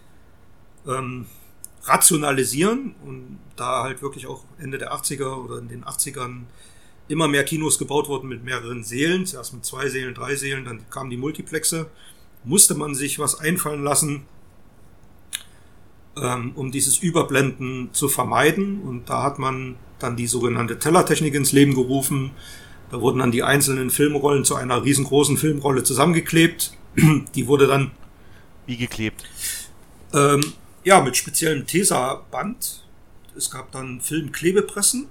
rationalisieren und da halt wirklich auch Ende der 80er oder in den 80ern immer mehr Kinos gebaut wurden mit mehreren Sälen, zuerst mit 2 Sälen, 3 Sälen, dann kamen die Multiplexe, musste man sich was einfallen lassen, um dieses Überblenden zu vermeiden. Und da hat man dann die sogenannte Tellertechnik ins Leben gerufen. Da wurden dann die einzelnen Filmrollen zu einer riesengroßen Filmrolle zusammengeklebt. Die wurde dann... Wie geklebt? Mit speziellem Tesa-Band. Es gab dann Filmklebepressen.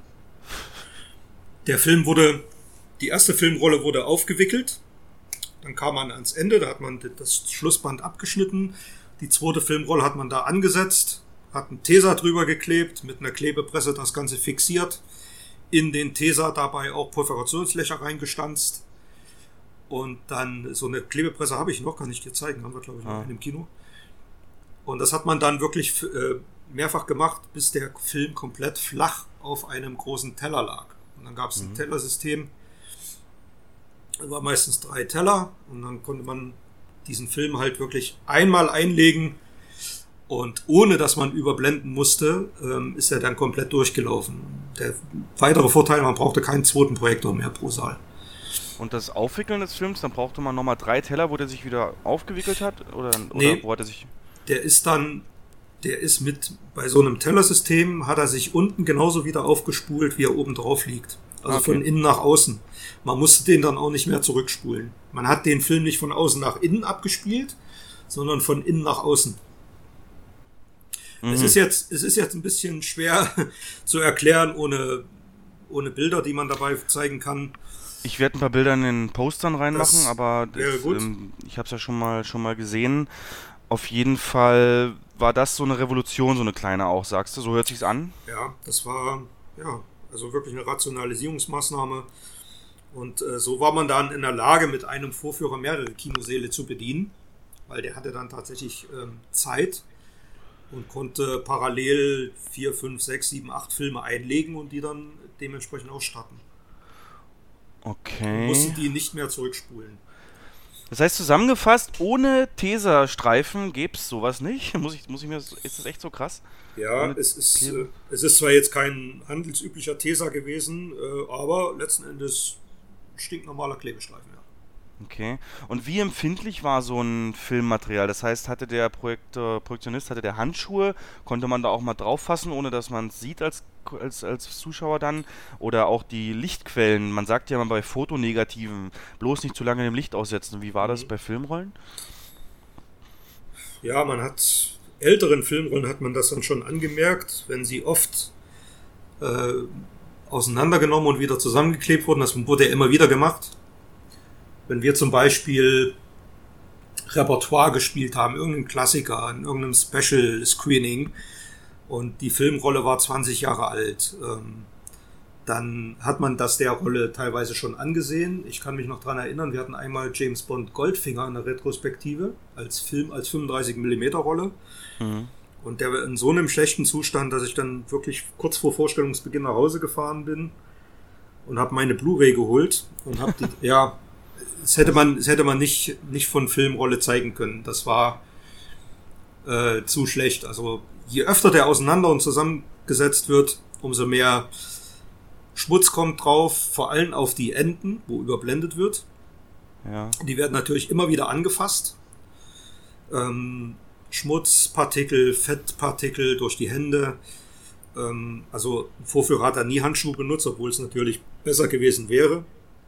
Die erste Filmrolle wurde aufgewickelt. Dann kam man ans Ende, da hat man das Schlussband abgeschnitten. Die zweite Filmrolle hat man da angesetzt, hat einen Tesa drüber geklebt, mit einer Klebepresse das Ganze fixiert, in den Tesa dabei auch Perforationslöcher reingestanzt. Und dann so eine Klebepresse habe ich noch, kann ich dir zeigen, haben wir glaube ich noch in dem Kino. Und das hat man dann wirklich mehrfach gemacht, bis der Film komplett flach auf einem großen Teller lag. Und dann gab es ein Tellersystem. Da war meistens 3 Teller. Und dann konnte man diesen Film halt wirklich einmal einlegen. Und ohne, dass man überblenden musste, ist er dann komplett durchgelaufen. Der weitere Vorteil, man brauchte keinen zweiten Projektor mehr pro Saal. Und das Aufwickeln des Films, dann brauchte man nochmal 3 Teller, wo der sich wieder aufgewickelt hat? Nee. Wo hat er sich... Der ist mit, bei so einem Tellersystem hat er sich unten genauso wieder aufgespult, wie er oben drauf liegt. Also von innen nach außen. Man musste den dann auch nicht mehr zurückspulen. Man hat den Film nicht von außen nach innen abgespielt, sondern von innen nach außen. Es ist jetzt ein bisschen schwer zu erklären, ohne Bilder, die man dabei zeigen kann. Ich werde ein paar Bilder in den Postern reinmachen, aber ich habe es ja schon mal gesehen. Auf jeden Fall war das so eine Revolution, so eine kleine auch, sagst du? So hört sich's an? Ja, das war also wirklich eine Rationalisierungsmaßnahme. Und so war man dann in der Lage, mit einem Vorführer mehrere Kinosäle zu bedienen, weil der hatte dann tatsächlich Zeit. und konnte parallel 4, 5, 6, 7, 8 Filme einlegen und die dann dementsprechend ausstarten. Okay. Und musste die nicht mehr zurückspulen. Das heißt zusammengefasst, ohne Teserstreifen gäbe es sowas nicht? Ist das echt so krass? Ja, es ist zwar jetzt kein handelsüblicher Teser gewesen, aber letzten Endes stinknormaler Klebestreifen, ja. Okay. Und wie empfindlich war so ein Filmmaterial? Das heißt, hatte der Projektionist, hatte der Handschuhe? Konnte man da auch mal drauf fassen, ohne dass man es sieht als Zuschauer dann? Oder auch die Lichtquellen? Man sagt ja mal bei Fotonegativen, bloß nicht zu lange dem Licht aussetzen. Wie war das bei Filmrollen? Ja, älteren Filmrollen hat man das dann schon angemerkt, wenn sie oft auseinandergenommen und wieder zusammengeklebt wurden. Das wurde ja immer wieder gemacht. Wenn wir zum Beispiel Repertoire gespielt haben, irgendeinen Klassiker, in irgendeinem Special Screening und die Filmrolle war 20 Jahre alt, dann hat man das der Rolle teilweise schon angesehen. Ich kann mich noch daran erinnern, wir hatten einmal James Bond Goldfinger in der Retrospektive als 35mm Rolle. Mhm. Und der war in so einem schlechten Zustand, dass ich dann wirklich kurz vor Vorstellungsbeginn nach Hause gefahren bin und habe meine Blu-ray geholt und habe die, ja, das hätte man nicht von Filmrolle zeigen können. Das war zu schlecht. Also je öfter der auseinander und zusammengesetzt wird, umso mehr Schmutz kommt drauf, vor allem auf die Enden, wo überblendet wird. Ja. Die werden natürlich immer wieder angefasst. Schmutzpartikel, Fettpartikel durch die Hände. Also ein Vorführer hat da nie Handschuhe benutzt, obwohl es natürlich besser gewesen wäre.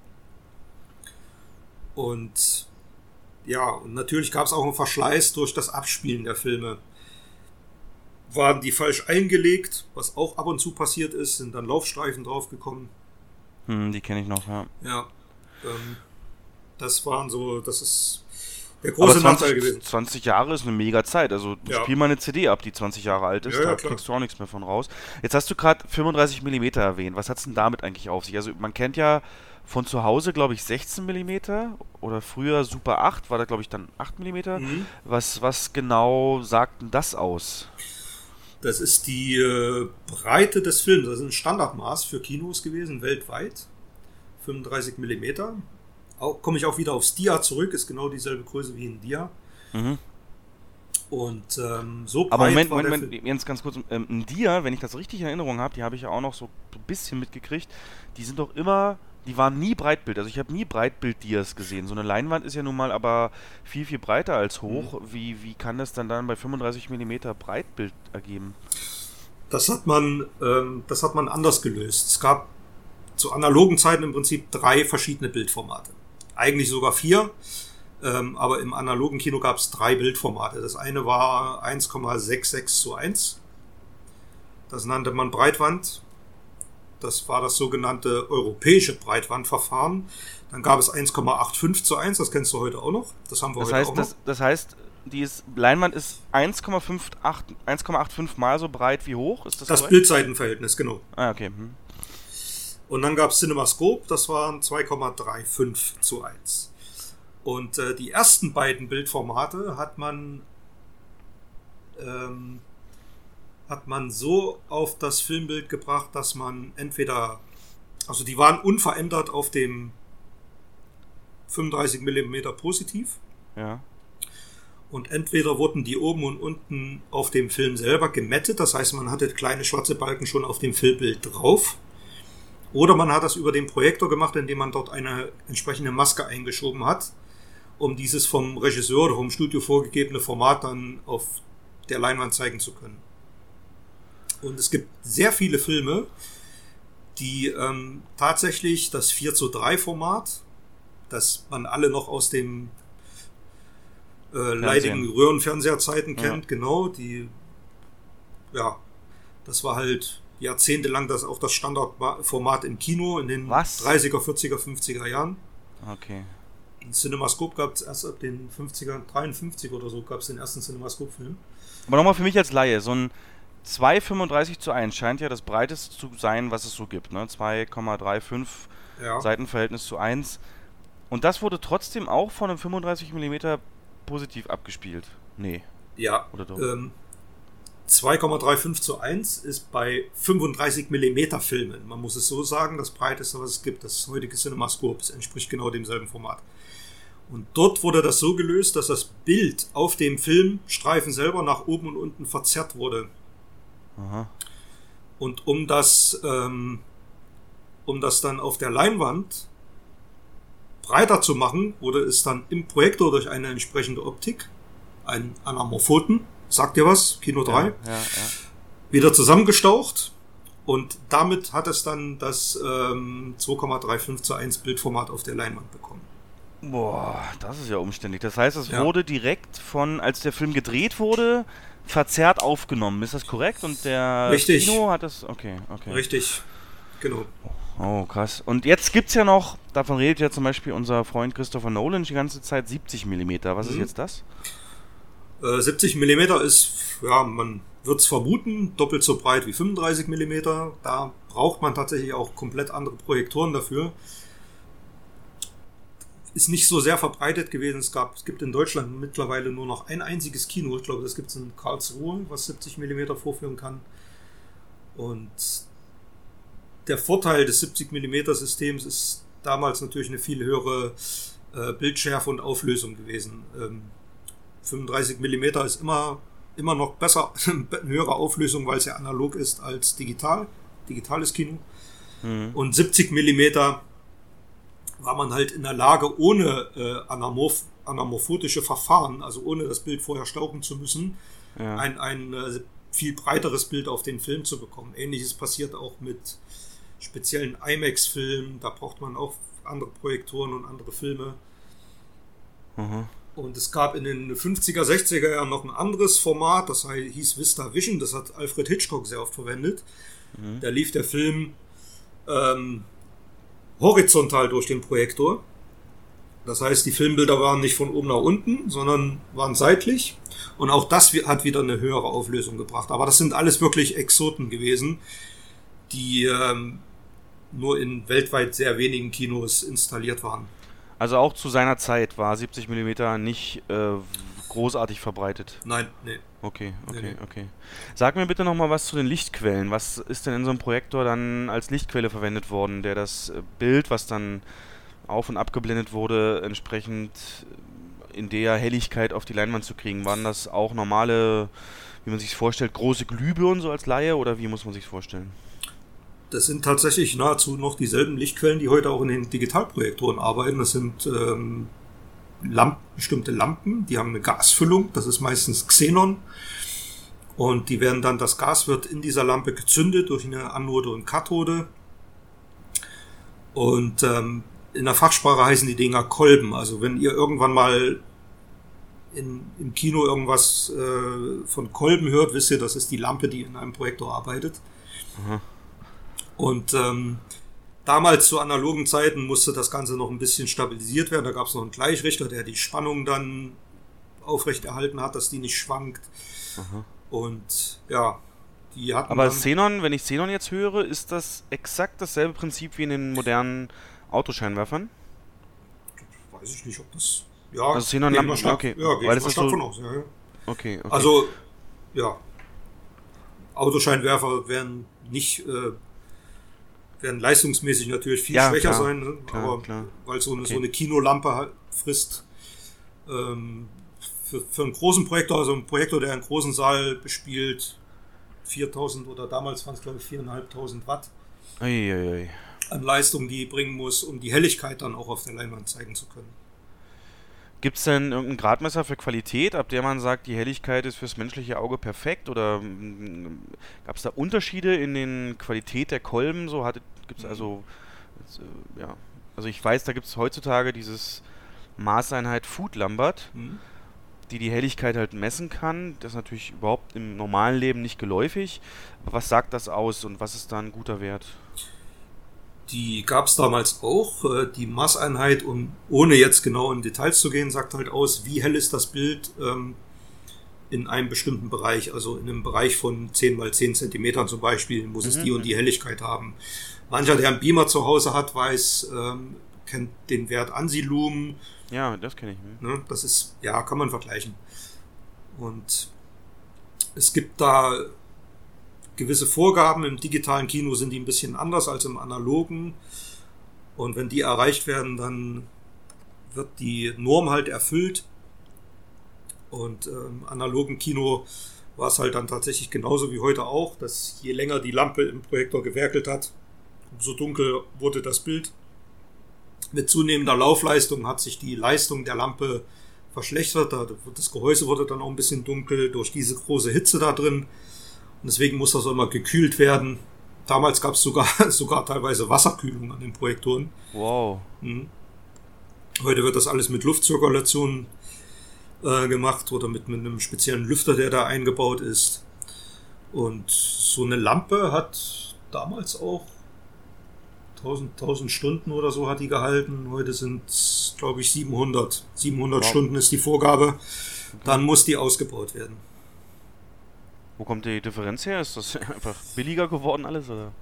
Und ja, und natürlich gab es auch einen Verschleiß durch das Abspielen der Filme. Waren die falsch eingelegt, was auch ab und zu passiert ist, sind dann Laufstreifen draufgekommen. Die kenne ich noch, ja. Ja, das ist der große Nachteil gewesen. 20 Jahre ist eine mega Zeit, also spiel mal eine CD ab, die 20 Jahre alt ist, da kriegst du auch nichts mehr von raus. Jetzt hast du gerade 35mm erwähnt, was hat es denn damit eigentlich auf sich? Also man kennt ja von zu Hause, glaube ich, 16mm oder früher Super 8, war da, glaube ich, dann 8mm. Mhm. Was genau sagt denn das aus? Das ist die Breite des Films. Das ist ein Standardmaß für Kinos gewesen, weltweit. 35mm. Komme ich auch wieder aufs Dia zurück, ist genau dieselbe Größe wie ein Dia. Mhm. Und so breit. Aber Moment, Jens, ganz kurz. Ein Dia, wenn ich das richtig in Erinnerung habe, die habe ich ja auch noch so ein bisschen mitgekriegt, die sind doch immer... Die waren nie Breitbild, also ich habe nie Breitbild-Dias gesehen. So eine Leinwand ist ja nun mal aber viel, viel breiter als hoch. Mhm. Wie kann das dann bei 35mm Breitbild ergeben? Das hat man anders gelöst. Es gab zu analogen Zeiten im Prinzip 3 verschiedene Bildformate. Eigentlich sogar 4, aber im analogen Kino gab es 3 Bildformate. Das eine war 1,66:1. Das nannte man Breitwand. Das war das sogenannte europäische Breitwandverfahren. Dann gab es 1,85:1, das kennst du heute auch noch. Das haben wir heute auch noch. Das heißt, die Leinwand ist 1,85 Mal so breit wie hoch? Ist das Bildseitenverhältnis, genau. Ah, okay. Und dann gab es CinemaScope, das waren 2,35:1. Und die ersten beiden Bildformate hat man so auf das Filmbild gebracht, dass man entweder, also die waren unverändert auf dem 35mm Positiv. Ja. Und entweder wurden die oben und unten auf dem Film selber gemattet, das heißt, man hatte kleine schwarze Balken schon auf dem Filmbild drauf. Oder man hat das über den Projektor gemacht, indem man dort eine entsprechende Maske eingeschoben hat, um dieses vom Regisseur oder vom Studio vorgegebene Format dann auf der Leinwand zeigen zu können. Und es gibt sehr viele Filme, die tatsächlich das 4:3 Format, das man alle noch aus dem leidigen Röhrenfernseherzeiten kennt, genau, das war halt jahrzehntelang auch das Standardformat im Kino in den 30er, 40er, 50er Jahren. Okay. Ein CinemaScope gab es erst ab den 50ern, 53 oder so gab es den ersten CinemaScope-Film. Aber nochmal für mich als Laie, so ein 2,35:1 scheint ja das breiteste zu sein, was es so gibt, ne? 2,35 Seitenverhältnis zu 1. Und das wurde trotzdem auch von einem 35mm Positiv abgespielt? Nee. Ja. Oder doch? 2,35:1 ist bei 35 mm Filmen. Man muss es so sagen, das breiteste, was es gibt, das heutige CinemaScope, das entspricht genau demselben Format. Und dort wurde das so gelöst, dass das Bild auf dem Filmstreifen selber nach oben und unten verzerrt wurde. Aha. Und um das dann auf der Leinwand breiter zu machen, wurde es dann im Projektor durch eine entsprechende Optik, einen Anamorphoten, sagt ihr was, Kino 3, Ja. wieder zusammengestaucht. Und damit hat es dann das 2,35:1 Bildformat auf der Leinwand bekommen. Boah, das ist ja umständlich. Das heißt, es wurde direkt als der Film gedreht wurde, verzerrt aufgenommen. Ist das korrekt? Und der Richtig. Kino hat das... Okay. Richtig, genau. Oh, krass. Und jetzt gibt's ja noch, davon redet ja zum Beispiel unser Freund Christopher Nolan die ganze Zeit, 70 mm. Was ist jetzt das? 70 mm ist, ja, man wird es vermuten, doppelt so breit wie 35 mm. Da braucht man tatsächlich auch komplett andere Projektoren dafür. Ist nicht so sehr verbreitet gewesen. Es gibt in Deutschland mittlerweile nur noch ein einziges Kino. Ich glaube, das gibt es in Karlsruhe, was 70 mm vorführen kann. Und der Vorteil des 70 mm Systems ist damals natürlich eine viel höhere Bildschärfe und Auflösung gewesen. 35 mm ist immer noch besser, eine höhere Auflösung, weil es ja analog ist als digitales Kino. Mhm. Und 70 mm war man halt in der Lage, ohne anamorphotische Verfahren, also ohne das Bild vorher stauchen zu müssen, ein viel breiteres Bild auf den Film zu bekommen. Ähnliches passiert auch mit speziellen IMAX-Filmen, da braucht man auch andere Projektoren und andere Filme. Mhm. Und es gab in den 50er, 60er Jahren noch ein anderes Format, das hieß Vista Vision, das hat Alfred Hitchcock sehr oft verwendet. Da lief der Film horizontal durch den Projektor. Das heißt, die Filmbilder waren nicht von oben nach unten, sondern waren seitlich. Und auch das hat wieder eine höhere Auflösung gebracht. Aber das sind alles wirklich Exoten gewesen, die nur in weltweit sehr wenigen Kinos installiert waren. Also auch zu seiner Zeit war 70 mm nicht großartig verbreitet. Nein, nee. Okay. Nee. Sag mir bitte nochmal was zu den Lichtquellen. Was ist denn in so einem Projektor dann als Lichtquelle verwendet worden, der das Bild, was dann auf- und abgeblendet wurde, entsprechend in der Helligkeit auf die Leinwand zu kriegen? Waren das auch normale, wie man sich vorstellt, große Glühbirnen so als Laie, oder wie muss man sich vorstellen? Das sind tatsächlich nahezu noch dieselben Lichtquellen, die heute auch in den Digitalprojektoren arbeiten. Das sind bestimmte Lampen, die haben eine Gasfüllung, das ist meistens Xenon. Und die werden dann, das Gas wird in dieser Lampe gezündet durch eine Anode und Kathode. Und in der Fachsprache heißen die Dinger Kolben. Also wenn ihr irgendwann mal im Kino irgendwas von Kolben hört, wisst ihr, das ist die Lampe, die in einem Projektor arbeitet. Mhm. Und damals zu analogen Zeiten musste das Ganze noch ein bisschen stabilisiert werden. Da gab es noch einen Gleichrichter, der die Spannung dann aufrechterhalten hat, dass die nicht schwankt. Aha. Und ja, die hatten Aber dann, Xenon, wenn ich Xenon jetzt höre, ist das exakt dasselbe Prinzip wie in den modernen Autoscheinwerfern? weiß ich nicht, ob das... Ja, Also Xenon-Lampen, okay. Ja, gehe Weil ich das mal ist stark so- von aus. Ja. Okay. Also, ja, Autoscheinwerfer werden leistungsmäßig natürlich viel Ja, schwächer klar. sein, ne? Klar, aber klar. weil so Okay. eine Kinolampe halt frisst, für einen großen Projektor, also ein Projektor, der einen großen Saal bespielt, 4000 oder damals waren es glaube ich 4500 Watt Uiuiui. an Leistung, die bringen muss, um die Helligkeit dann auch auf der Leinwand zeigen zu können. Gibt es denn irgendein Gradmesser für Qualität, ab der man sagt, die Helligkeit ist fürs menschliche Auge perfekt? Oder gab es da Unterschiede in den Qualität der Kolben? Gibt es also, ja. Also ich weiß, da gibt es heutzutage dieses Maßeinheit Food Lambert, die Helligkeit halt messen kann. Das ist natürlich überhaupt im normalen Leben nicht geläufig. Aber was sagt das aus und was ist da ein guter Wert? Die gab es damals auch. Die Maßeinheit, ohne jetzt genau in Details zu gehen, sagt halt aus, wie hell ist das Bild in einem bestimmten Bereich. Also in einem Bereich von 10 mal 10 Zentimetern zum Beispiel muss es die und die Helligkeit haben. Mancher, der einen Beamer zu Hause hat, kennt den Wert Ansilumen. Ja, das kenne ich. Ne? Das ist, ja, kann man vergleichen. Und Es gibt da gewisse Vorgaben. Im digitalen Kino sind die ein bisschen anders als im analogen. Und wenn die erreicht werden, dann wird die Norm halt erfüllt. Und im analogen Kino war es halt dann tatsächlich genauso wie heute auch, dass je länger die Lampe im Projektor gewerkelt hat, umso dunkel wurde das Bild. Mit zunehmender Laufleistung hat sich die Leistung der Lampe verschlechtert. Das Gehäuse wurde dann auch ein bisschen dunkel durch diese große Hitze da drin. Und deswegen muss das immer gekühlt werden. Damals gab es sogar teilweise Wasserkühlung an den Projektoren. Wow. Heute wird das alles mit Luftzirkulation gemacht oder mit einem speziellen Lüfter, der da eingebaut ist. Und so eine Lampe hat damals auch 1000 Stunden oder so hat die gehalten. Heute sind es, glaube ich, 700. 700 wow. Stunden ist die Vorgabe. Dann muss die ausgebaut werden. Wo kommt die Differenz her? Ist das einfach billiger geworden alles? Oder?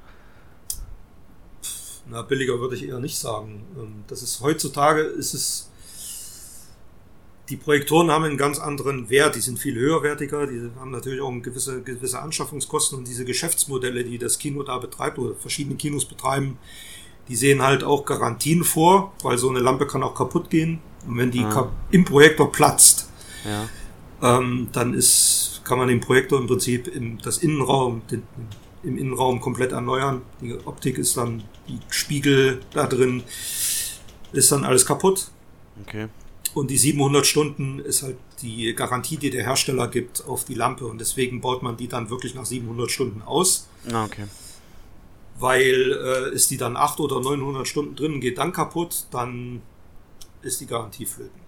Na, billiger würde ich eher nicht sagen. Heutzutage die Projektoren haben einen ganz anderen Wert, die sind viel höherwertiger, die haben natürlich auch gewisse Anschaffungskosten und diese Geschäftsmodelle, die das Kino da betreibt oder verschiedene Kinos betreiben, die sehen halt auch Garantien vor, weil so eine Lampe kann auch kaputt gehen und wenn die im Projektor platzt, dann kann man den Projektor im Prinzip im Innenraum komplett erneuern. Die Optik ist dann, die Spiegel da drin, ist dann alles kaputt. Okay. Und die 700 Stunden ist halt die Garantie, die der Hersteller gibt auf die Lampe. Und deswegen baut man die dann wirklich nach 700 Stunden aus. Okay. Weil ist die dann 800 oder 900 Stunden drin und geht dann kaputt, dann ist die Garantie flöten.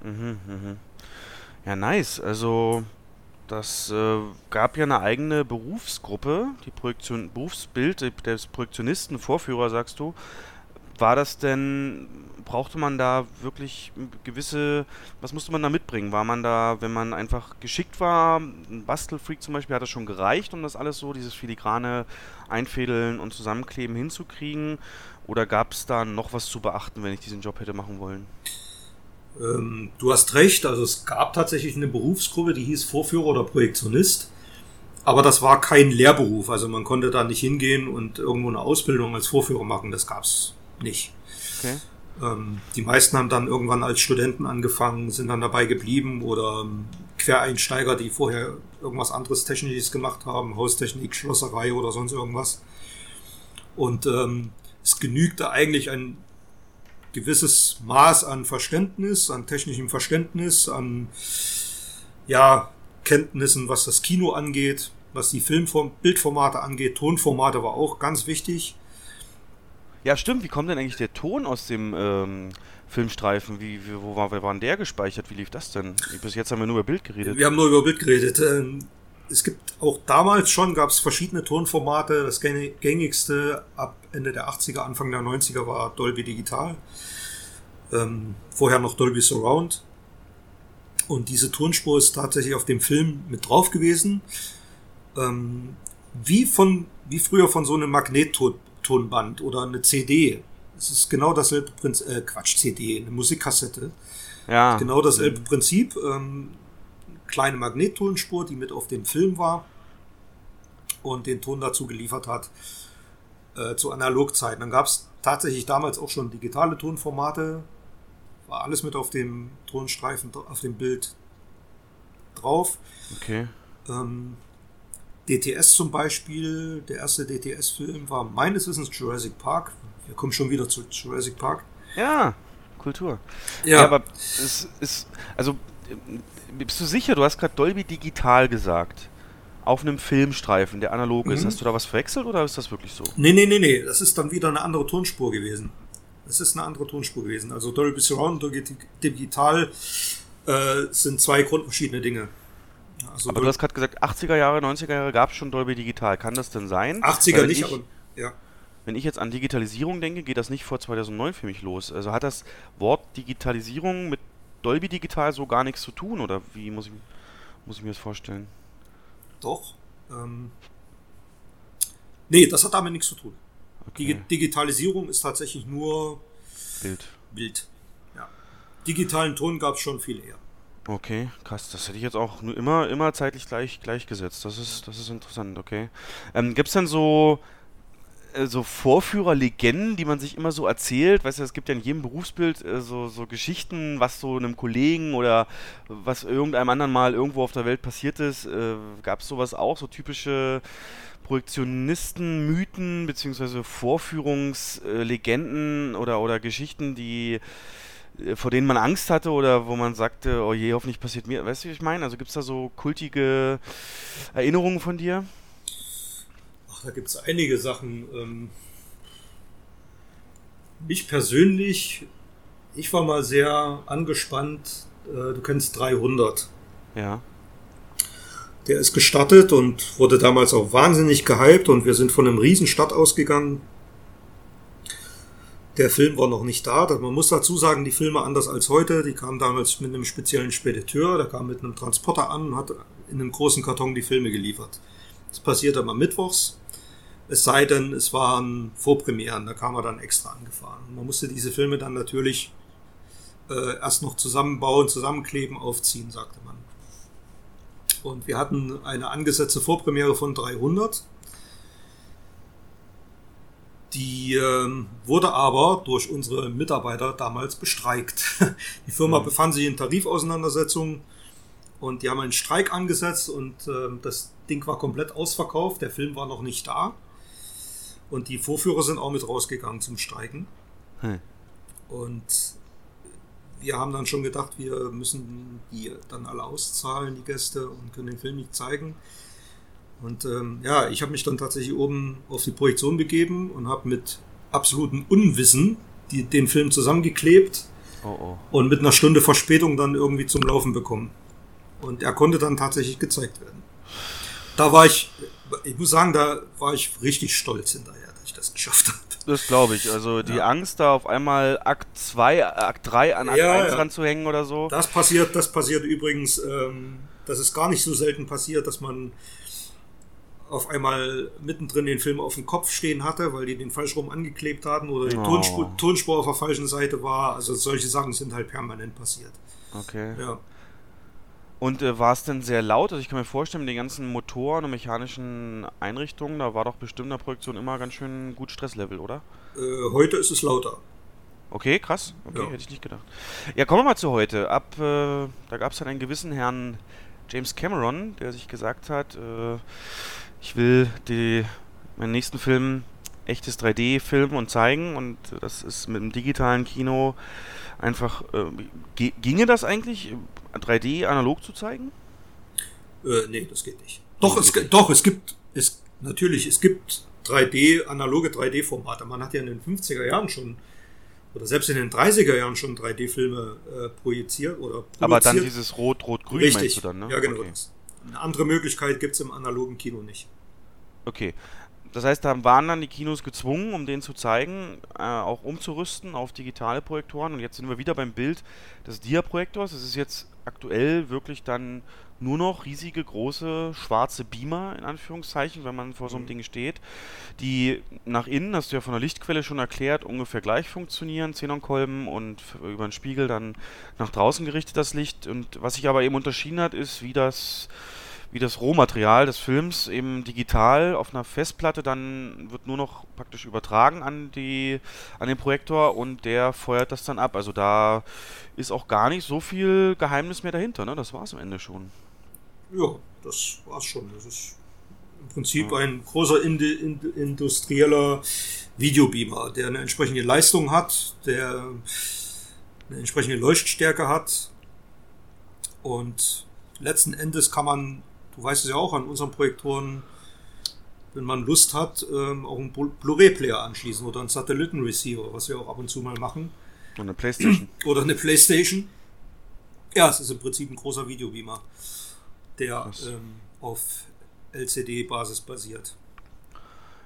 Ja, nice. Also das gab ja eine eigene Berufsgruppe, die Berufsbild des Projektionisten, Vorführer, sagst du. War das denn, brauchte man da wirklich was musste man da mitbringen? War man da, wenn man einfach geschickt war, ein Bastelfreak zum Beispiel, hat das schon gereicht, um das alles so, dieses filigrane Einfädeln und Zusammenkleben hinzukriegen? Oder gab es da noch was zu beachten, wenn ich diesen Job hätte machen wollen? Du hast recht, also es gab tatsächlich eine Berufsgruppe, die hieß Vorführer oder Projektionist. Aber das war kein Lehrberuf, also man konnte da nicht hingehen und irgendwo eine Ausbildung als Vorführer machen, das gab's nicht. Okay. Die meisten haben dann irgendwann als Studenten angefangen, sind dann dabei geblieben oder Quereinsteiger, die vorher irgendwas anderes Technisches gemacht haben, Haustechnik, Schlosserei oder sonst irgendwas. Und es genügte eigentlich ein gewisses Maß an Verständnis, an technischem Verständnis, an Kenntnissen, was das Kino angeht, was die Bildformate angeht. Tonformate war auch ganz wichtig. Ja, stimmt. Wie kommt denn eigentlich der Ton aus dem Filmstreifen? Wo war denn der gespeichert? Wie lief das denn? Bis jetzt haben wir nur über Bild geredet. Wir haben nur über Bild geredet. Es gibt auch damals schon, gab es verschiedene Tonformate. Das gängigste ab Ende der 80er, Anfang der 90er war Dolby Digital. Vorher noch Dolby Surround. Und diese Tonspur ist tatsächlich auf dem Film mit drauf gewesen. Wie früher von so einem Magnettonband oder eine CD. Es ist genau dasselbe Prinzip, CD, eine Musikkassette. Ja. Genau dasselbe Prinzip. Kleine Magnettonspur, die mit auf dem Film war und den Ton dazu geliefert hat zu Analogzeiten. Dann gab es tatsächlich damals auch schon digitale Tonformate. War alles mit auf dem Tonstreifen, auf dem Bild drauf. Okay. DTS zum Beispiel, der erste DTS-Film war meines Wissens Jurassic Park. Wir kommen schon wieder zu Jurassic Park. Ja, Kultur. Ja, aber es ist, also bist du sicher, du hast gerade Dolby Digital gesagt, auf einem Filmstreifen, der analog ist. Hast du da was verwechselt oder ist das wirklich so? Nee, das ist dann wieder eine andere Tonspur gewesen. Also Dolby Surround und Dolby Digital sind zwei grundverschiedene Dinge. Also aber du hast gerade gesagt, 80er Jahre, 90er Jahre gab es schon Dolby Digital. Kann das denn sein? 80er nicht, aber ja. Wenn ich jetzt an Digitalisierung denke, geht das nicht vor 2009 für mich los. Also hat das Wort Digitalisierung mit Dolby Digital so gar nichts zu tun? Oder wie muss ich mir das vorstellen? Doch. Nee, das hat damit nichts zu tun. Okay. Digitalisierung ist tatsächlich nur Bild. Ja. Digitalen Ton gab es schon viel eher. Okay, krass. Das hätte ich jetzt auch nur immer zeitlich gleichgesetzt. Das ist interessant, okay. Gibt es denn so Vorführerlegenden, die man sich immer so erzählt? Weißt du, es gibt ja in jedem Berufsbild so Geschichten, was so einem Kollegen oder was irgendeinem anderen mal irgendwo auf der Welt passiert ist. Gab es sowas auch, so typische Projektionisten, Mythen beziehungsweise Vorführungslegenden oder Geschichten, vor denen man Angst hatte oder wo man sagte, oh je, hoffentlich passiert mir. Weißt du, wie ich meine? Also gibt es da so kultige Erinnerungen von dir? Ach, da gibt es einige Sachen. Mich persönlich, ich war mal sehr angespannt. Du kennst 300. Ja. Der ist gestartet und wurde damals auch wahnsinnig gehypt und wir sind von einem Riesenstart ausgegangen. Der Film war noch nicht da. Man muss dazu sagen, die Filme anders als heute. Die kamen damals mit einem speziellen Spediteur. Der kam mit einem Transporter an und hat in einem großen Karton die Filme geliefert. Das passierte immer mittwochs. Es sei denn, es waren Vorpremieren. Da kam er dann extra angefahren. Man musste diese Filme dann natürlich erst noch zusammenbauen, zusammenkleben, aufziehen, sagte man. Und wir hatten eine angesetzte Vorpremiere von 300. Die wurde aber durch unsere Mitarbeiter damals bestreikt. Die Firma befand sich in Tarifauseinandersetzungen und die haben einen Streik angesetzt und das Ding war komplett ausverkauft. Der Film war noch nicht da und die Vorführer sind auch mit rausgegangen zum Streiken. Und wir haben dann schon gedacht, wir müssen die dann alle auszahlen, die Gäste, und können den Film nicht zeigen. Und ich habe mich dann tatsächlich oben auf die Projektion begeben und habe mit absolutem Unwissen den Film zusammengeklebt und mit einer Stunde Verspätung dann irgendwie zum Laufen bekommen. Und er konnte dann tatsächlich gezeigt werden. Da war ich muss sagen, da war ich richtig stolz hinterher, dass ich das geschafft habe. Das glaube ich. Also die Angst, da auf einmal Akt 2, Akt 3 an Akt 1 ranzuhängen oder so. Das passiert übrigens, das ist gar nicht so selten passiert, dass man auf einmal mittendrin den Film auf dem Kopf stehen hatte, weil die den falsch rum angeklebt hatten oder die Tonspur auf der falschen Seite war. Also solche Sachen sind halt permanent passiert. Okay. Ja. Und war es denn sehr laut? Also ich kann mir vorstellen, mit den ganzen Motoren und mechanischen Einrichtungen, da war doch bestimmt in der Produktion immer ganz schön gut Stresslevel, oder? Heute ist es lauter. Okay, krass. Okay, hätte ich nicht gedacht. Ja, kommen wir mal zu heute. Da gab es dann einen gewissen Herrn James Cameron, der sich gesagt hat, ich will meinen nächsten Film echtes 3D filmen und zeigen, und das ist mit dem digitalen Kino einfach, ginge das eigentlich, 3D analog zu zeigen? Nee, das geht nicht. Es gibt analoge 3D-Formate. Man hat ja in den 50er Jahren schon, oder selbst in den 30er Jahren schon 3D-Filme projiziert oder produziert. Aber dann dieses Rot-Rot-Grün meinst du dann, ne? Ja, genau. Okay. Eine andere Möglichkeit gibt es im analogen Kino nicht. Okay. Das heißt, da waren dann die Kinos gezwungen, um den zu zeigen, auch umzurüsten auf digitale Projektoren. Und jetzt sind wir wieder beim Bild des Dia-Projektors. Es ist jetzt aktuell wirklich dann nur noch riesige, große, schwarze Beamer, in Anführungszeichen, wenn man vor so einem Ding steht, die nach innen, hast du ja von der Lichtquelle schon erklärt, ungefähr gleich funktionieren, Xenonkolben, und über den Spiegel dann nach draußen gerichtet das Licht. Und was sich aber eben unterschieden hat, ist, wie das Rohmaterial des Films eben digital auf einer Festplatte dann wird nur noch praktisch übertragen an den Projektor, und der feuert das dann ab. Also da ist auch gar nicht so viel Geheimnis mehr dahinter, ne? Das war's am Ende schon. Ja, das war's schon. Das ist im Prinzip ein großer industrieller Videobeamer, der eine entsprechende Leistung hat, der eine entsprechende Leuchtstärke hat, und letzten Endes kann man, du weißt es ja auch, an unseren Projektoren, wenn man Lust hat, auch einen Blu-ray-Player anschließen oder einen Satellitenreceiver, was wir auch ab und zu mal machen. Und eine Playstation. Oder eine Playstation. Ja, es ist im Prinzip ein großer Videobeamer, der auf LCD-Basis basiert.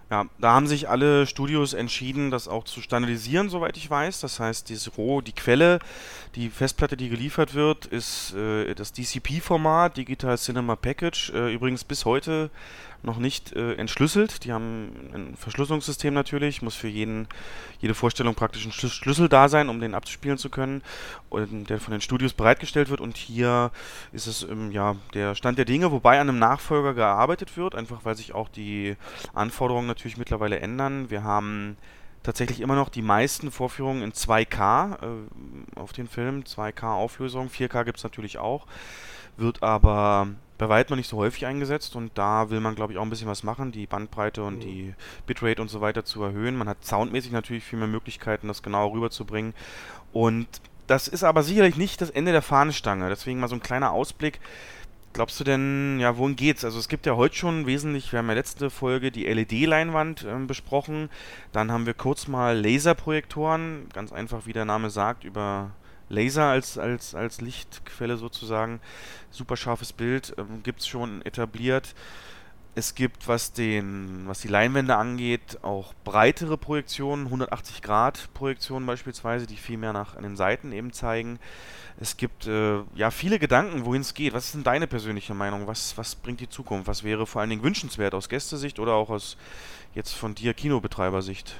Ja, da haben sich alle Studios entschieden, das auch zu standardisieren, soweit ich weiß. Das heißt, die Quelle, die Festplatte, die geliefert wird, ist das DCP-Format, Digital Cinema Package, übrigens bis heute noch nicht entschlüsselt. Die haben ein Verschlüsselungssystem natürlich, muss für jede Vorstellung praktisch ein Schlüssel da sein, um den abzuspielen zu können, und der von den Studios bereitgestellt wird. Und hier ist es ja der Stand der Dinge, wobei an einem Nachfolger gearbeitet wird, einfach weil sich auch die Anforderungen natürlich mittlerweile ändern. Wir haben tatsächlich immer noch die meisten Vorführungen in 2K auf den Film, 2K Auflösung, 4K gibt es natürlich auch, wird aber bei weitem noch nicht so häufig eingesetzt, und da will man, glaube ich, auch ein bisschen was machen, die Bandbreite und die Bitrate und so weiter zu erhöhen. Man hat soundmäßig natürlich viel mehr Möglichkeiten, das genau rüberzubringen, und das ist aber sicherlich nicht das Ende der Fahnenstange, deswegen mal so ein kleiner Ausblick. Glaubst du denn, ja, wohin geht's? Also es gibt ja heute schon wesentlich, wir haben ja letzte Folge die LED-Leinwand besprochen, dann haben wir kurz mal Laserprojektoren, ganz einfach, wie der Name sagt, über Laser als Lichtquelle sozusagen, super scharfes Bild, gibt's schon etabliert. Es gibt, was die Leinwände angeht, auch breitere Projektionen, 180 Grad Projektionen beispielsweise, die viel mehr an den Seiten eben zeigen. Es gibt ja viele Gedanken, wohin es geht. Was ist denn deine persönliche Meinung? Was bringt die Zukunft? Was wäre vor allen Dingen wünschenswert aus Gästesicht oder auch aus jetzt von dir Kinobetreibersicht?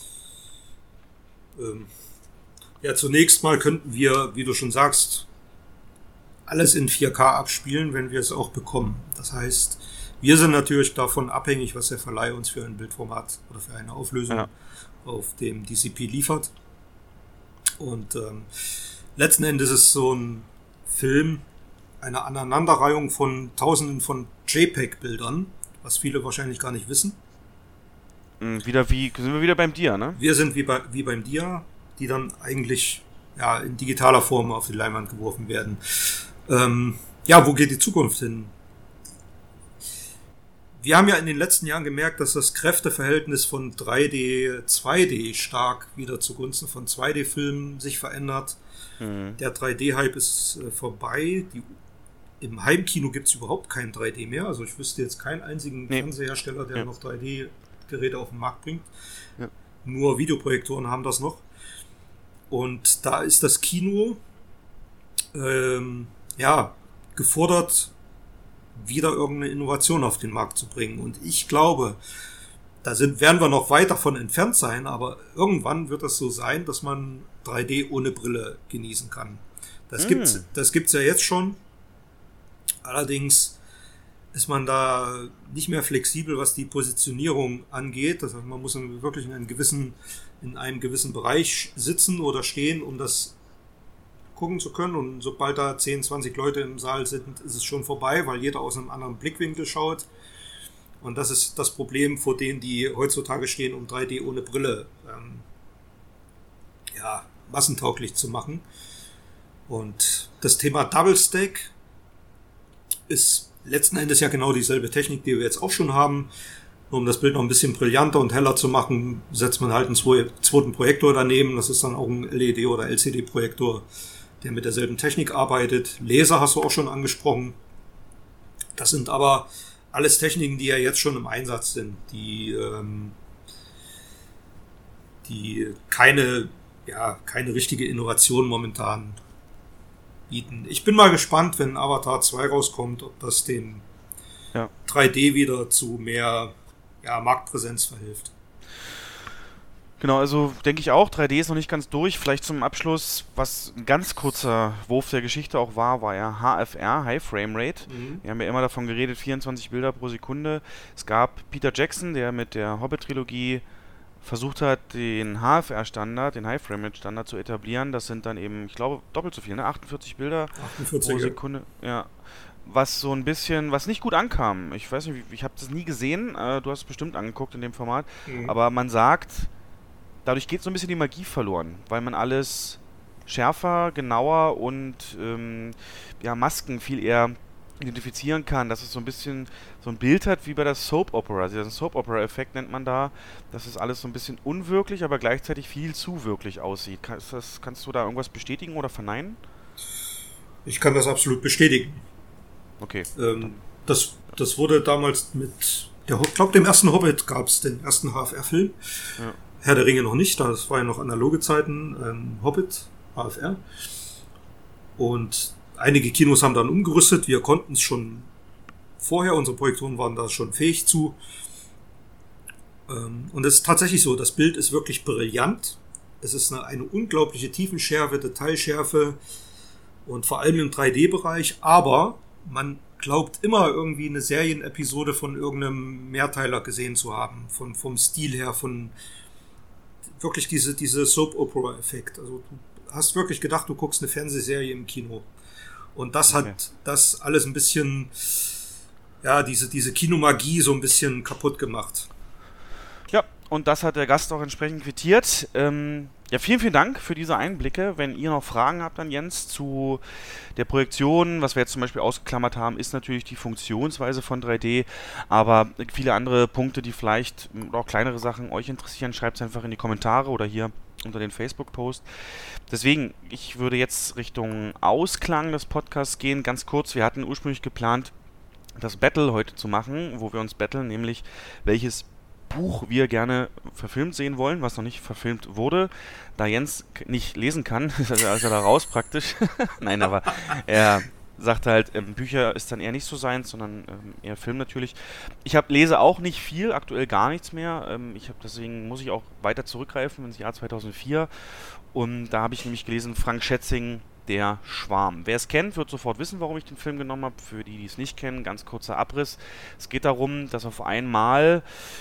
Ja, zunächst mal könnten wir, wie du schon sagst, alles in 4K abspielen, wenn wir es auch bekommen. Das heißt, wir sind natürlich davon abhängig, was der Verleih uns für ein Bildformat oder für eine Auflösung auf dem DCP liefert. Und letzten Endes ist so ein Film eine Aneinanderreihung von Tausenden von JPEG-Bildern, was viele wahrscheinlich gar nicht wissen. Sind wir wieder beim Dia, ne? Wir sind wie beim Dia, die dann eigentlich ja in digitaler Form auf die Leinwand geworfen werden. Ja, wo geht die Zukunft hin? Wir haben ja in den letzten Jahren gemerkt, dass das Kräfteverhältnis von 3D, 2D stark wieder zugunsten von 2D-Filmen sich verändert. Der 3D-Hype ist vorbei. Im Heimkino gibt es überhaupt kein 3D mehr. Also ich wüsste jetzt keinen einzigen Fernsehersteller, der noch 3D-Geräte auf den Markt bringt. Ja. Nur Videoprojektoren haben das noch. Und da ist das Kino gefordert, wieder irgendeine Innovation auf den Markt zu bringen. Und ich glaube, werden wir noch weit davon entfernt sein, aber irgendwann wird es so sein, dass man 3D ohne Brille genießen kann. Das gibt's ja jetzt schon. Allerdings ist man da nicht mehr flexibel, was die Positionierung angeht. Das heißt, man muss wirklich in einem gewissen Bereich sitzen oder stehen, um das gucken zu können, und sobald da 10, 20 Leute im Saal sind, ist es schon vorbei, weil jeder aus einem anderen Blickwinkel schaut, und das ist das Problem, vor denen die heutzutage stehen, um 3D ohne Brille massentauglich zu machen. Und das Thema Double Stack ist letzten Endes ja genau dieselbe Technik, die wir jetzt auch schon haben. Nur um das Bild noch ein bisschen brillanter und heller zu machen, setzt man halt einen zweiten Projektor daneben. Das ist dann auch ein LED- oder LCD-Projektor, der mit derselben Technik arbeitet. Laser hast du auch schon angesprochen. Das sind aber alles Techniken, die ja jetzt schon im Einsatz sind, die keine richtige Innovation momentan bieten. Ich bin mal gespannt, wenn Avatar 2 rauskommt, ob das dem 3D wieder zu mehr Marktpräsenz verhilft. Genau, also denke ich auch, 3D ist noch nicht ganz durch. Vielleicht zum Abschluss, was ein ganz kurzer Wurf der Geschichte auch war ja HFR, High Frame Rate. Wir haben ja immer davon geredet, 24 Bilder pro Sekunde. Es gab Peter Jackson, der mit der Hobbit-Trilogie versucht hat, den HFR-Standard, den High Frame Rate Standard zu etablieren. Das sind dann eben, ich glaube, doppelt so viel, ne? 48 Bilder pro Sekunde. Ja. Was so ein bisschen, was nicht gut ankam. Ich weiß nicht, ich habe das nie gesehen. Du hast es bestimmt angeguckt in dem Format. Aber man sagt, dadurch geht so ein bisschen die Magie verloren, weil man alles schärfer, genauer und Masken viel eher identifizieren kann, dass es so ein bisschen so ein Bild hat wie bei der Soap Opera. Also den Soap Opera Effekt nennt man da, dass es alles so ein bisschen unwirklich, aber gleichzeitig viel zu wirklich aussieht. Kannst du da irgendwas bestätigen oder verneinen? Ich kann das absolut bestätigen. Okay. Das wurde damals mit Ich glaube, dem ersten Hobbit gab es den ersten HFR-Film. Ja. Herr der Ringe noch nicht, das war ja noch analoge Zeiten. Hobbit, HFR. Und einige Kinos haben dann umgerüstet. Wir konnten es schon vorher, unsere Projektoren waren da schon fähig zu. Und es ist tatsächlich so, das Bild ist wirklich brillant. Es ist eine unglaubliche Tiefenschärfe, Detailschärfe und vor allem im 3D-Bereich. Aber man glaubt immer irgendwie eine Serienepisode von irgendeinem Mehrteiler gesehen zu haben. Vom Stil her, von wirklich diese Soap-Opera-Effekt. Also du hast wirklich gedacht, du guckst eine Fernsehserie im Kino. Und das hat das alles ein bisschen, ja, diese Kinomagie so ein bisschen kaputt gemacht. Ja, und das hat der Gast auch entsprechend quittiert. Ja, vielen Dank für diese Einblicke. Wenn ihr noch Fragen habt an Jens zu der Projektion, was wir jetzt zum Beispiel ausgeklammert haben, ist natürlich die Funktionsweise von 3D, aber viele andere Punkte, die vielleicht oder auch kleinere Sachen euch interessieren, schreibt es einfach in die Kommentare oder hier unter den Facebook-Post. Deswegen, ich würde jetzt Richtung Ausklang des Podcasts gehen. Ganz kurz, wir hatten ursprünglich geplant, das Battle heute zu machen, wo wir uns battlen, nämlich welches Buch wir gerne verfilmt sehen wollen, was noch nicht verfilmt wurde. Da Jens nicht lesen kann, ist er da raus praktisch. Nein, aber er sagt halt, Bücher ist dann eher nicht so seins, sondern eher Film natürlich. Ich lese auch nicht viel, aktuell gar nichts mehr. Deswegen muss ich auch weiter zurückgreifen ins Jahr 2004. Und da habe ich nämlich gelesen, Frank Schätzing, Der Schwarm. Wer es kennt, wird sofort wissen, warum ich den Film genommen habe. Für die, die es nicht kennen, ganz kurzer Abriss. Es geht darum, dass auf einmal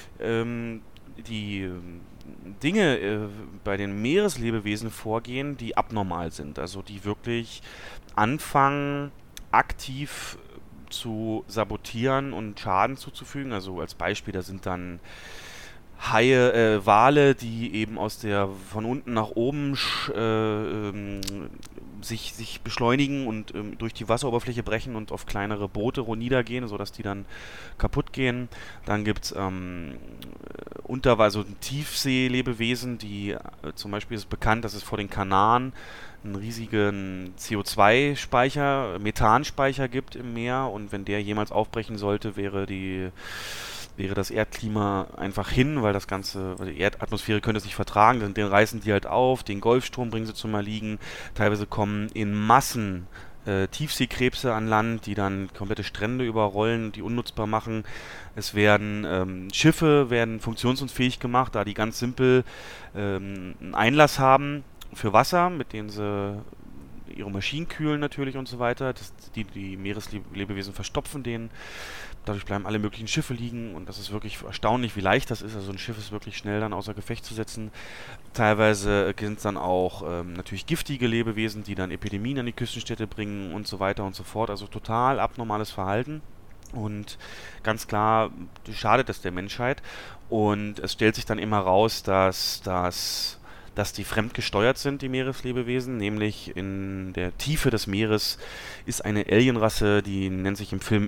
die Dinge bei den Meereslebewesen vorgehen, die abnormal sind. Also die wirklich anfangen, aktiv zu sabotieren und Schaden zuzufügen. Also als Beispiel, da sind dann Haie, Wale, die eben von unten nach oben sich beschleunigen und durch die Wasseroberfläche brechen und auf kleinere Boote niedergehen, sodass die dann kaputt gehen. Dann gibt es Tiefseelebewesen, die zum Beispiel ist bekannt, dass es vor den Kanaren einen riesigen CO2-Speicher, Methanspeicher gibt im Meer, und wenn der jemals aufbrechen sollte, wäre das Erdklima einfach hin, weil die Erdatmosphäre könnte es nicht vertragen, den reißen die halt auf, den Golfstrom bringen sie zum Erliegen, teilweise kommen in Massen Tiefseekrebse an Land, die dann komplette Strände überrollen, die unnutzbar machen. Es werden Schiffe werden funktionsunfähig gemacht, da die ganz simpel einen Einlass haben für Wasser, mit denen sie ihre Maschinen kühlen natürlich und so weiter. Die Meereslebewesen verstopfen den. Dadurch bleiben alle möglichen Schiffe liegen, und das ist wirklich erstaunlich, wie leicht das ist. Also ein Schiff ist wirklich schnell dann außer Gefecht zu setzen. Teilweise sind es dann auch natürlich giftige Lebewesen, die dann Epidemien an die Küstenstädte bringen und so weiter und so fort. Also total abnormales Verhalten. Und ganz klar schadet es der Menschheit. Und es stellt sich dann immer raus, dass die fremdgesteuert sind, die Meereslebewesen, nämlich in der Tiefe des Meeres ist eine Alienrasse, die nennt sich im Film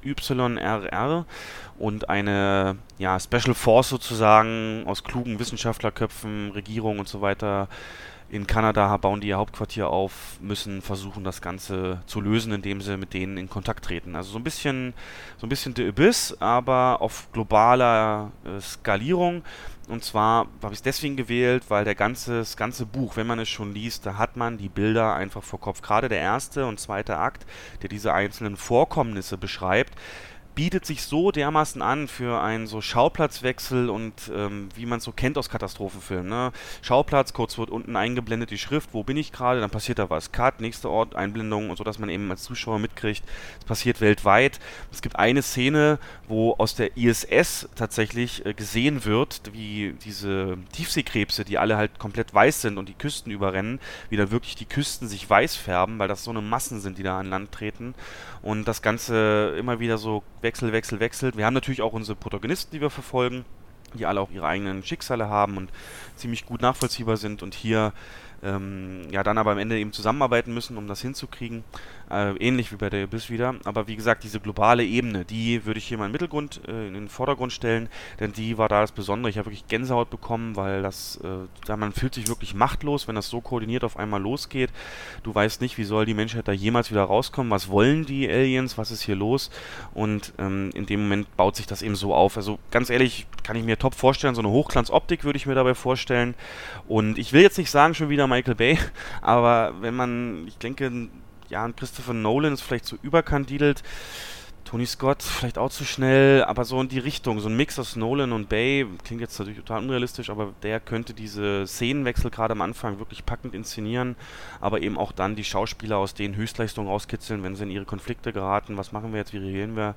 YRR, und eine Special Force sozusagen aus klugen Wissenschaftlerköpfen, Regierung und so weiter. In Kanada bauen die ihr Hauptquartier auf, müssen versuchen, das Ganze zu lösen, indem sie mit denen in Kontakt treten. Also so ein bisschen The Abyss, aber auf globaler Skalierung. Und zwar habe ich es deswegen gewählt, weil das ganze Buch, wenn man es schon liest, da hat man die Bilder einfach vor Kopf. Gerade der erste und zweite Akt, der diese einzelnen Vorkommnisse beschreibt, bietet sich so dermaßen an für einen so Schauplatzwechsel und wie man es so kennt aus Katastrophenfilmen. Ne? Schauplatz, kurz wird unten eingeblendet die Schrift, wo bin ich gerade, dann passiert da was. Cut, nächster Ort, Einblendung, und so, dass man eben als Zuschauer mitkriegt, es passiert weltweit. Es gibt eine Szene, wo aus der ISS tatsächlich gesehen wird, wie diese Tiefseekrebse, die alle halt komplett weiß sind und die Küsten überrennen, wie dann wirklich die Küsten sich weiß färben, weil das so eine Massen sind, die da an Land treten. Und das Ganze immer wieder so wechselt. Wir haben natürlich auch unsere Protagonisten, die wir verfolgen, die alle auch ihre eigenen Schicksale haben und ziemlich gut nachvollziehbar sind. Und hier ja, dann aber am Ende eben zusammenarbeiten müssen, um das hinzukriegen. Ähnlich wie bei der Abyss wieder. Aber wie gesagt, diese globale Ebene, die würde ich hier mal in den Vordergrund stellen, denn die war da das Besondere. Ich habe wirklich Gänsehaut bekommen, weil man fühlt sich wirklich machtlos, wenn das so koordiniert auf einmal losgeht. Du weißt nicht, wie soll die Menschheit da jemals wieder rauskommen, was wollen die Aliens, was ist hier los? Und in dem Moment baut sich das eben so auf. Also ganz ehrlich, kann ich mir top vorstellen, so eine Hochglanzoptik würde ich mir dabei vorstellen. Und ich will jetzt nicht sagen, schon wieder Michael Bay, aber ich denke, ja, Christopher Nolan ist vielleicht zu überkandidelt, Tony Scott vielleicht auch zu schnell, aber so in die Richtung, so ein Mix aus Nolan und Bay, klingt jetzt natürlich total unrealistisch, aber der könnte diese Szenenwechsel gerade am Anfang wirklich packend inszenieren, aber eben auch dann die Schauspieler aus denen Höchstleistung rauskitzeln, wenn sie in ihre Konflikte geraten, was machen wir jetzt, wie reagieren wir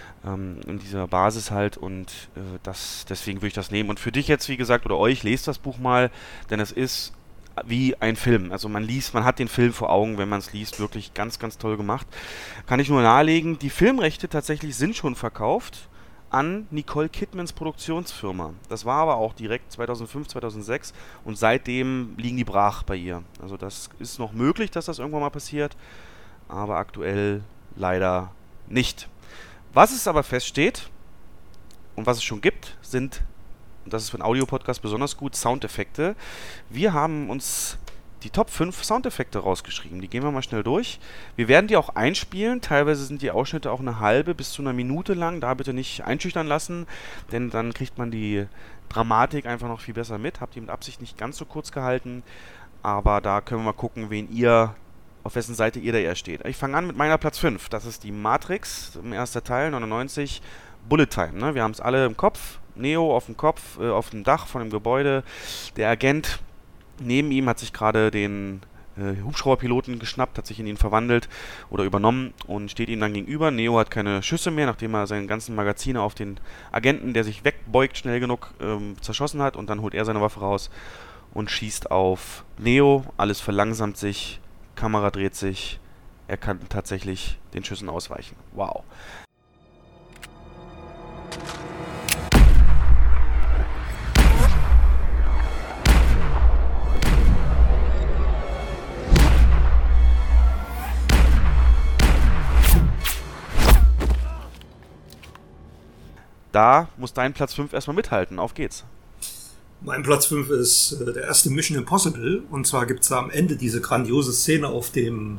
in dieser Basis halt und deswegen würde ich das nehmen. Und für dich jetzt, wie gesagt, oder euch, lest das Buch mal, denn es ist wie ein Film. Also man hat den Film vor Augen, wenn man es liest. Wirklich ganz, ganz toll gemacht. Kann ich nur nahelegen, die Filmrechte tatsächlich sind schon verkauft an Nicole Kidmans Produktionsfirma. Das war aber auch direkt 2005, 2006 und seitdem liegen die brach bei ihr. Also das ist noch möglich, dass das irgendwann mal passiert, aber aktuell leider nicht. Was es aber feststeht und was es schon gibt, sind, und das ist für einen Audiopodcast besonders gut, Soundeffekte. Wir haben uns die Top 5 Soundeffekte rausgeschrieben. Die gehen wir mal schnell durch. Wir werden die auch einspielen. Teilweise sind die Ausschnitte auch eine halbe bis zu einer Minute lang. Da bitte nicht einschüchtern lassen, denn dann kriegt man die Dramatik einfach noch viel besser mit. Habt ihr mit Absicht nicht ganz so kurz gehalten, aber da können wir mal gucken, auf wessen Seite ihr da eher steht. Ich fange an mit meiner Platz 5. Das ist die Matrix, im ersten Teil, 99, Bullet Time. Ne? Wir haben es alle im Kopf. Neo auf dem Kopf, auf dem Dach von dem Gebäude. Der Agent neben ihm hat sich gerade den Hubschrauberpiloten geschnappt, hat sich in ihn verwandelt oder übernommen und steht ihm dann gegenüber. Neo hat keine Schüsse mehr, nachdem er seine ganzen Magazine auf den Agenten, der sich wegbeugt, schnell genug zerschossen hat. Und dann holt er seine Waffe raus und schießt auf Neo. Alles verlangsamt sich, Kamera dreht sich. Er kann tatsächlich den Schüssen ausweichen. Wow. Da muss dein Platz 5 erstmal mithalten. Auf geht's. Mein Platz 5 ist der erste Mission Impossible. Und zwar gibt es da am Ende diese grandiose Szene auf dem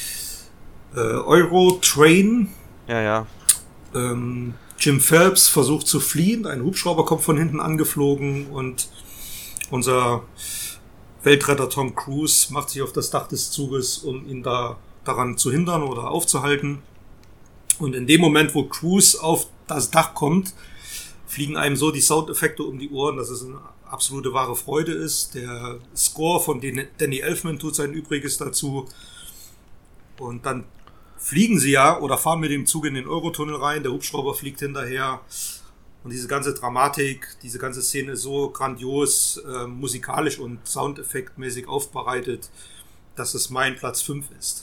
Euro-Train. Ja. Jim Phelps versucht zu fliehen. Ein Hubschrauber kommt von hinten angeflogen und unser Weltretter Tom Cruise macht sich auf das Dach des Zuges, um ihn daran zu hindern oder aufzuhalten. Und in dem Moment, wo Cruise auf das Dach kommt, fliegen einem so die Soundeffekte um die Ohren, dass es eine absolute wahre Freude ist. Der Score von Danny Elfman tut sein Übriges dazu. Und dann fliegen sie fahren mit dem Zug in den Eurotunnel rein, der Hubschrauber fliegt hinterher. Und diese ganze Dramatik, diese ganze Szene ist so grandios, musikalisch und soundeffektmäßig aufbereitet, dass es mein Platz 5 ist.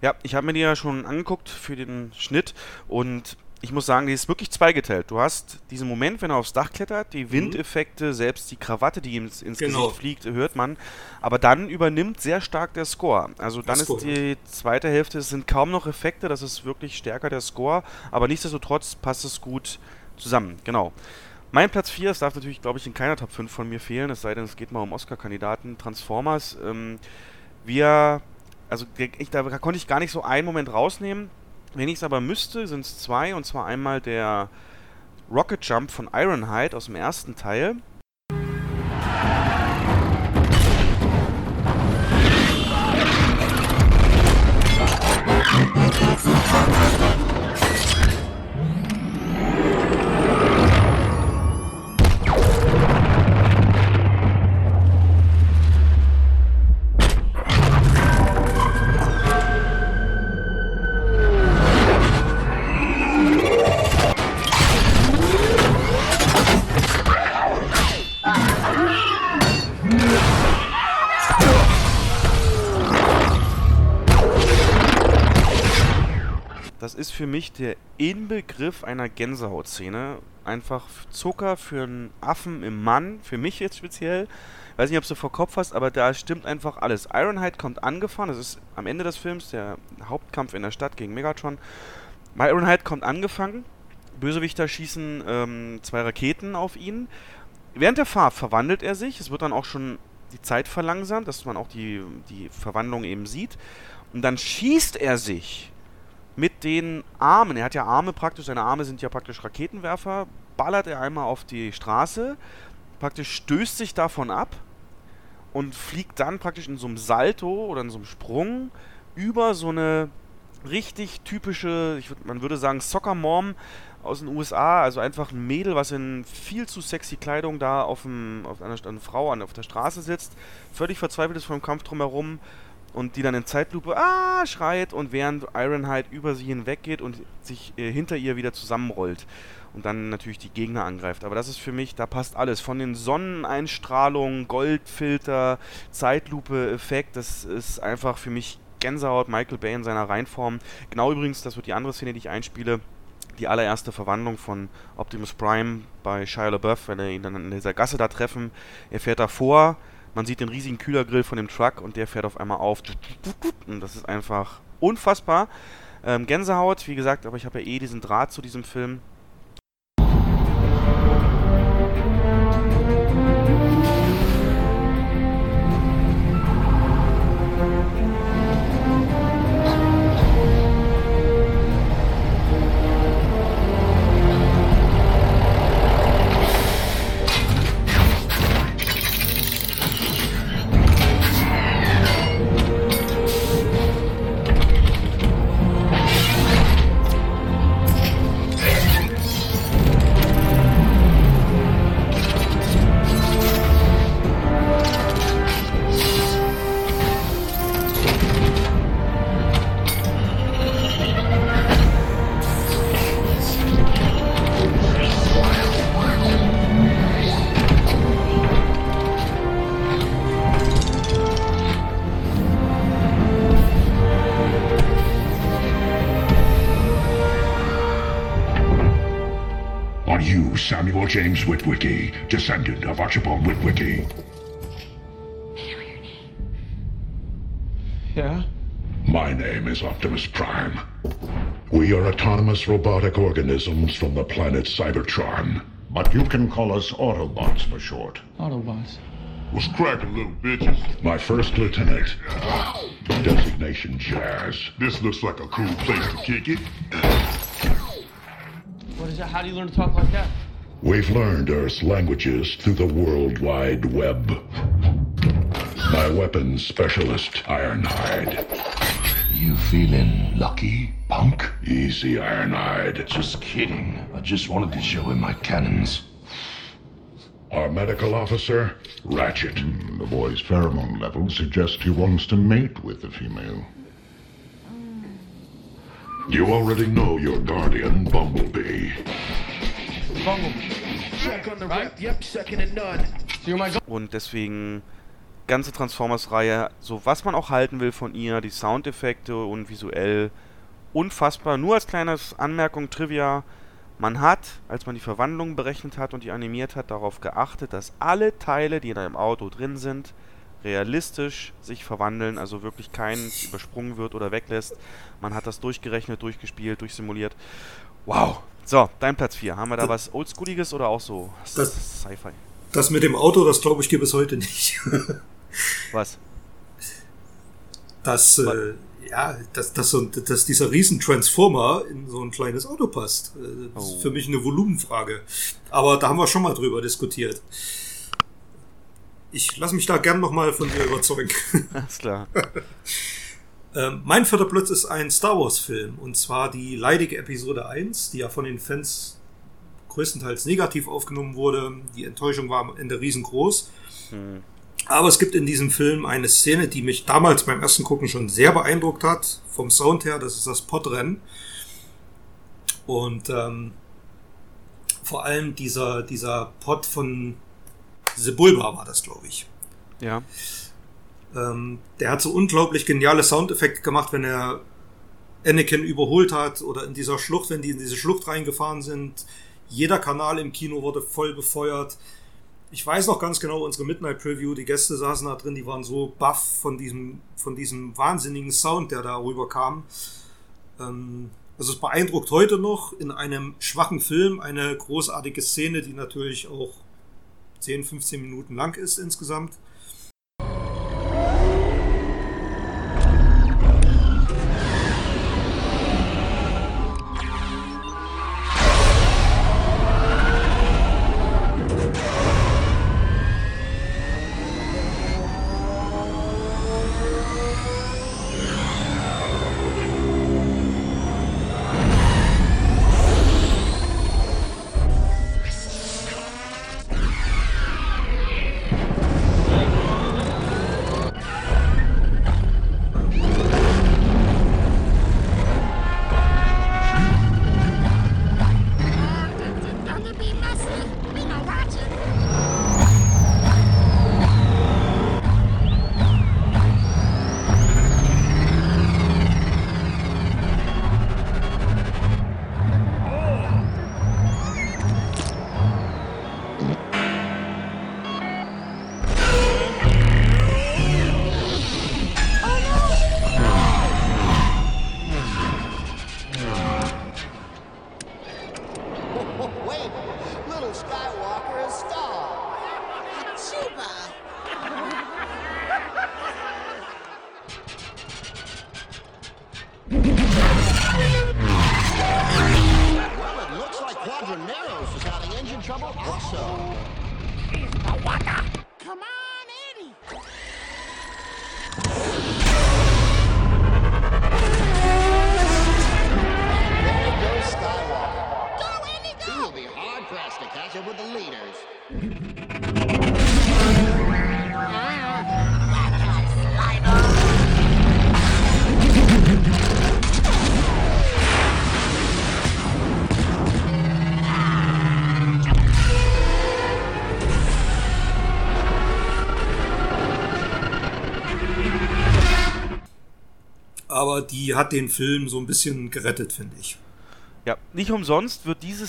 Ja, ich habe mir die ja schon angeguckt für den Schnitt und ich muss sagen, die ist wirklich zweigeteilt. Du hast diesen Moment, wenn er aufs Dach klettert, die Windeffekte, selbst die Krawatte, die ihm ins Gesicht fliegt, hört man. Aber dann übernimmt sehr stark der Score. Also dann ist die zweite Hälfte, es sind kaum noch Effekte, das ist wirklich stärker der Score. Aber nichtsdestotrotz passt es gut zusammen, genau. Mein Platz 4, es darf natürlich, glaube ich, in keiner Top 5 von mir fehlen, es sei denn, es geht mal um Oscar-Kandidaten. Transformers, da konnte ich gar nicht so einen Moment rausnehmen. Wenn ich es aber müsste, sind es zwei, und zwar einmal der Rocket Jump von Ironhide aus dem ersten Teil. Das ist für mich der Inbegriff einer Gänsehautszene. Einfach Zucker für einen Affen im Mann, für mich jetzt speziell. Weiß nicht, ob du vor Kopf hast, aber da stimmt einfach alles. Ironhide kommt angefahren, das ist am Ende des Films der Hauptkampf in der Stadt gegen Megatron. Ironhide kommt angefangen, Bösewichter schießen 2 Raketen auf ihn. Während der Fahrt verwandelt er sich, es wird dann auch schon die Zeit verlangsamt, dass man auch die Verwandlung eben sieht. Und dann schießt er sich mit den Armen, er hat ja Arme praktisch, seine Arme sind ja praktisch Raketenwerfer, ballert er einmal auf die Straße, praktisch stößt sich davon ab und fliegt dann praktisch in so einem Salto oder in so einem Sprung über so eine richtig typische, man würde sagen Soccer-Mom aus den USA, also einfach ein Mädel, was in viel zu sexy Kleidung da auf einer Frau auf der Straße sitzt, völlig verzweifelt ist vom Kampf drumherum. Und die dann in Zeitlupe schreit, und während Ironhide über sie hinweggeht und sich hinter ihr wieder zusammenrollt und dann natürlich die Gegner angreift. Aber das ist für mich, da passt alles. Von den Sonneneinstrahlungen, Goldfilter, Zeitlupe-Effekt, das ist einfach für mich Gänsehaut, Michael Bay in seiner Reinform. Genau übrigens, das wird die andere Szene, die ich einspiele, die allererste Verwandlung von Optimus Prime bei Shia LaBeouf, wenn er ihn dann in dieser Gasse da treffen. Er fährt davor. Man sieht den riesigen Kühlergrill von dem Truck und der fährt auf einmal auf. Und das ist einfach unfassbar. Gänsehaut, wie gesagt, aber ich habe ja diesen Draht zu diesem Film. Samuel James Witwicky, descendant of Archibald Witwicky. Yeah? My name is Optimus Prime. We are autonomous robotic organisms from the planet Cybertron. But you can call us Autobots for short. Autobots. What's cracking, little bitches? My first lieutenant. Designation Jazz. This looks like a cool place to kick it. What is that? How do you learn to talk like that? We've learned Earth's languages through the World Wide Web. My weapons specialist, Ironhide. You feeling lucky, punk? Easy, Ironhide. Just kidding. I just wanted to show him my cannons. Our medical officer, Ratchet. The boy's pheromone levels suggest he wants to mate with the female. You already know your guardian, Bumblebee. Bumblebee. Check on the right. Yep, second and none. So you're my Und deswegen ganze Transformers-Reihe, so was man auch halten will von ihr, die Soundeffekte und visuell unfassbar. Nur als kleines Anmerkung, Trivia, man hat, als man die Verwandlung berechnet hat und die animiert hat, darauf geachtet, dass alle Teile, die in einem Auto drin sind, realistisch sich verwandeln, also wirklich kein übersprungen wird oder weglässt. Man hat das durchgerechnet, durchgespielt, durchsimuliert. Wow. So, dein Platz 4. Haben wir da was Oldschooliges oder auch so Sci-Fi? Das mit dem Auto, das glaube ich, gibt es heute nicht. Was? Dass dieser riesen Transformer in so ein kleines Auto passt. Das ist für mich eine Volumenfrage. Aber da haben wir schon mal drüber diskutiert. Ich lasse mich da gern nochmal von dir überzeugen. Alles klar. Mein 4. Platz ist ein Star Wars Film. Und zwar die leidige Episode 1, die ja von den Fans größtenteils negativ aufgenommen wurde. Die Enttäuschung war am Ende riesengroß. Aber es gibt in diesem Film eine Szene, die mich damals beim ersten Gucken schon sehr beeindruckt hat. Vom Sound her, das ist das Podrennen. Und vor allem dieser Pod von Sebulba war das, glaube ich. Ja. Der hat so unglaublich geniale Soundeffekte gemacht, wenn er Anakin überholt hat oder in dieser Schlucht, wenn die in diese Schlucht reingefahren sind. Jeder Kanal im Kino wurde voll befeuert. Ich weiß noch ganz genau, unsere Midnight Preview, die Gäste saßen da drin, die waren so baff von diesem wahnsinnigen Sound, der da rüberkam. Also es beeindruckt heute noch in einem schwachen Film eine großartige Szene, die natürlich auch 10, 15 Minuten lang ist insgesamt. Aber die hat den Film so ein bisschen gerettet, finde ich. Ja, nicht umsonst wurde diese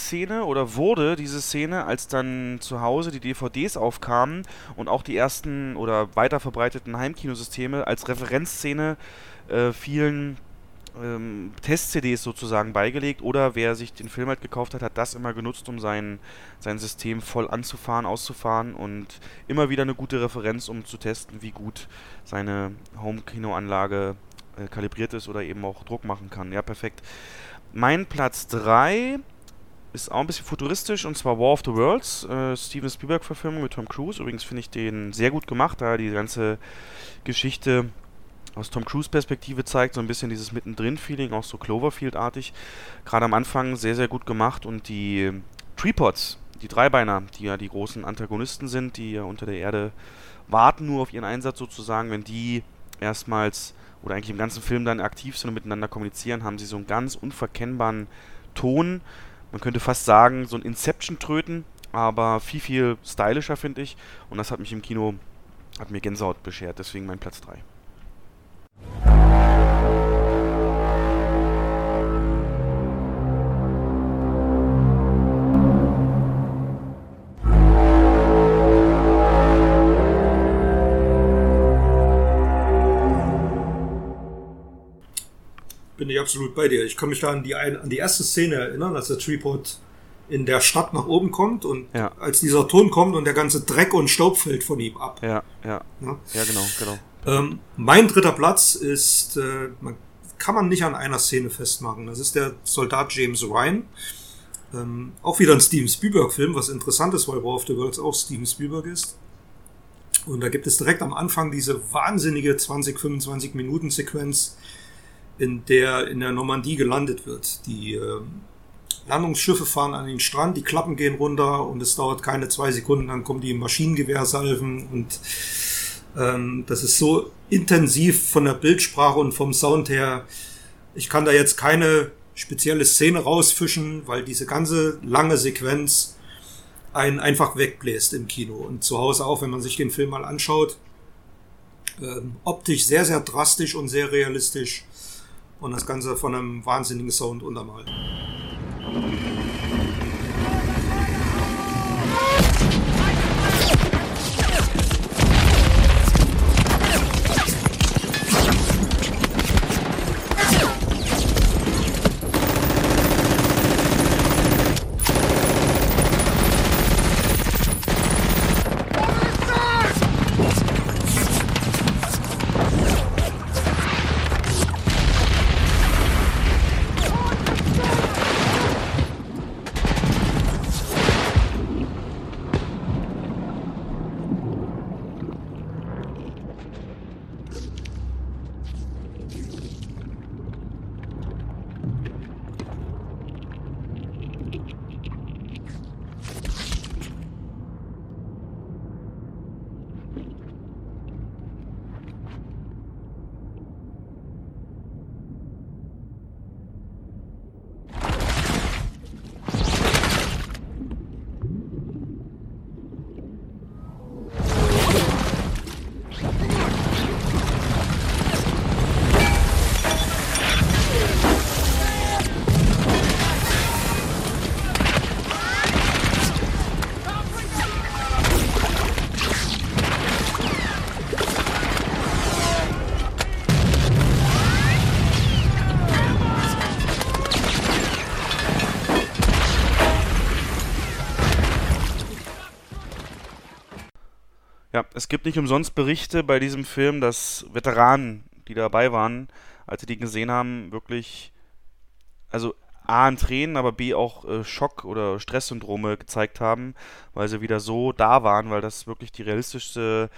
Szene, als dann zu Hause die DVDs aufkamen und auch die ersten oder weiter verbreiteten Heimkinosysteme als Referenzszene vielen Test-CDs sozusagen beigelegt, oder wer sich den Film halt gekauft hat, hat das immer genutzt, um sein System voll anzufahren, auszufahren, und immer wieder eine gute Referenz, um zu testen, wie gut seine Home-Kinoanlage kalibriert ist oder eben auch Druck machen kann. Ja, perfekt. Mein Platz 3 ist auch ein bisschen futuristisch, und zwar War of the Worlds, Steven Spielberg-Verfilmung mit Tom Cruise. Übrigens finde ich den sehr gut gemacht, da die ganze Geschichte aus Tom Cruise-Perspektive zeigt, so ein bisschen dieses Mittendrin-Feeling, auch so Cloverfield-artig. Gerade am Anfang sehr, sehr gut gemacht, und die Tripods, die Dreibeiner, die ja die großen Antagonisten sind, die ja unter der Erde warten nur auf ihren Einsatz sozusagen, wenn die erstmals oder eigentlich im ganzen Film dann aktiv sind und miteinander kommunizieren, haben sie so einen ganz unverkennbaren Ton. Man könnte fast sagen, so ein Inception-Tröten, aber viel, viel stylischer, finde ich. Und das hat mich im Kino Hat mir Gänsehaut beschert, deswegen mein Platz 3. Bin ich absolut bei dir. Ich kann mich da an die erste Szene erinnern, als der Tripod in der Stadt nach oben kommt und als dieser Ton kommt und der ganze Dreck und Staub fällt von ihm ab. Ja, genau. Mein dritter Platz ist, kann man nicht an einer Szene festmachen. Das ist der Soldat James Ryan. Auch wieder ein Steven Spielberg-Film, was interessant ist, weil War of the Worlds auch Steven Spielberg ist. Und da gibt es direkt am Anfang diese wahnsinnige 20-25 Minuten Sequenz, in der in der Normandie gelandet wird. Die Landungsschiffe fahren an den Strand, die Klappen gehen runter und es dauert keine 2 Sekunden, dann kommen die Maschinengewehrsalven und das ist so intensiv von der Bildsprache und vom Sound her. Ich kann da jetzt keine spezielle Szene rausfischen, weil diese ganze lange Sequenz einen einfach wegbläst im Kino und zu Hause auch, wenn man sich den Film mal anschaut. Optisch sehr, sehr drastisch und sehr realistisch. Und das Ganze von einem wahnsinnigen Sound untermalt. Ja, es gibt nicht umsonst Berichte bei diesem Film, dass Veteranen, die dabei waren, als sie die gesehen haben, wirklich, also A, in Tränen, aber B, auch Schock- oder Stresssyndrome gezeigt haben, weil sie wieder so da waren, weil das wirklich die realistischste,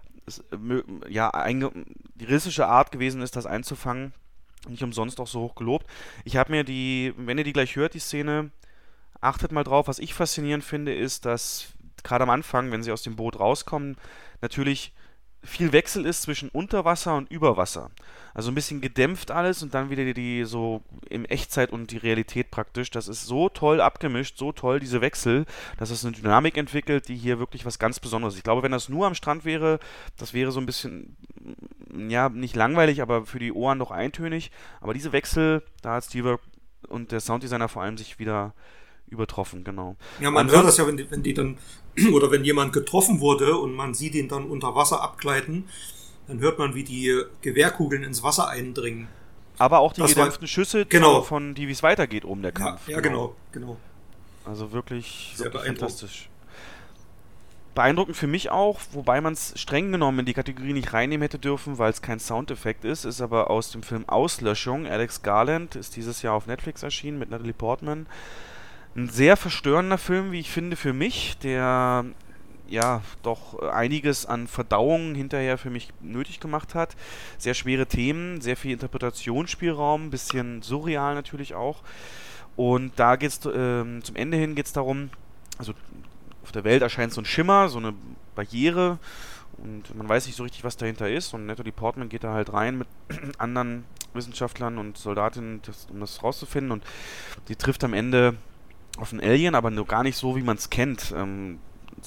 die realistische Art gewesen ist, das einzufangen. Nicht umsonst auch so hoch gelobt. Ich habe mir wenn ihr die gleich hört, die Szene, achtet mal drauf. Was ich faszinierend finde, ist, dass gerade am Anfang, wenn sie aus dem Boot rauskommen, natürlich viel Wechsel ist zwischen Unterwasser und Überwasser. Also ein bisschen gedämpft alles und dann wieder die so im Echtzeit und die Realität praktisch. Das ist so toll abgemischt, so toll diese Wechsel, dass es eine Dynamik entwickelt, die hier wirklich was ganz Besonderes ist. Ich glaube, wenn das nur am Strand wäre, das wäre so ein bisschen, ja, nicht langweilig, aber für die Ohren doch eintönig. Aber diese Wechsel, da hat Spielberg und der Sounddesigner vor allem sich wieder übertroffen, genau. Ja, man hört das ja, wenn die dann, oder wenn jemand getroffen wurde und man sieht ihn dann unter Wasser abgleiten, dann hört man, wie die Gewehrkugeln ins Wasser eindringen. Aber auch die gedämpften Schüsse, genau, von wie es weitergeht oben der Kampf. Ja, genau. Also wirklich fantastisch. Beeindruckend für mich auch, wobei man es streng genommen in die Kategorie nicht reinnehmen hätte dürfen, weil es kein Soundeffekt ist aber aus dem Film Auslöschung. Alex Garland ist dieses Jahr auf Netflix erschienen mit Natalie Portman. Ein sehr verstörender Film, wie ich finde, für mich, der ja doch einiges an Verdauung hinterher für mich nötig gemacht hat. Sehr schwere Themen, sehr viel Interpretationsspielraum, ein bisschen surreal natürlich auch. Und da geht's zum Ende hin geht es darum, also auf der Welt erscheint so ein Schimmer, so eine Barriere und man weiß nicht so richtig, was dahinter ist. Und Natalie Portman geht da halt rein mit anderen Wissenschaftlern und Soldatinnen, um das rauszufinden. Und die trifft am Ende auf einen Alien, aber nur gar nicht so, wie man es kennt.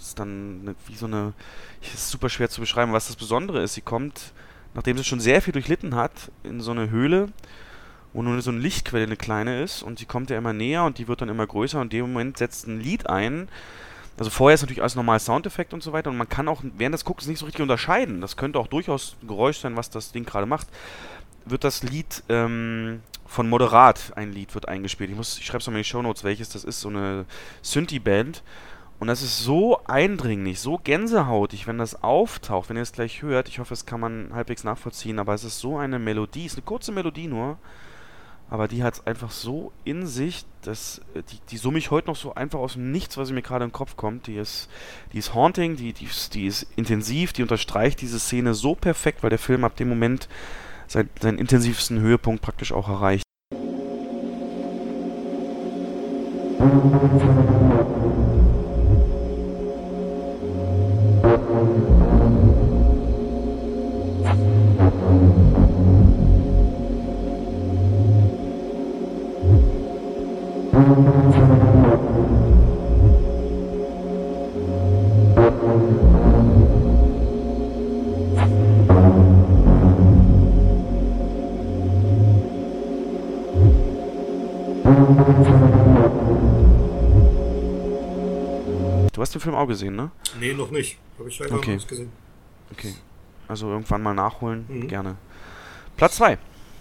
ist dann wie so eine, es ist super schwer zu beschreiben, was das Besondere ist. Sie kommt, nachdem sie schon sehr viel durchlitten hat, in so eine Höhle, wo nur so eine Lichtquelle, eine kleine ist, und sie kommt ja immer näher und die wird dann immer größer, und in dem Moment setzt ein Lied ein. Also vorher ist natürlich alles normal Soundeffekt und so weiter, und man kann auch während des Guckens nicht so richtig unterscheiden. Das könnte auch durchaus ein Geräusch sein, was das Ding gerade macht. Wird das Lied von Moderat, ein Lied wird eingespielt. Ich schreibe es mal in die Shownotes, welches das ist, so eine Synthie-Band. Und das ist so eindringlich, so gänsehautig, wenn das auftaucht, wenn ihr es gleich hört. Ich hoffe, das kann man halbwegs nachvollziehen, aber es ist so eine Melodie, es ist eine kurze Melodie nur, aber die hat es einfach so in sich, dass die summe ich heute noch so einfach aus dem Nichts, was mir gerade in den Kopf kommt. Die ist haunting, die ist intensiv, die unterstreicht diese Szene so perfekt, weil der Film ab dem Moment seinen intensivsten Höhepunkt praktisch auch erreicht. Du hast den Film auch gesehen, ne? Nee, noch nicht. Habe ich leider noch nicht gesehen. Okay. Also irgendwann mal nachholen, gerne. Platz 2.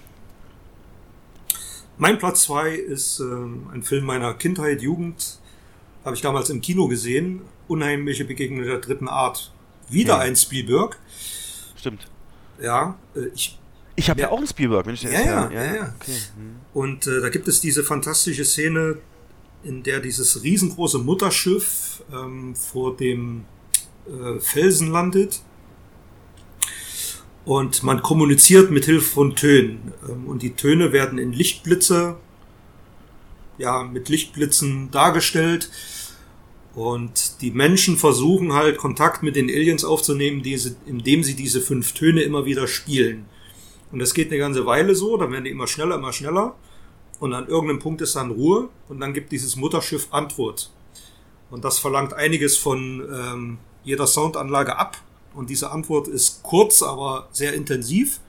Mein Platz 2 ist ein Film meiner Kindheit, Jugend. Habe ich damals im Kino gesehen. Unheimliche Begegnung der dritten Art. Wieder ein Spielberg. Stimmt. Ja, ich habe ja auch einen Spielberg, wenn ich den Ja. Okay. Und da gibt es diese fantastische Szene, in der dieses riesengroße Mutterschiff vor dem Felsen landet. Und man kommuniziert mit Hilfe von Tönen. Und die Töne werden in Lichtblitze, mit Lichtblitzen dargestellt. Und die Menschen versuchen halt Kontakt mit den Aliens aufzunehmen, indem sie diese 5 Töne immer wieder spielen. Und das geht eine ganze Weile so, dann werden die immer schneller, immer schneller. Und an irgendeinem Punkt ist dann Ruhe und dann gibt dieses Mutterschiff Antwort. Und das verlangt einiges von jeder Soundanlage ab. Und diese Antwort ist kurz, aber sehr intensiv.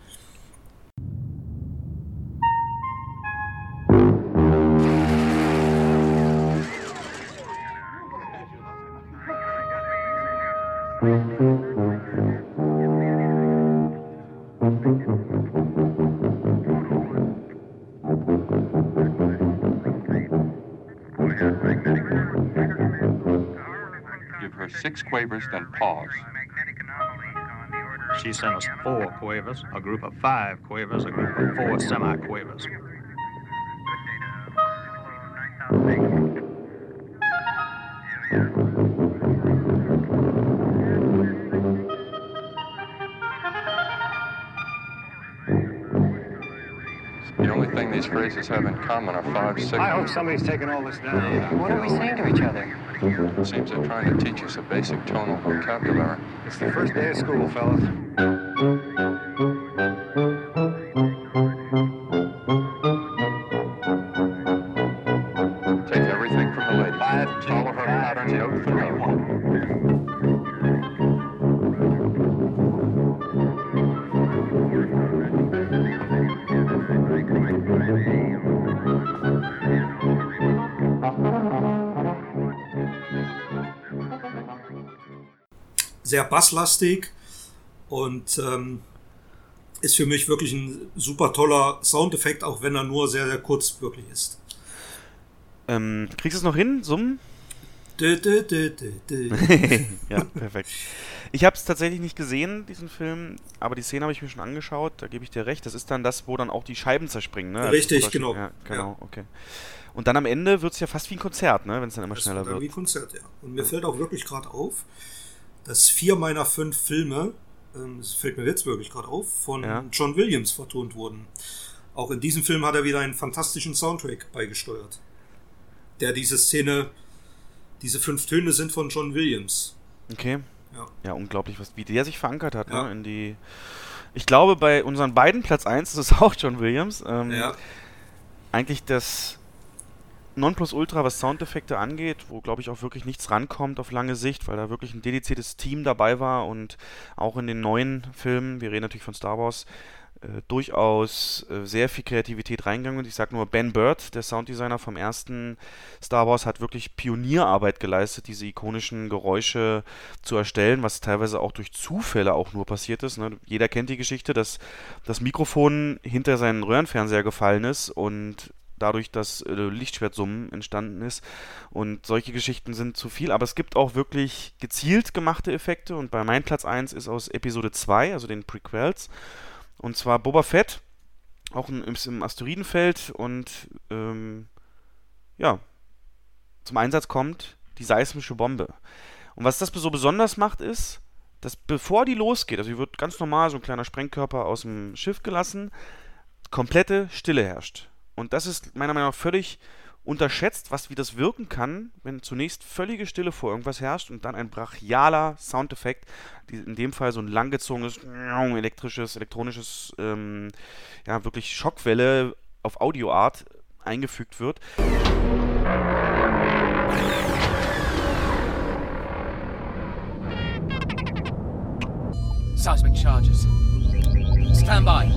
Give her 6 quavers, then pause. She sent us 4 quavers, a group of 5 quavers, a group of 4 semi-quavers. The only thing these phrases have in common are 5 signals. I hope somebody's taking all this down. What are we saying to each other? It seems they're trying to teach us a basic tonal vocabulary. It's the first day of school, fellas. Take everything from the lady. 5, 2, Follow her 5, pattern, 2, note for 3, note. 1. Sehr basslastig und ist für mich wirklich ein super toller Soundeffekt, auch wenn er nur sehr, sehr kurz wirklich ist. Kriegst du es noch hin? Summen? Ja, perfekt. Ich habe es tatsächlich nicht gesehen, diesen Film, aber die Szene habe ich mir schon angeschaut, da gebe ich dir recht. Das ist dann das, wo dann auch die Scheiben zerspringen, ne? Richtig, genau. Ja, genau, Ja. okay. Und dann am Ende wird es ja fast wie ein Konzert, ne? Wenn es dann immer schneller wird. Wie ein Konzert, ja. Und mir fällt auch wirklich gerade auf, dass 4 meiner 5 Filme, das fällt mir jetzt wirklich gerade auf, von John Williams vertont wurden. Auch in diesem Film hat er wieder einen fantastischen Soundtrack beigesteuert. Der diese Szene, diese 5 Töne sind von John Williams. Okay. Ja, unglaublich, wie der sich verankert hat, Ja. ne? In die. Ich glaube, bei unseren beiden Platz 1 ist es auch John Williams. Eigentlich Nonplusultra, was Soundeffekte angeht, wo, glaube ich, auch wirklich nichts rankommt auf lange Sicht, weil da wirklich ein dediziertes Team dabei war und auch in den neuen Filmen, wir reden natürlich von Star Wars, durchaus sehr viel Kreativität reingegangen. Ich sage nur, Ben Bird, der Sounddesigner vom ersten Star Wars, hat wirklich Pionierarbeit geleistet, diese ikonischen Geräusche zu erstellen, was teilweise auch durch Zufälle auch nur passiert ist. Ne? Jeder kennt die Geschichte, dass das Mikrofon hinter seinen Röhrenfernseher gefallen ist und dadurch das Lichtschwertsummen entstanden ist. Und solche Geschichten sind zu viel, aber es gibt auch wirklich gezielt gemachte Effekte und bei meinem Platz 1 ist aus Episode 2, also den Prequels, und zwar Boba Fett, auch im Asteroidenfeld und zum Einsatz kommt die seismische Bombe. Und was das so besonders macht, ist, dass bevor die losgeht, also hier wird ganz normal so ein kleiner Sprengkörper aus dem Schiff gelassen, komplette Stille herrscht. Und das ist meiner Meinung nach völlig unterschätzt, wie das wirken kann, wenn zunächst völlige Stille vor irgendwas herrscht und dann ein brachialer Soundeffekt, in dem Fall so ein langgezogenes, elektronisches, wirklich Schockwelle auf Audioart eingefügt wird. Seismic charges. Stand by.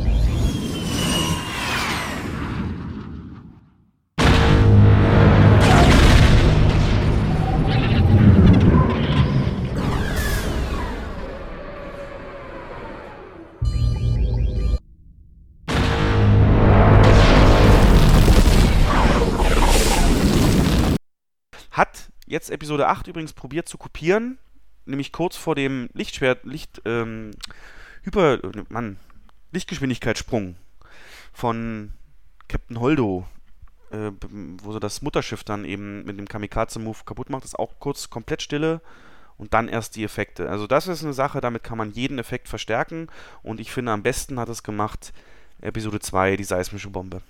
Hat jetzt Episode 8 übrigens probiert zu kopieren, nämlich kurz vor dem Lichtgeschwindigkeitssprung von Captain Holdo, wo sie das Mutterschiff dann eben mit dem Kamikaze-Move kaputt macht, ist auch kurz komplett Stille und dann erst die Effekte. Also das ist eine Sache, damit kann man jeden Effekt verstärken und ich finde, am besten hat es gemacht Episode 2, die seismische Bombe.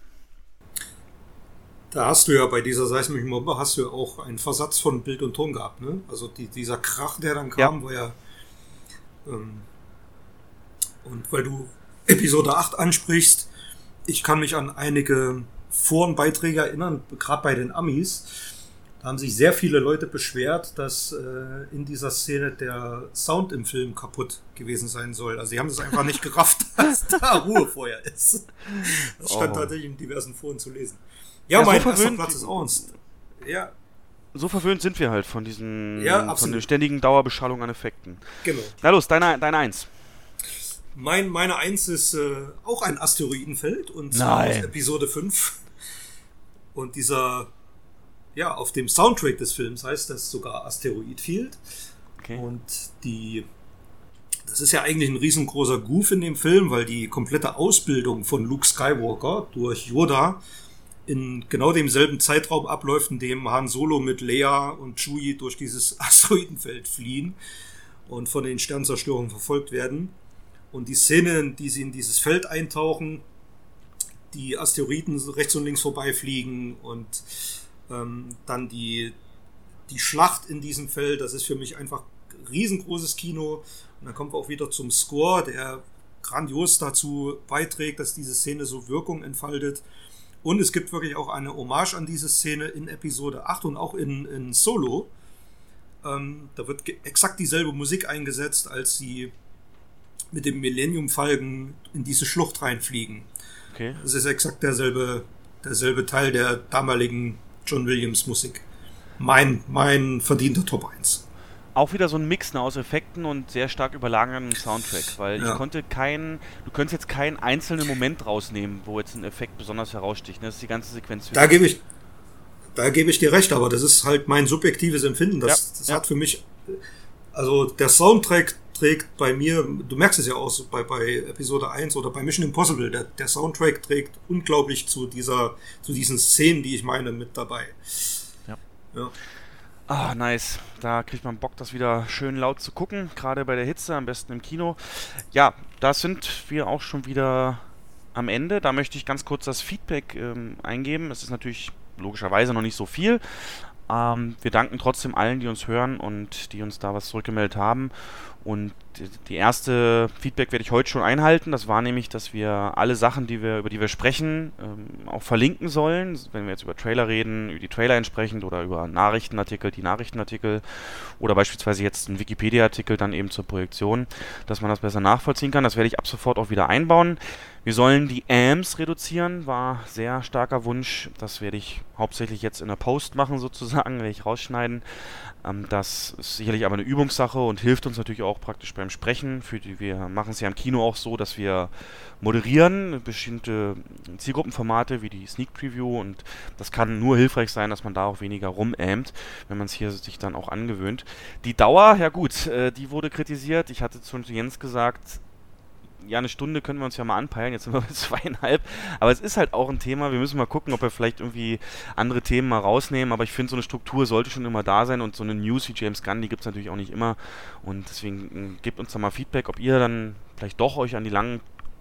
Da hast du ja bei dieser seismischen Bombe hast du ja auch einen Versatz von Bild und Ton gehabt, ne? Also dieser Krach, der dann kam, war ja und weil du Episode 8 ansprichst, ich kann mich an einige Forenbeiträge erinnern, gerade bei den Amis, da haben sich sehr viele Leute beschwert, dass in dieser Szene der Sound im Film kaputt gewesen sein soll. Also sie haben es einfach nicht gerafft, dass da Ruhe vorher ist. Das stand tatsächlich in diversen Foren zu lesen. Ja, mein erster Platz ist auch uns. Ja. So verwöhnt sind wir halt von diesen von der ständigen Dauerbeschallung an Effekten. Genau. Na los, deine 1. Meine 1 ist auch ein Asteroidenfeld und zwar aus Episode 5. Und dieser, auf dem Soundtrack des Films heißt das sogar Asteroid Field. Okay. Und das ist ja eigentlich ein riesengroßer Goof in dem Film, weil die komplette Ausbildung von Luke Skywalker durch Yoda in genau demselben Zeitraum abläuft, in dem Han Solo mit Leia und Chewie durch dieses Asteroidenfeld fliehen und von den Sternzerstörungen verfolgt werden. Und die Szene, in die sie in dieses Feld eintauchen, die Asteroiden rechts und links vorbeifliegen und dann die Schlacht in diesem Feld, das ist für mich einfach riesengroßes Kino. Und dann kommen wir auch wieder zum Score, der grandios dazu beiträgt, dass diese Szene so Wirkung entfaltet. Und es gibt wirklich auch eine Hommage an diese Szene in Episode 8 und auch in Solo. Da wird exakt dieselbe Musik eingesetzt, als sie mit dem Millennium Falcon in diese Schlucht reinfliegen. Okay. Das ist exakt derselbe Teil der damaligen John Williams Musik. Mein verdienter Top 1. Auch wieder so ein Mix aus Effekten und sehr stark überlagerndem Soundtrack, weil du könntest jetzt keinen einzelnen Moment rausnehmen, wo jetzt ein Effekt besonders heraussticht. Das ist die ganze Sequenz. Da gebe ich dir recht, aber das ist halt mein subjektives Empfinden. Das hat für mich, also der Soundtrack trägt bei mir, du merkst es ja auch so bei Episode 1 oder bei Mission Impossible, der Soundtrack trägt unglaublich zu diesen Szenen, die ich meine, mit dabei. Ja. Ah, nice. Da kriegt man Bock, das wieder schön laut zu gucken, gerade bei der Hitze, am besten im Kino. Ja, da sind wir auch schon wieder am Ende. Da möchte ich ganz kurz das Feedback eingeben. Es ist natürlich logischerweise noch nicht so viel, Wir danken trotzdem allen, die uns hören und die uns da was zurückgemeldet haben. Und die erste Feedback werde ich heute schon einhalten. Das war nämlich, dass wir alle Sachen, über die wir sprechen, auch verlinken sollen. Wenn wir jetzt über Trailer reden, über die Trailer entsprechend oder über Nachrichtenartikel, die Nachrichtenartikel oder beispielsweise jetzt einen Wikipedia-Artikel dann eben zur Projektion, dass man das besser nachvollziehen kann. Das werde ich ab sofort auch wieder einbauen. Wir sollen die AMs reduzieren, war sehr starker Wunsch. Das werde ich hauptsächlich jetzt in der Post machen sozusagen, werde ich rausschneiden. Das ist sicherlich aber eine Übungssache und hilft uns natürlich auch praktisch beim Sprechen. Wir machen es ja im Kino auch so, dass wir moderieren, bestimmte Zielgruppenformate wie die Sneak Preview, und das kann nur hilfreich sein, dass man da auch weniger rumämt, wenn man es hier sich dann auch angewöhnt. Die Dauer, ja gut, die wurde kritisiert. Ich hatte zu Jens gesagt, ja, eine Stunde können wir uns ja mal anpeilen, jetzt sind wir bei 2,5, aber es ist halt auch ein Thema, wir müssen mal gucken, ob wir vielleicht irgendwie andere Themen mal rausnehmen, aber ich finde, so eine Struktur sollte schon immer da sein, und so eine News wie James Gunn, die gibt es natürlich auch nicht immer, und deswegen gebt uns da mal Feedback, ob ihr dann vielleicht doch euch an die langen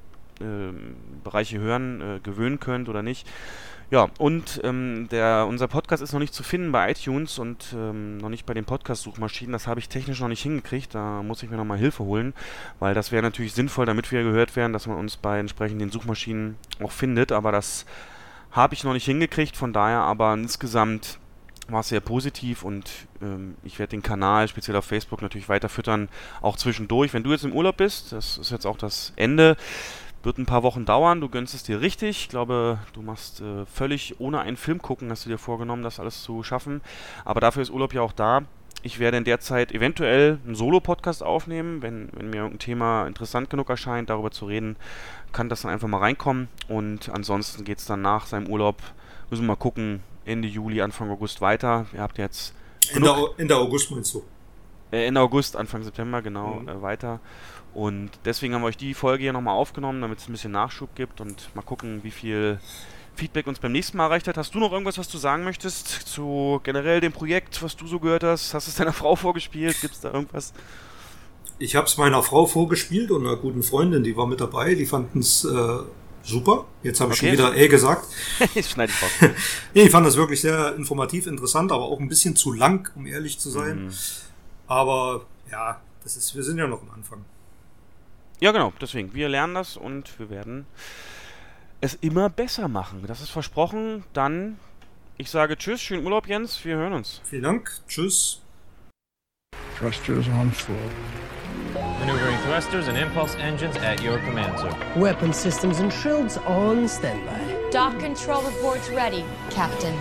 Bereiche hören gewöhnen könnt oder nicht. Ja, und unser Podcast ist noch nicht zu finden bei iTunes und noch nicht bei den Podcast-Suchmaschinen. Das habe ich technisch noch nicht hingekriegt. Da muss ich mir nochmal Hilfe holen, weil das wäre natürlich sinnvoll, damit wir gehört werden, dass man uns bei entsprechenden Suchmaschinen auch findet. Aber das habe ich noch nicht hingekriegt. Von daher aber insgesamt war es sehr positiv, und ich werde den Kanal speziell auf Facebook natürlich weiter füttern, auch zwischendurch. Wenn du jetzt im Urlaub bist, das ist jetzt auch das Ende, wird ein paar Wochen dauern, du gönnst es dir richtig. Ich glaube, du machst völlig ohne einen Film gucken, hast du dir vorgenommen, das alles zu schaffen. Aber dafür ist Urlaub ja auch da. Ich werde in der Zeit eventuell einen Solo-Podcast aufnehmen. Wenn mir irgendein Thema interessant genug erscheint, darüber zu reden, kann das dann einfach mal reinkommen. Und ansonsten geht es dann nach seinem Urlaub, müssen wir mal gucken, Ende Juli, Anfang August weiter. Ihr habt jetzt Ende August meinst du? Ende August, Anfang September, genau, weiter. Und deswegen haben wir euch die Folge hier nochmal aufgenommen, damit es ein bisschen Nachschub gibt, und mal gucken, wie viel Feedback uns beim nächsten Mal erreicht hat. Hast du noch irgendwas, was du sagen möchtest zu generell dem Projekt, was du so gehört hast? Hast du es deiner Frau vorgespielt? Gibt es da irgendwas? Ich habe es meiner Frau vorgespielt und einer guten Freundin, die war mit dabei, die fanden es super. Jetzt habe ich schon wieder gesagt. Ich schneide ich raus. Nee, ich fand das wirklich sehr informativ, interessant, aber auch ein bisschen zu lang, um ehrlich zu sein. Aber ja, wir sind ja noch am Anfang. Ja, genau, deswegen. Wir lernen das und wir werden es immer besser machen. Das ist versprochen. Dann, ich sage Tschüss, schönen Urlaub, Jens. Wir hören uns. Vielen Dank. Tschüss. Thrusters on full. Maneuvering thrusters and impulse engines at your command, sir. Weapon systems and shields on standby. Dock control reports ready, Captain.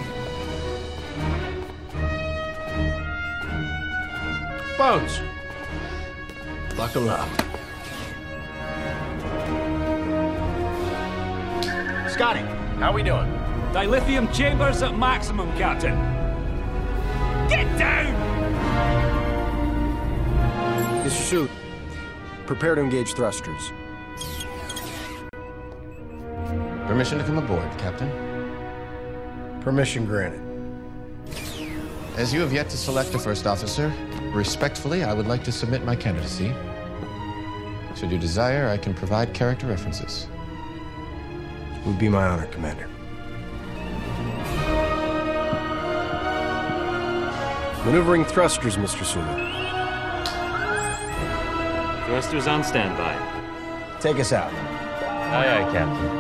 Bones. Buckle up. Scotty, how we doing? Dilithium chambers at maximum, Captain. Get down! Mr. Suit, prepare to engage thrusters. Permission to come aboard, Captain. Permission granted. As you have yet to select a first officer, respectfully, I would like to submit my candidacy. Should you desire, I can provide character references. It would be my honor, Commander. Maneuvering thrusters, Mr. Sulu. Thrusters on standby. Take us out. Aye, aye, Captain.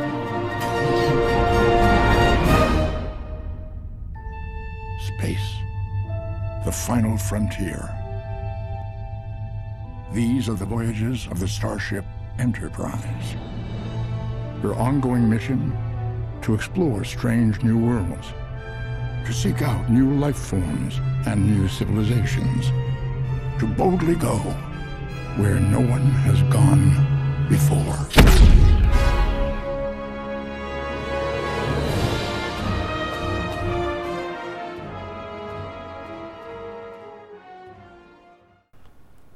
Space. The final frontier. These are the voyages of the Starship Enterprise. Your ongoing mission? To explore strange new worlds. To seek out new life forms and new civilizations. To boldly go where no one has gone before.